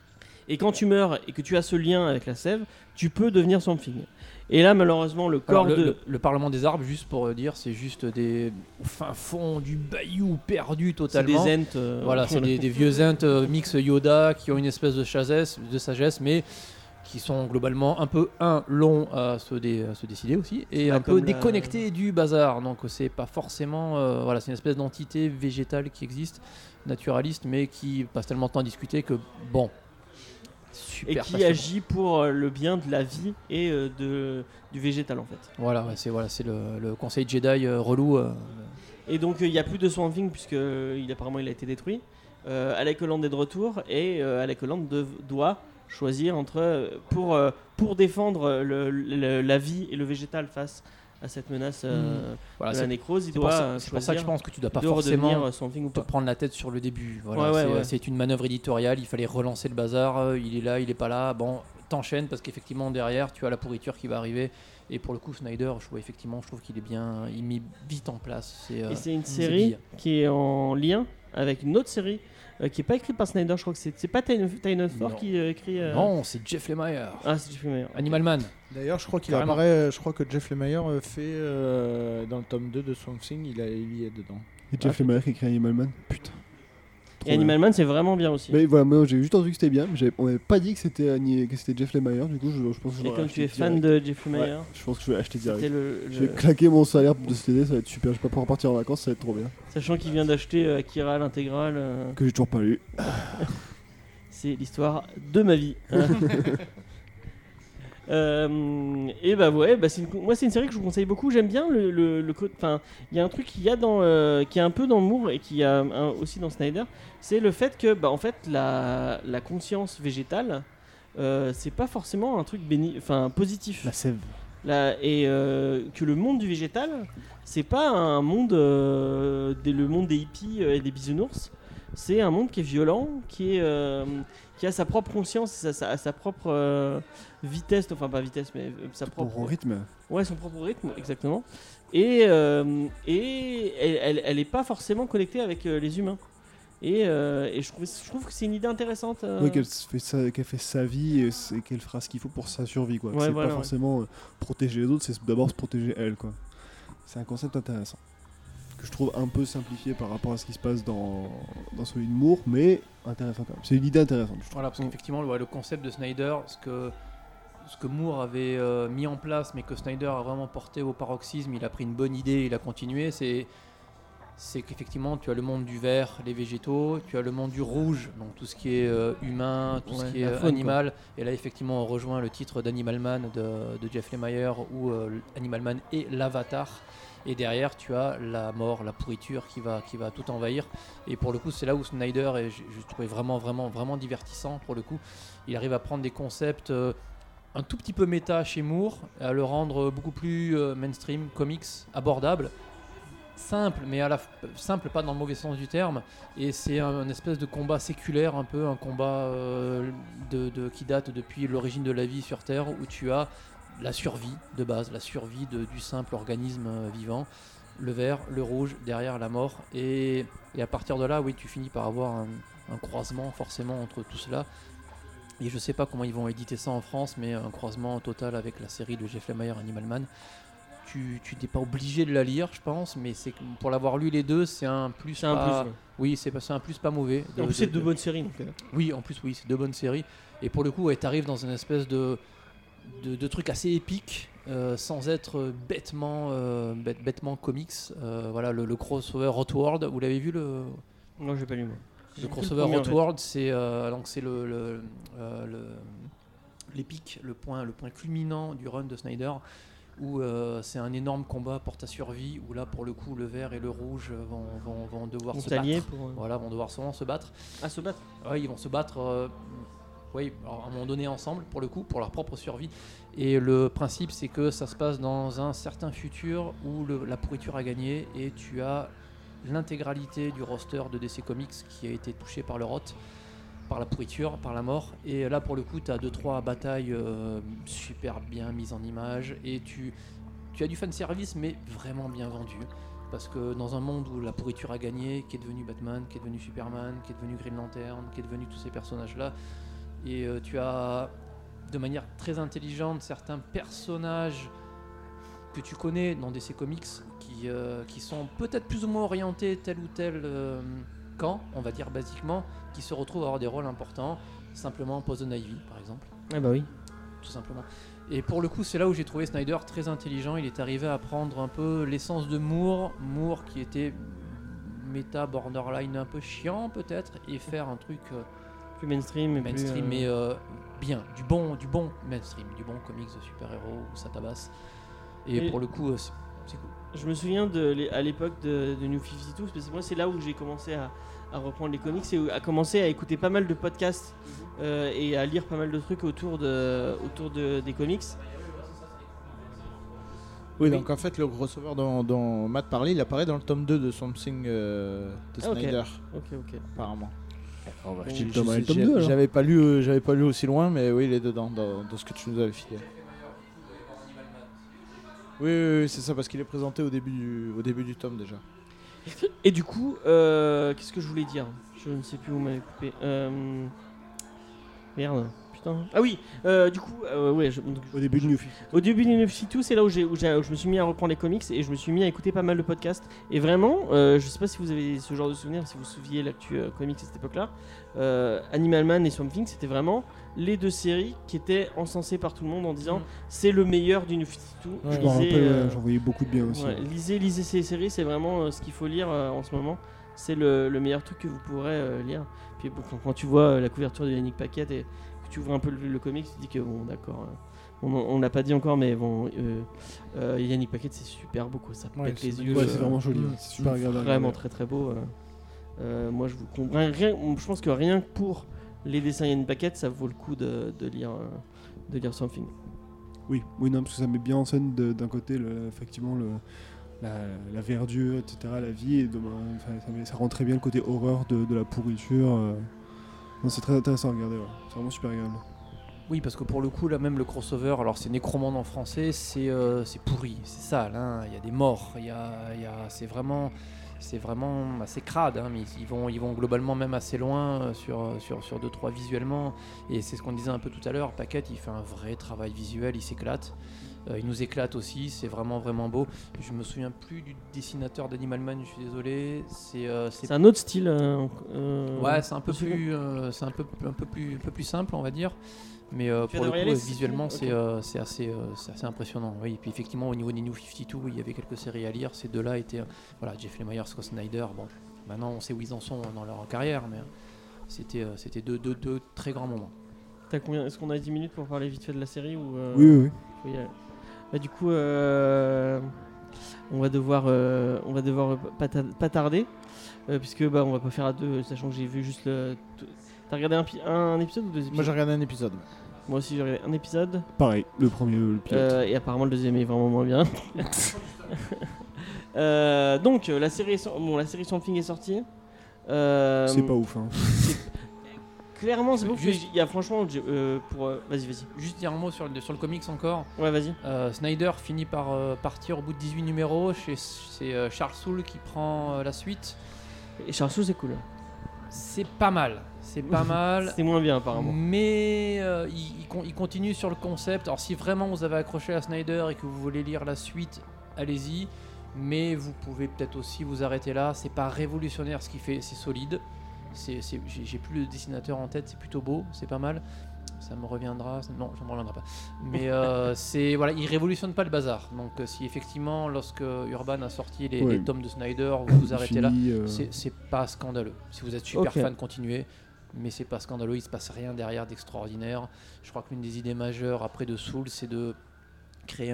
Et quand tu meurs et que tu as ce lien avec la sève, tu peux devenir Swamp Thing. Et là, malheureusement, le corps le Parlement des arbres, juste pour dire, c'est juste au fin fond du bayou perdu totalement. C'est des ents. Voilà, c'est des vieux ents mix Yoda qui ont une espèce de sagesse, mais qui sont globalement un peu longs à se décider aussi et un peu déconnectés du bazar. Donc c'est pas forcément voilà, c'est une espèce d'entité végétale qui existe, naturaliste, mais qui passe tellement de temps à discuter que bon. Et qui agit pour le bien de la vie et du végétal en fait. Voilà, c'est le conseil Jedi relou. Et donc il n'y a plus de Swamp Thing puisque apparemment il a été détruit. Alec Holland est de retour et Alec Holland doit choisir pour défendre la vie et le végétal face à cette menace de la nécrose. C'est pour ça que je pense que tu dois pas forcément te prendre la tête sur le début. Voilà, c'est une manœuvre éditoriale, il fallait relancer le bazar, il est là, il est pas là, bon, t'enchaînes parce qu'effectivement derrière tu as la pourriture qui va arriver. Et pour le coup, Snyder, je trouve qu'il est bien, il met vite en place. Et c'est une série qui est en lien avec une autre série qui est pas écrite par Snyder. Je crois que c'est pas Tynion Thor qui écrit. Non, c'est Jeff Lemire. Ah, c'est Jeff Lemire. Animal Man. D'ailleurs, je crois qu'il apparaît. Je crois que Jeff Lemire fait dans le tome 2 de Swamp Thing, il y est dedans. Et Jeff Lemire qui écrit Animal Man. Putain. Et Animal Man, c'est vraiment bien aussi. Mais voilà, moi j'ai juste entendu que c'était bien, mais on m'avait pas dit que c'était Jeff Lemire, du coup je pense que je vais. Et comme tu es fan de Jeff Lemire, je pense que je vais acheter direct. Je vais claquer mon salaire de cet été, ça va être super, je vais pas pouvoir partir en vacances, ça va être trop bien. Sachant qu'il vient d'acheter Akira l'intégrale. Que j'ai toujours pas lu. C'est l'histoire de ma vie. Et bah ouais, moi c'est une série que je vous conseille beaucoup. J'aime bien enfin, il y a un truc qui est un peu dans Moore et qui y a aussi dans Snyder, c'est le fait que en fait la conscience végétale, c'est pas forcément un truc positif. La sève. Que le monde du végétal, c'est pas un monde le monde des hippies et des bisounours. C'est un monde qui est violent, qui a sa propre conscience, sa propre vitesse, enfin pas vitesse, mais sa propre rythme. Ouais, son propre rythme, exactement. Et elle est pas forcément connectée avec les humains. Et je trouve que c'est une idée intéressante. Oui, qu'elle fait sa vie et qu'elle fera ce qu'il faut pour sa survie, quoi. Ouais, c'est pas forcément protéger les autres, c'est d'abord se protéger elle, quoi. C'est un concept intéressant que je trouve un peu simplifié par rapport à ce qui se passe dans celui de Moore, mais intéressant quand même. C'est une idée intéressante, je trouve. Voilà, parce qu'effectivement, le concept de Snyder, ce que Moore avait mis en place, mais que Snyder a vraiment porté au paroxysme, il a pris une bonne idée, il a continué, c'est qu'effectivement, tu as le monde du vert, les végétaux, tu as le monde du rouge, donc tout ce qui est humain, tout ce qui est animal. Quoi. Et là, effectivement, on rejoint le titre d'Animal Man de Jeff Lemire, où Animal Man est l'avatar. Et derrière, tu as la mort, la pourriture qui va tout envahir. Et pour le coup, c'est là où Snyder, je trouvais vraiment divertissant pour le coup. Il arrive à prendre des concepts un tout petit peu méta chez Moore, à le rendre beaucoup plus mainstream, comics, abordable. Simple, mais simple pas dans le mauvais sens du terme. Et c'est un espèce de combat séculaire, un peu un combat qui date depuis l'origine de la vie sur Terre, où tu as la survie de base, la survie du simple organisme vivant, le vert, le rouge, derrière la mort, et à partir de là, oui, tu finis par avoir un croisement forcément entre tout cela. Et je sais pas comment ils vont éditer ça en France, mais un croisement total avec la série de Jeff Lemire, Animal Man. Tu n'es pas obligé de la lire, je pense, mais c'est pour l'avoir lu les deux, c'est un plus. Oui, c'est un plus pas mauvais. En plus, c'est deux bonnes séries. Donc. Oui, en plus, oui, c'est deux bonnes séries. Et pour le coup, tu arrives dans une espèce de trucs assez épiques, sans être bêtement comics. Voilà, le crossover Hot World, vous l'avez vu le... Non, j'ai pas lu moi. Le crossover Hot World, c'est l'épique, le point culminant du run de Snyder, où c'est un énorme combat pour ta survie, où là pour le coup le vert et le rouge vont devoir se battre. Voilà, vont devoir souvent se battre. Ah, se battre. Ouais, ils vont se battre. Oui, alors à un moment donné ensemble, pour le coup, pour leur propre survie. Et le principe, c'est que ça se passe dans un certain futur où la pourriture a gagné et tu as l'intégralité du roster de DC Comics qui a été touché par le rot, par la pourriture, par la mort. Et là, pour le coup, tu as 2-3 batailles super bien mises en image et tu as du fanservice, mais vraiment bien vendu. Parce que dans un monde où la pourriture a gagné, qui est devenu Batman, qui est devenu Superman, qui est devenu Green Lantern, qui est devenu tous ces personnages-là, et tu as de manière très intelligente certains personnages que tu connais dans DC Comics qui sont peut-être plus ou moins orientés tel ou tel camp, on va dire basiquement, qui se retrouvent à avoir des rôles importants, simplement Poison Ivy par exemple. Ah bah oui. Tout simplement. Et pour le coup, c'est là où j'ai trouvé Snyder très intelligent. Il est arrivé à prendre un peu l'essence de Moore qui était méta borderline un peu chiant peut-être, et faire un truc plus mainstream, et mainstream mais bien, du bon mainstream, du bon comics de super-héros où ça tabasse. Et pour le coup, c'est cool. Je me souviens à l'époque de New 52, parce que moi c'est là où j'ai commencé à reprendre les comics et à commencer à écouter pas mal de podcasts et à lire pas mal de trucs autour des comics. Oui, donc en fait le crossover dont Matt parlait, il apparaît dans le tome 2 de Swamp Thing de Snyder. Ok. Apparemment. le tome 2 alors. J'avais pas lu aussi loin, mais oui, il est dedans dans ce que tu nous avais filé. Oui, c'est ça, parce qu'il est présenté au début du tome déjà. Et du coup, qu'est-ce que je voulais dire ? Je ne sais plus où m'avait coupé. Merde, putain. Ah oui, du coup, ouais. Au début de New 52. Au début du 952, c'est là où je me suis mis à reprendre les comics et je me suis mis à écouter pas mal de podcasts. Et vraiment, je sais pas si vous avez ce genre de souvenirs, si vous vous souviez l'actu comics à cette époque-là. Animal Man et Swamp Thing, c'était vraiment les deux séries qui étaient encensées par tout le monde en disant c'est le meilleur du 952. Je me rappelle, j'en voyais beaucoup de bien aussi. Ouais, lisez ces séries, c'est vraiment ce qu'il faut lire en ce moment. C'est le meilleur truc que vous pourrez lire. Puis quand tu vois la couverture de Yannick Paquette et que tu ouvres un peu le comic, tu te dis que bon, d'accord. On l'a pas dit encore, mais bon, Yannick Paquette, c'est super beau, quoi. Ça pète les yeux. Ouais, c'est vraiment joli. C'est super agréable. Vraiment très très beau. Moi, je je pense que rien que pour les dessins Yannick Paquette, ça vaut le coup de lire Something. Oui, non, parce que ça met bien en scène d'un côté, effectivement, la verdure, etc., la vie, et ça rend très bien le côté horreur de la pourriture. Non, c'est très intéressant à regarder, ouais. C'est vraiment super agréable. Oui, parce que pour le coup, là même le crossover, alors c'est Nécromante en français, c'est pourri, c'est sale, hein. Il y a des morts, c'est vraiment assez crade, hein, mais ils vont globalement même assez loin sur 2-3 visuellement, et c'est ce qu'on disait un peu tout à l'heure. Paquette, il fait un vrai travail visuel, il s'éclate. Il nous éclate aussi, c'est vraiment beau. Je me souviens plus du dessinateur d'Animal Man, je suis désolé. C'est un autre style. Ouais, c'est un peu plus simple, on va dire. Mais pour le coup, visuellement, c'est assez impressionnant. Oui, et puis effectivement, au niveau des New 52, il y avait quelques séries à lire. Ces deux-là étaient, voilà, Jeff Lemire, Scott Snyder. Bon, maintenant on sait où ils en sont dans leur carrière, mais c'était deux très grands moments. T'as combien ? Est-ce qu'on a 10 minutes pour parler vite fait de la série ou Oui. Bah, du coup, on va devoir pas tarder, puisque on va pas faire à deux, sachant que j'ai vu juste le. T'as regardé un épisode ou deux épisodes ? Moi j'ai regardé un épisode. Moi aussi j'ai regardé un épisode. Pareil, le premier pilote. Et apparemment le deuxième est vraiment moins bien. Donc la série Something est sortie. C'est pas ouf, hein. Clairement, c'est beau. Il y a franchement vas-y. Juste dire un mot sur le comics encore. Ouais, vas-y. Snyder finit par partir au bout de 18 numéros. C'est Charles Soule qui prend la suite. Et Charles Soule, c'est cool. C'est pas mal. C'est moins bien apparemment. Mais il continue sur le concept. Alors si vraiment vous avez accroché à Snyder et que vous voulez lire la suite, allez-y. Mais vous pouvez peut-être aussi vous arrêter là. C'est pas révolutionnaire ce qu'il fait, c'est solide. J'ai plus le dessinateur en tête, c'est plutôt beau, c'est pas mal. Ça me reviendra, non, ça me reviendra pas. Mais il révolutionne pas le bazar. Donc si effectivement, lorsque Urban a sorti les tomes de Snyder, vous arrêtez là, c'est pas scandaleux. Si vous êtes super fan, continuez. Mais c'est pas scandaleux, il se passe rien derrière d'extraordinaire. Je crois que l'une des idées majeures après de Soul, c'est de créer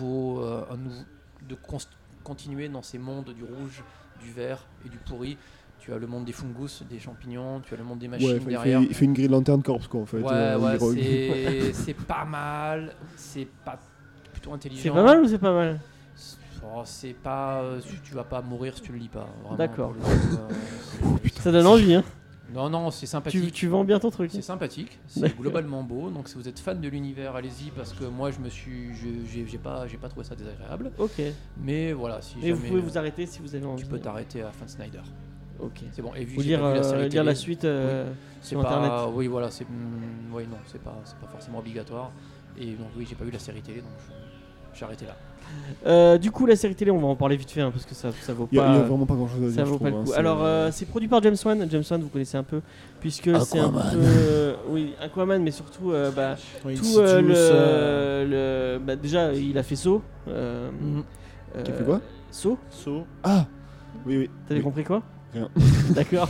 continuer dans ces mondes du rouge, du vert et du pourri. Tu as le monde des fungus, des champignons, tu as le monde des machines derrière. Il fait une Green Lantern Corps, quoi, en fait. C'est pas mal, c'est pas plutôt intelligent. C'est pas mal ou c'est pas mal ? C'est pas, tu vas pas mourir si tu le lis pas. Vraiment, d'accord. Ça donne envie, hein. Non, c'est sympathique. Tu vends bien ton truc. C'est sympathique, c'est globalement beau. Donc si vous êtes fan de l'univers, allez-y, parce que moi j'ai pas trouvé ça désagréable. Ok. Mais voilà, si jamais. Vous pouvez vous arrêter si vous avez envie. Tu peux t'arrêter à fin de Snyder. Ok. C'est bon. Et vu Ou que j'ai pas vu la série lire télé, la suite c'est sur pas. internet. Oui, voilà. Oui, non, c'est pas forcément obligatoire. Et donc oui, j'ai pas vu la série télé, donc j'ai arrêté là. Du coup, la série télé, on va en parler vite fait parce que ça vaut Il y pas. a vraiment pas grand chose à dire. Ça vaut je pas le trouve, coup. hein, Alors, c'est produit par James Wan. James Wan, vous connaissez un peu, puisque c'est un peu. Oui, Aquaman, mais surtout, Oui, tout Insidious, bah, déjà, il a fait Saw. Qui a fait quoi Saw. Ah oui. T'avais Oui. compris quoi? Rien. D'accord.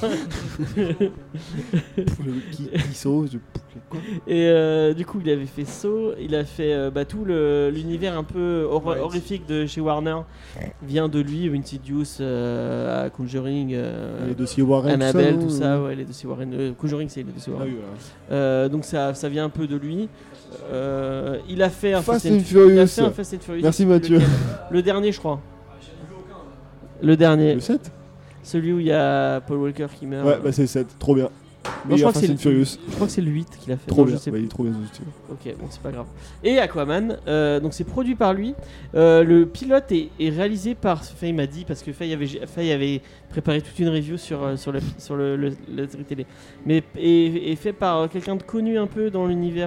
Qui sauve quoi. Et du coup, il avait fait Saw. Il a fait tout l'univers un peu horrifique de chez Warner. Vient de lui, Insidious, Conjuring, Les dossiers Warren, Annabelle, tout tout ça, ça. non Ouais, les dossiers Warren. Conjuring, c'est les dossiers Ah Warren. oui, voilà. Donc ça vient un peu de lui. Il a fait un Fast and and Furious. Il a fait un Fast and Furious. Merci, Mathieu. Lequel Le dernier, je crois. Le dernier. Le 7 Celui où il y a Paul Walker qui meurt. Ouais, bah c'est le 7, trop bien. Non, je crois que Fast c'est and Furious. Je crois que c'est le 8 qu'il a fait. Trop Non, bien. je sais Bah, il plus. est trop bien ce style. Ok, bon, c'est pas grave. Et Aquaman, donc c'est produit par lui. Le pilote est réalisé par. Faye m'a dit, parce que Faye avait préparé toute une review sur la série télé. Mais est fait par quelqu'un de connu un peu dans l'univers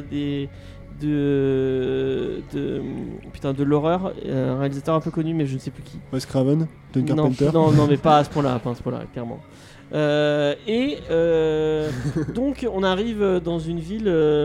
de l'horreur. Un réalisateur un peu connu, mais je ne sais plus qui. Wes Craven, John Non, Carpenter. non, mais pas à ce point-là, clairement. Donc on arrive dans une ville,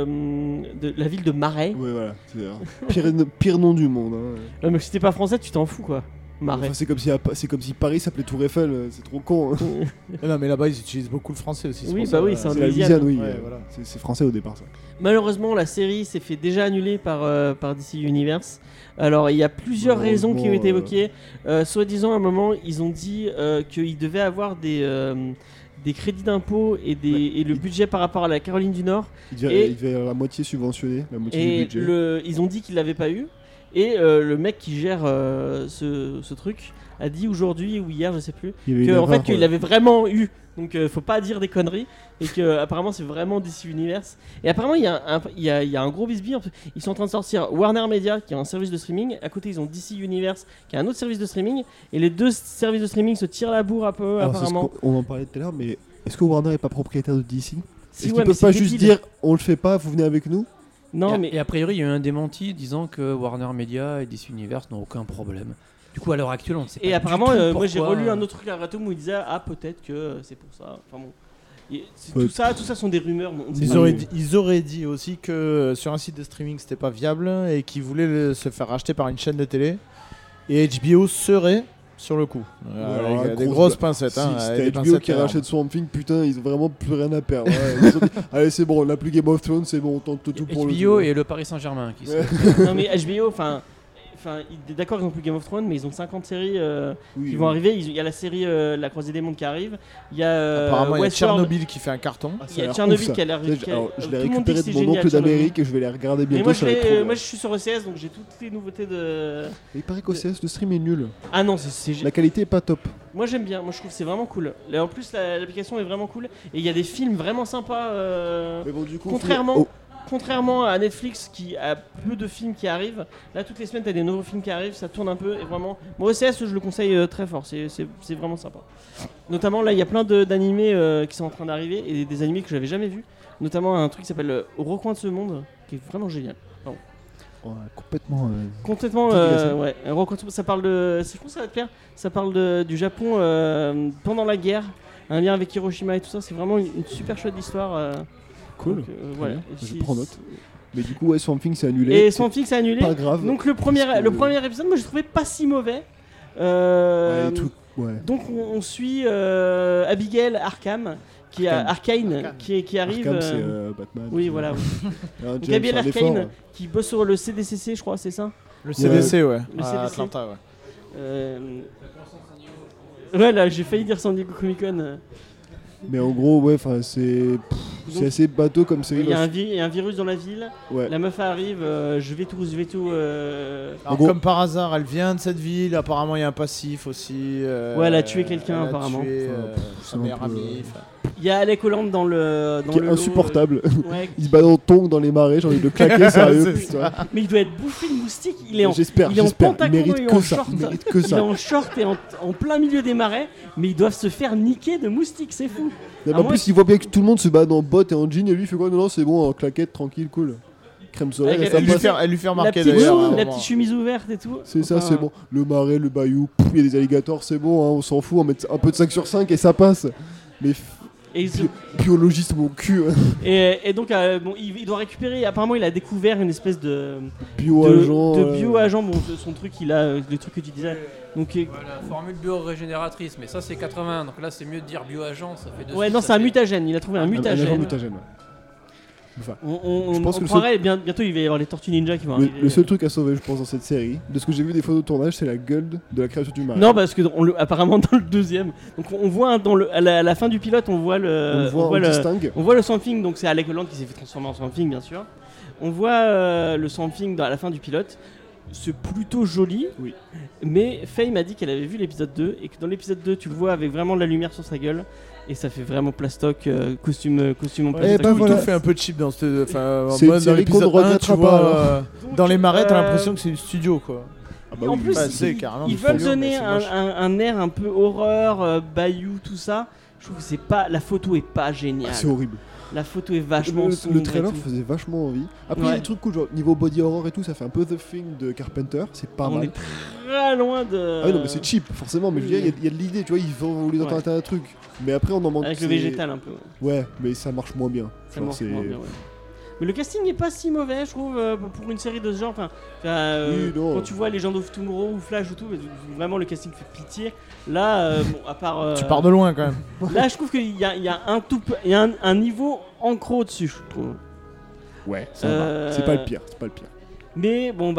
la ville de Marais. Ouais, voilà. C'est pire nom du monde. Hein. Mais si t'es pas français, tu t'en fous quoi. Marais. Enfin, c'est comme si Paris s'appelait Tour Eiffel, c'est trop con. Hein. Non, mais là-bas, ils utilisent beaucoup le français aussi. Oui, pour bah ça, oui, c'est en C'est la Louisiane. Louisiane, oui. Ouais, voilà. C'est français au départ, ça. Malheureusement, la série s'est fait déjà annuler par DC Universe. Alors, il y a plusieurs raisons qui ont été évoquées. Soi-disant, à un moment, ils ont dit qu'ils devaient avoir des crédits d'impôt et le budget par rapport à la Caroline du Nord. Il devait avoir la moitié subventionné, la moitié Et du budget. ils ont dit qu'ils l'avaient pas eu. Et le mec qui gère ce truc a dit aujourd'hui ou hier, je sais plus, Il y avait une que en fait erreur, qu'il ouais. l'avait vraiment eu. Donc faut pas dire des conneries et que apparemment c'est vraiment DC Universe. Et apparemment il y a un gros bisbille. Ils sont en train de sortir Warner Media qui est un service de streaming. À côté ils ont DC Universe qui est un autre service de streaming. Et les deux services de streaming se tirent la bourre un peu Alors, apparemment. on en parlait tout à l'heure, mais est-ce que Warner est pas propriétaire de DC? Si, Est-ce ouais, qu'ils mais peuvent c'est pas juste débile. dire on le fait pas, vous venez avec nous? Non mais Et a priori, il y a eu un démenti disant que Warner Media et DC Universe n'ont aucun problème. Du coup, à l'heure actuelle, on ne sait pas. et apparemment du tout moi j'ai pourquoi, relu un autre truc à Ratum où il disait peut-être que c'est pour ça. Enfin bon. Tout ça sont des rumeurs. On sait pas. Ils auraient dit aussi que sur un site de streaming c'était pas viable et qu'ils voulaient se faire racheter par une chaîne de télé. Et HBO serait sur le coup. alors, Avec des grosse grosses pincettes. Si hein, c'était avec des HBO pincettes qui énormes. rachète Swamp Thing, putain, ils ont vraiment plus rien à perdre. Ouais. Ils ont dit, allez, c'est bon, on n'a plus Game of Thrones, c'est bon, on tente tout pour le HBO tout. et le Paris Saint-Germain qui Ouais. Non mais HBO, enfin, d'accord, ils ont plus Game of Thrones, mais ils ont 50 séries Oui, qui oui. vont arriver. Il y a la série La Croisée des Mondes qui arrive. Il y a Apparemment, il y a Westworld. Tchernobyl qui fait un carton. Ah, ça Il y a a l'air Tchernobyl ouf, ça. qui a l'air. Alors, je tout l'ai le monde dit récupéré que de c'est mon génial, oncle Tchernobyl. d'Amérique et je vais les regarder Mais bientôt. moi, ça va être trop bien. moi je suis sur OCS donc j'ai toutes les nouveautés de. Il paraît qu'OCS, le stream est nul. Ah non, c'est La qualité est pas top. moi j'aime bien. Moi je trouve que c'est vraiment cool. En plus l'application est vraiment cool et il y a des films vraiment sympas. Mais bon, du coup, Contrairement à Netflix qui a peu de films qui arrivent, là toutes les semaines t'as des nouveaux films qui arrivent, ça tourne un peu et vraiment. Moi OCS je le conseille très fort, c'est vraiment sympa. Notamment là il y a plein d'animés qui sont en train d'arriver et des animés que j'avais jamais vus. Notamment un truc qui s'appelle Au recoin de ce monde qui est vraiment génial. Ouais, complètement. Complètement, Digressé. ouais. Un recoin de ce monde, ça parle de. Je pense que ça va te plaire. Ça parle du Japon pendant la guerre, un lien avec Hiroshima et tout ça. C'est vraiment une super chouette histoire. Cool. Donc, voilà. Je prends note. Mais du coup, ouais, Swamp Thing c'est annulé. Et Swamp Thing c'est annulé. Pas grave. Donc le premier épisode, moi j'ai trouvé pas si mauvais. Donc on suit Abigail Arkham, qui a Arcane, qui arrive. Arkham, c'est Batman. Oui, voilà. Alors, Donc James, Abigail un effort. Arcane, qui bosse sur le CDCC, je crois, c'est ça. Le CDC, ouais. Le À CDC. Atlanta, ouais. Ouais, là j'ai failli dire San Diego Comic Con. Mais en gros, ouais, enfin, c'est assez bateau comme série. Il y a un virus dans la ville. Ouais. La meuf arrive, je vais tout. Alors, gros- comme par hasard, elle vient de cette ville. Apparemment, il y a un passif aussi. Ouais, elle a tué quelqu'un, elle a apparemment. tué, Enfin, c'est sa un meilleure peu, amie. Il y a Alec Holland dans le. Qui est insupportable. Ouais. Il se bat en tongs dans les marais, j'ai envie de le claquer, sérieux. C'est putain. Mais il doit être bouffé de moustiques. Il est en. J'espère, il est en j'espère. Il pentacono mérite et que en ça. short. Il mérite que Il est ça. en short et en plein milieu des marais, mais ils doivent se faire niquer de moustiques, c'est fou. Mais Ah, en moi, plus, il voit bien que tout le monde se bat en bottes et en jean et lui il fait quoi? Non, c'est bon, en claquette, tranquille, cool. Crème solaire, Avec et ça la passe. Elle lui fait La remarquer petite, d'ailleurs. à un la moment. petite chemise ouverte et tout. C'est ça, Enfin, c'est bon. Le marais, le bayou, il y a des alligators, c'est bon, hein, on s'en fout, on met un peu de 5 sur 5 et ça passe. Mais Et, ils se- biologiste, mon cul. et donc, bon, il doit récupérer. Apparemment, il a découvert une espèce de Bio-agent. de bio-agent. Bon, son truc, il a le truc que tu disais. Donc, Voilà, formule bio-régénératrice, mais ça c'est 80, donc là c'est mieux de dire bio-agent, ça fait 2. ouais, non, c'est un mutagène. Il a trouvé un agent mutagène. mutagène. Ouais. Enfin, On Je pense que le croirait bientôt il va y avoir les Tortues Ninja qui vont arriver. le seul truc à sauver, je pense, dans cette série, de ce que j'ai vu des photos de tournage, c'est la gueule de la créature du marais. Non, parce que apparemment dans le deuxième, donc on voit à la fin du pilote, on voit on le voit, on le distingue. on voit le Swamp Thing, donc c'est Alec Holland qui s'est fait transformer en Swamp Thing, bien sûr. On voit le Swamp Thing à la fin du pilote. C'est plutôt joli, Oui. mais Faye m'a dit qu'elle avait vu l'épisode 2 et que dans l'épisode 2 tu le vois avec vraiment de la lumière sur sa gueule et ça fait vraiment plastoc, costume en Ouais, plastoc. ben tout, voilà. tout fait un peu cheap dans ce. Enfin, en C'est une mode dans série qu'on ne l'épisode 1, regrettera tu pas, vois, alors. dans les marais, t'as euh, l'impression que c'est du studio, quoi. Ah bah en oui, plus, bah, c'est carrément ils du veulent studio, donner mais c'est moche. un air un peu horreur, bayou, tout ça. Je trouve que c'est pas, la photo est pas géniale. c'est horrible. La photo est vachement sombre Le et trailer tout. faisait vachement envie. Après, il y a Ouais. des trucs cool, genre niveau body horror et tout, ça fait un peu The Thing de Carpenter, c'est pas On mal. est très loin de. Ah oui, non, mais c'est cheap, forcément, mais je veux dire, il y a de l'idée, tu vois, ils vont voulu Ouais. tenter un truc. Mais après, on en manque. Avec le c'est- végétal un peu. Ouais, mais ça marche moins bien. Ça Genre, marche c'est- moins bien, ouais. Mais le casting n'est pas si mauvais, je trouve, pour une série de ce genre. Enfin, Oui, non. quand tu vois Legend of Tomorrow ou Flash ou tout, vraiment le casting fait pitié. Là, bon, à part. Tu pars de loin quand même. Là, je trouve qu'il y a un niveau en croc au-dessus, je trouve. Ouais, ça va. C'est pas le pire, c'est pas le pire. Mais bon,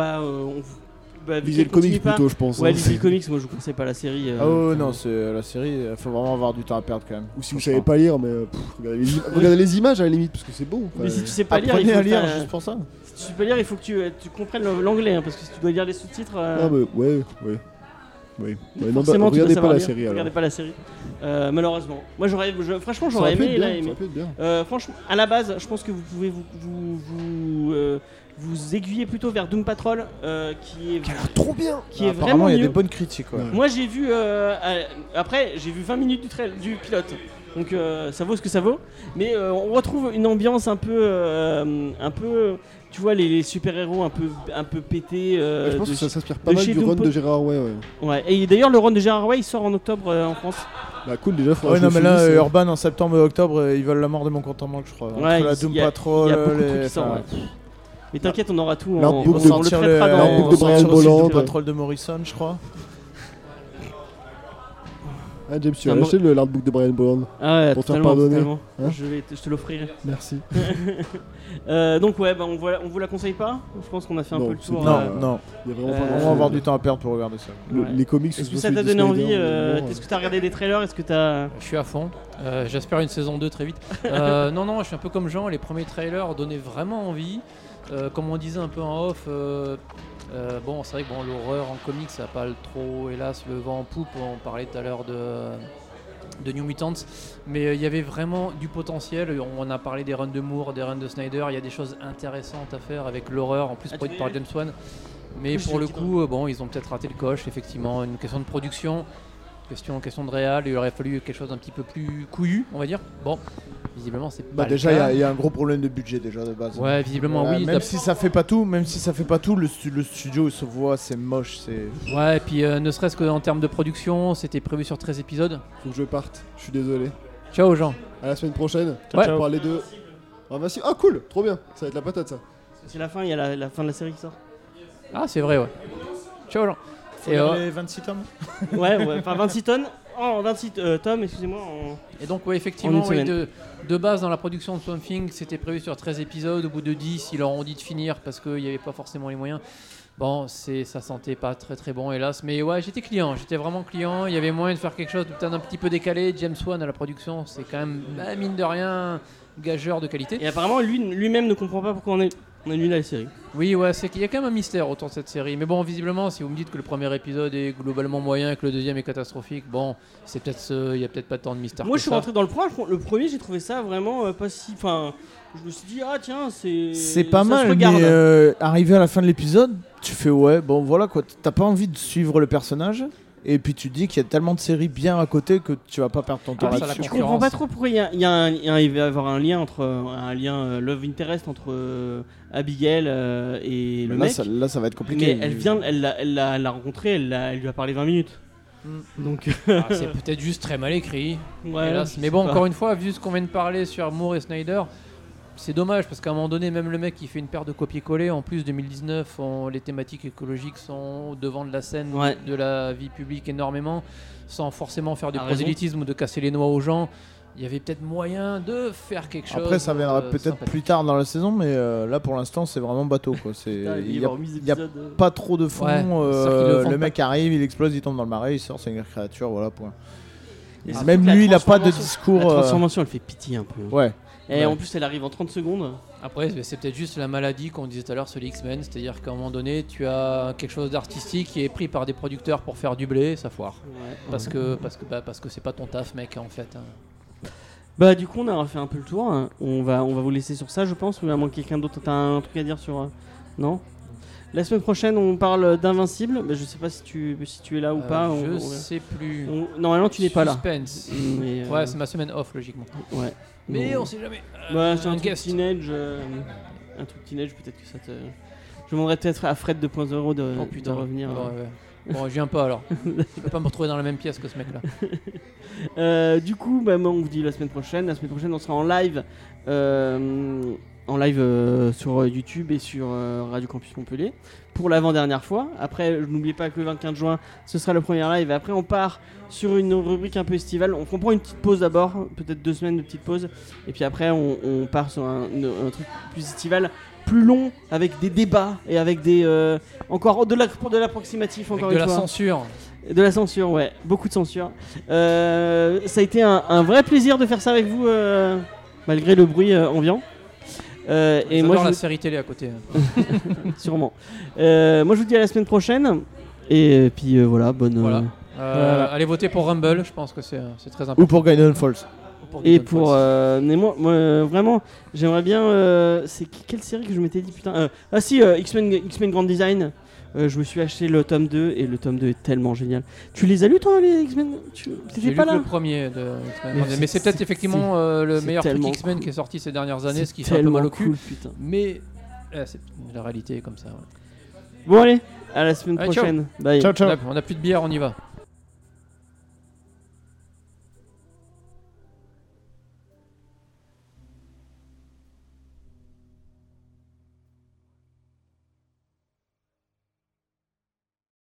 vu Lisez qu'elle le comics continue pas- plutôt, je pense. Ouais, hein. lisez le comics, moi je vous conseille pas la série. Ah ouais, non, c'est la série, il faut vraiment avoir du temps à perdre quand même. Ou si vous savez pas lire, mais regardez les images à la limite, parce que c'est beau. Mais Enfin, si tu sais pas lire, il Apprenez faut à lire faire- juste pour ça. si tu sais pas lire, il faut que tu comprennes l'anglais, hein, parce que si tu dois lire les sous-titres. Ah, mais ouais. Ouais, non, bah, forcément, tu dois regardez pas savoir la lire. série alors. Regardez pas la série. Malheureusement. Moi, franchement, Ça aurait j'aurais pu aimé. être Là, bien, ça aimer. aurait pu être bien. Franchement, à la base, je pense que vous pouvez vous aiguiller plutôt vers Doom Patrol, qui est Trop bien. qui est Apparemment, vraiment il y a mieux. des bonnes critiques. Ouais. Ouais. Moi, j'ai vu après, j'ai vu 20 minutes du pilote. Donc ça vaut ce que ça vaut. Mais on retrouve une ambiance un peu, tu vois, les super-héros un peu pétés. Je pense de que ça s'inspire pas de mal chez du run Doom de Gérard Way. Ouais. Ouais. Et d'ailleurs, le run de Gérard Way, il sort en octobre en France. Bah cool, déjà, faudra Ouais, que non, je mais le là, finisse, Urban en septembre et octobre, ils veulent la mort de mon compte en banque, je crois. Entre Ouais, la il Doom y a- Patrol, il y a beaucoup de trucs les- qui sortent, enfin, ouais. Mais t'inquiète, on aura tout. L'artbook on de- le sortir traitera le- dans. l'artbook de on Brian sortir aussi le Bolland. Doom Patrol de Morrison, je crois. Ah, James, tu C'est as un acheté l'artbook de Brian Bolland. Ah ouais, Pour te faire totalement, pardonner. totalement. Hein Je te l'offrirai. Merci. Donc ouais, on vous la conseille pas. Je pense qu'on a fait un Non, peu le c'est tour. pas- Non, non. Il y a vraiment Euh, pas On grand-chose. va avoir du temps à perdre pour regarder ça. Le- Ouais. Les comics. Est-ce que sont ça t'a celui de donné envie Snyder, mais Est-ce que t'as regardé des trailers? Est-ce que t'as. Je suis à fond. J'espère une saison 2 très vite. Non, je suis un peu comme Jean. Les premiers trailers donnaient vraiment envie. Comme on disait un peu en off, bon, c'est vrai que l'horreur en comics, ça n'a pas trop, hélas, le vent en poupe. On parlait tout à l'heure de New Mutants, mais il y avait vraiment du potentiel. On a parlé des runs de Moore, des runs de Snyder. Il y a des choses intéressantes à faire avec l'horreur, en plus Ah, produite tu par veux- James Wan. Mais Oui, pour le je- coup, ils ont peut-être raté le coche, effectivement. Une question de production, question de réal. Il aurait fallu quelque chose d'un petit peu plus couillu, on va dire. Bon, visiblement, c'est pas Bah, le déjà, cas. il y a un gros problème de budget déjà de base. Ouais, visiblement, Voilà, oui. Même si ça fait pas tout, le studio il se voit, c'est moche, c'est. Ouais, et puis ne serait-ce qu'en termes de production, c'était prévu sur 13 épisodes. Faut que je parte. Je suis désolé. Ciao, Jean. À la semaine prochaine. Ouais. On va parler de. Ah, bah, si. Ah, cool. Trop bien. Ça va être la patate, ça. C'est la fin, il y a la fin de la série qui sort. Ah, c'est vrai, ouais. Ciao, Jean. Faut Et, lire les 26 tomes. Ouais, enfin 26 tonnes. Oh, 26 tomes, excusez-moi. Et donc, ouais, En effectivement, une semaine. de base, dans la production de Swamp Thing, c'était prévu sur 13 épisodes. Au bout de 10, ils leur ont dit de finir parce qu'il n'y avait pas forcément les moyens. Bon, ça sentait pas très très bon, hélas. Mais ouais, j'étais vraiment client. Il y avait moyen de faire quelque chose de peut-être un petit peu décalé. James Wan à la production, c'est quand même, mine de rien, gageur de qualité. Et apparemment, lui-même ne comprend pas pourquoi on est On a nul à la série. Oui, ouais, c'est qu'il y a quand même un mystère autour de cette série. Mais bon, visiblement, si vous me dites que le premier épisode est globalement moyen et que le deuxième est catastrophique, bon, c'est peut-être, il y a peut-être pas tant de mystère. Moi, que je suis ça. rentré dans le premier. Le premier, j'ai trouvé ça vraiment pas si. Enfin, je me suis dit, ah tiens, C'est pas ça se mal, regarde. mais arrivé à la fin de l'épisode, tu fais ouais, bon voilà quoi, t'as pas envie de suivre le personnage. Et puis tu te dis qu'il y a tellement de séries bien à côté que tu vas pas perdre ton temps Ah, ça, là-dessus. la Je comprends concurrence. pas trop pourquoi il va y avoir un lien entre love interest entre Abigail et le Là, mec. là, ça va être compliqué. Mais elle l'a rencontré, elle lui a parlé 20 minutes. Donc Ah, c'est peut-être juste très mal écrit. ouais, Hélas. je Mais sais bon, pas. encore une fois, vu ce qu'on vient de parler sur Moore et Snyder, c'est dommage parce qu'à un moment donné, même le mec qui fait une paire de copier-coller, en plus 2019, les thématiques écologiques sont au devant de la scène Ouais. de la vie publique énormément, sans forcément faire du A raison. prosélytisme ou de casser les noix aux gens. Il y avait peut-être moyen de faire quelque chose. Après, ça viendra peut-être sympathique. plus tard dans la saison, mais là pour l'instant, c'est vraiment bateau quoi. C'est Putain, il y y a avoir mis des il y a épisodes, pas trop de fond. Ouais, c'est sûr qu'ils le font le pas. mec arrive, il explose, il tombe dans le marais, il sort, c'est une créature, voilà point. Et Même surtout, lui, il la a pas de transformation- discours. La transformation, elle fait pitié un peu. Ouais. Et Ouais. en plus, elle arrive en 30 secondes. Après, c'est peut-être juste la maladie qu'on disait tout à l'heure sur les X-Men, c'est-à-dire qu'à un moment donné, tu as quelque chose d'artistique qui est pris par des producteurs pour faire du blé, ça foire. Ouais. Parce que c'est pas ton taf, mec, en fait. Hein. Bah du coup, on a refait un peu le tour. Hein. On va vous laisser sur ça, je pense. Ou à moins que quelqu'un d'autre t'as un truc à dire sur. Non. La semaine prochaine, on parle d'Invincible. Bah, je sais pas si tu es là ou pas. Je sais plus. Normalement, tu n'es pas là. Suspense. Mais, Ouais, c'est ma semaine off, logiquement. Ouais. Mais Non. on sait jamais. Bah, c'est un truc guest. teenage. Un truc teenage, peut-être que ça te. Je demanderais peut-être à Fred 2.0 de, Oh de putain. revenir. Ouais. Bon, je viens pas alors. Je peux pas me retrouver dans la même pièce que ce mec-là. Du coup, bah, moi, on vous dit la semaine prochaine. La semaine prochaine, on sera en live. Sur YouTube et sur Radio Campus Montpellier pour l'avant-dernière fois. Après, n'oubliez pas que le 25 juin, ce sera le premier live. Et après, on part sur une rubrique un peu estivale. On prend une petite pause d'abord, peut-être 2 semaines de petite pause. Et puis après, on part sur un truc plus estival, plus long, avec des débats et avec des encore de l'approximatif, Avec encore de une la fois. censure. De la censure, ouais, beaucoup de censure. Ça a été un vrai plaisir de faire ça avec vous, malgré le bruit ambiant. Et moi, la série télé à côté. sûrement. Moi, je vous dis à la semaine prochaine. Et puis voilà, bonne. Voilà. Voilà. Allez voter pour Rumble, je pense que c'est très Ou important. pour Guidon Falls. Et Gideon pour. Falls. Mais moi, vraiment, j'aimerais bien. C'est quelle série que je m'étais dit, putain. Ah si, X-Men Grand Design. Je me suis acheté le tome 2 et le tome 2 est tellement génial. Tu les as lus toi les X-Men? J'ai T'étais lu pas que là? le premier de X-Men. Mais Mais c'est peut-être effectivement le c'est meilleur truc tellement X-Men cool. qui est sorti ces dernières années, C'est ce qui fait un peu mal au cul. cool, putain. Mais la réalité est comme ça. Ouais. Bon allez, à la semaine Allez, ciao. prochaine. Bye. Ciao ciao. On a plus de bière, on y va.